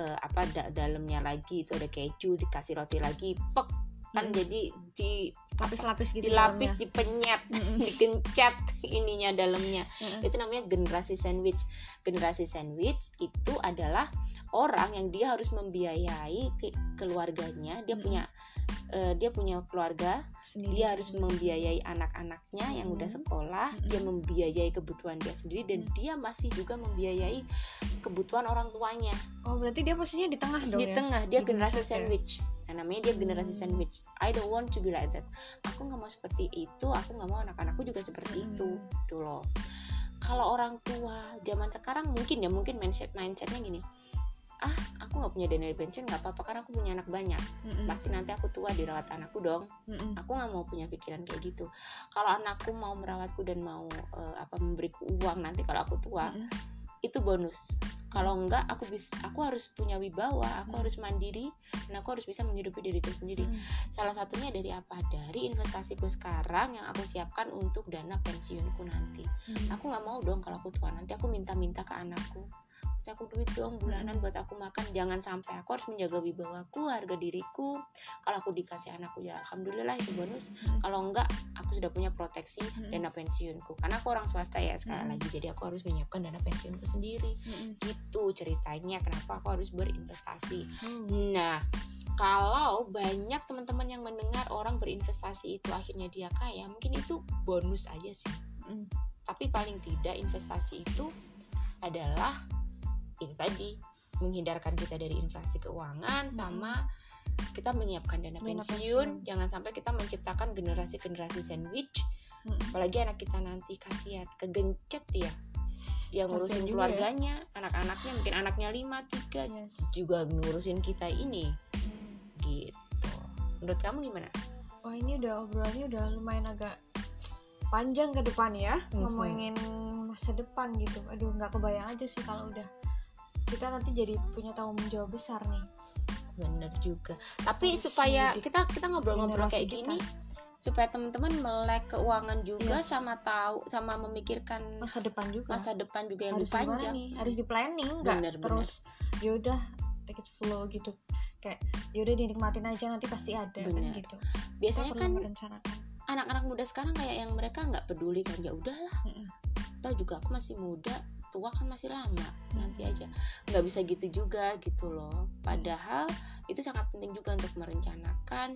dalamnya lagi itu ada keju, dikasih roti lagi, pek kan jadi di lapis-lapis gitu, dilapis, dipenyet, digencet ininya dalamnya. Itu namanya generasi sandwich. Generasi sandwich itu adalah orang yang dia harus membiayai keluarganya, dia punya keluarga sendiri. Dia harus membiayai anak-anaknya yang udah sekolah, dia membiayai kebutuhan dia sendiri, dan dia masih juga membiayai kebutuhan orang tuanya. Oh, berarti dia posisinya di tengah dong. Di tengah, dia generasi sandwich. Nah, namanya dia generasi sandwich. I don't want to be like that. Aku nggak mau seperti itu, aku nggak mau anak-anakku juga seperti itu, gitu loh. Kalau orang tua zaman sekarang mungkin mindsetnya gini, aku nggak punya dana pensiun nggak apa-apa karena aku punya anak banyak, pasti nanti aku tua dirawat anakku dong. Aku nggak mau punya pikiran kayak gitu. Kalau anakku mau merawatku dan mau memberiku uang nanti kalau aku tua, itu bonus. Kalau enggak, aku harus punya wibawa, aku harus mandiri, dan aku harus bisa menghidupi diriku sendiri. Salah satunya dari apa? Dari investasiku sekarang yang aku siapkan untuk dana pensiunku nanti. Aku nggak mau dong kalau aku tua nanti aku minta-minta ke anakku, kasih aku duit dong bulanan buat aku makan. Jangan sampai. Aku harus menjaga wibawaku, harga diriku. Kalau aku dikasih anakku ya alhamdulillah itu bonus. Kalau enggak, aku sudah punya proteksi dana pensiunku. Karena aku orang swasta ya sekali lagi, jadi aku harus menyiapkan dana pensiunku sendiri. Gitu ceritanya kenapa aku harus berinvestasi. Nah, kalau banyak teman-teman yang mendengar orang berinvestasi itu akhirnya dia kaya, mungkin itu bonus aja sih. Tapi paling tidak investasi itu adalah itu tadi, menghindarkan kita dari inflasi keuangan, sama kita menyiapkan dana pensiun. Jangan sampai kita menciptakan generasi sandwich. Apalagi anak kita nanti kasihan, kegencet dia ngurusin keluarganya, anak-anaknya, mungkin anaknya 5, 3 juga ngurusin kita ini. Gitu. Menurut kamu gimana? Wah, ini obrolannya udah lumayan agak panjang ke depan ya, ngomongin masa depan gitu. Aduh, nggak kebayang aja sih kalau udah kita nanti jadi punya tanggung jawab besar nih. Bener juga. Tapi supaya kita ngobrol-ngobrol kayak gini, supaya teman-teman melek keuangan juga, sama tahu, sama memikirkan masa depan juga yang lebih panjang. Harus di planning, nggak terus yaudah take it flow gitu, kayak yaudah dinikmatin aja, nanti pasti ada. Kan gitu. Biasanya kan anak-anak muda sekarang kayak yang mereka nggak peduli kan, ya udahlah, tahu juga aku masih muda, tua kan masih lama, nanti aja. Nggak bisa gitu juga gitu loh. Padahal itu sangat penting juga untuk merencanakan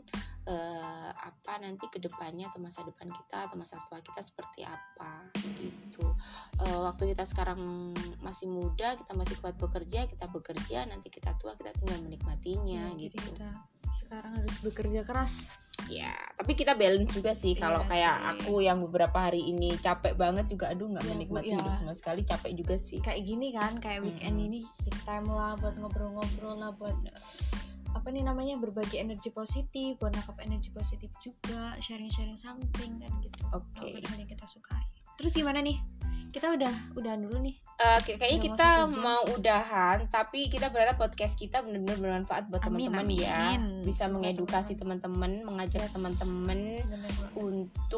nanti kedepannya atau masa depan kita atau masa tua kita seperti apa gitu. Waktu kita sekarang masih muda, kita masih kuat bekerja, kita bekerja, nanti kita tua kita tinggal menikmatinya gitu. Jadi kita sekarang harus bekerja keras. Ya, tapi kita balance juga sih. Kalau kayak aku yang beberapa hari ini capek banget juga, aduh nggak menikmati hidup sama sekali, capek juga sih. Kayak gini kan, kayak weekend ini big time lah buat ngobrol-ngobrol lah, buat berbagi energi positif, buat nangkap energi positif juga, sharing something kan gitu. Oke. Hal yang kita sukai. Terus gimana nih? Kita udahan dulu nih. Kayaknya kita mau udahan, tapi kita berharap podcast kita benar-benar bermanfaat buat teman-teman ya. Bisa mengedukasi teman-teman, mengajak teman-teman untuk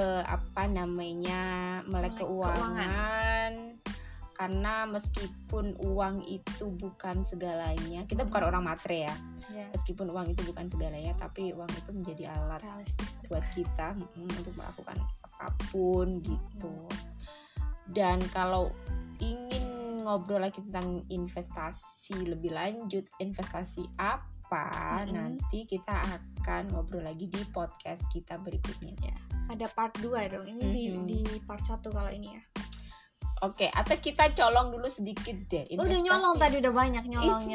melek keuangan. Karena meskipun uang itu bukan segalanya, kita bukan orang matre ya. Meskipun uang itu bukan segalanya, tapi uang itu menjadi alat buat kita untuk melakukan apapun gitu. Dan kalau ingin ngobrol lagi tentang investasi lebih lanjut, investasi apa, nanti kita akan ngobrol lagi di podcast kita berikutnya ya. Ada part 2 dong, ini di part 1 kalau ini ya. Oke, atau kita colong dulu sedikit deh investasi. Udah nyolong tadi, udah banyak nyolongnya,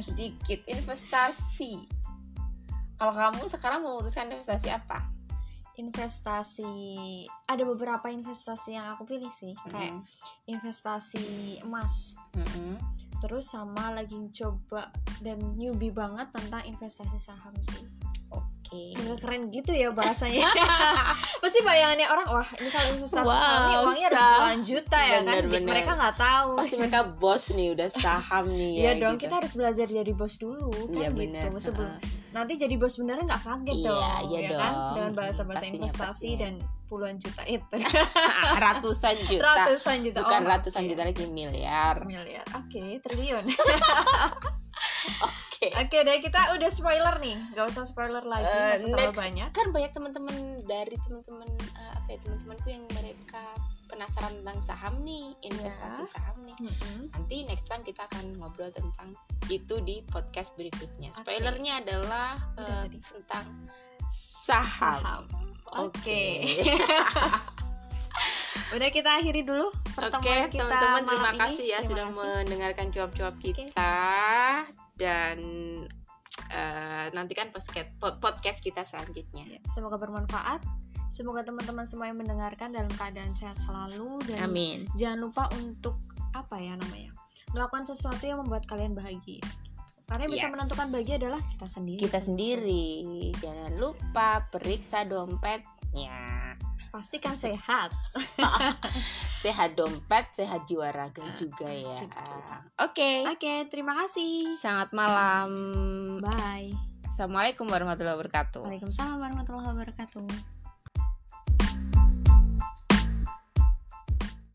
sedikit investasi. Kalau kamu sekarang memutuskan investasi apa? investasi, ada beberapa investasi yang aku pilih sih, kayak investasi emas. Terus sama lagi coba dan newbie banget tentang investasi saham sih. Agak keren gitu ya bahasanya. Pasti bayangannya orang, wah ini kalau investasi saham nih uangnya harus puluhan juta ya. Bener. Mereka nggak tahu. Pasti mereka bos nih udah saham nih ya. Iya dong, gitu. Kita harus belajar jadi bos dulu kan gitu. Sebelum nanti jadi bos beneran nggak kaget dong. Iya ya kan, dengan bahasa-bahasa investasi dan puluhan juta itu. Ratusan juta. Bukan ratusan juta lagi, miliar. Oke, triliun. Oke deh, kita udah spoiler nih, gak usah spoiler lagi, gak usah terlalu banyak. Kan banyak teman-teman dari teman-temanku yang mereka penasaran tentang saham nih, investasi saham nih. Nanti next time kita akan ngobrol tentang itu di podcast berikutnya. Spoilernya adalah tentang saham. Oke. Udah, kita akhiri dulu pertemuan kita teman-teman, terima malam kasih ini. ya sudah mendengarkan cuap-cuap kita. Dan nantikan podcast kita selanjutnya. Semoga bermanfaat. Semoga teman-teman semua yang mendengarkan dalam keadaan sehat selalu. Dan amin. Jangan lupa untuk melakukan sesuatu yang membuat kalian bahagia. Karena yang bisa menentukan bahagia adalah kita sendiri. Jangan lupa periksa dompetnya. Pastikan sehat. Sehat dompet, sehat jiwa raga juga ya. Oke, terima kasih. Selamat malam. Bye. Assalamualaikum warahmatullahi wabarakatuh. Waalaikumsalam warahmatullahi wabarakatuh.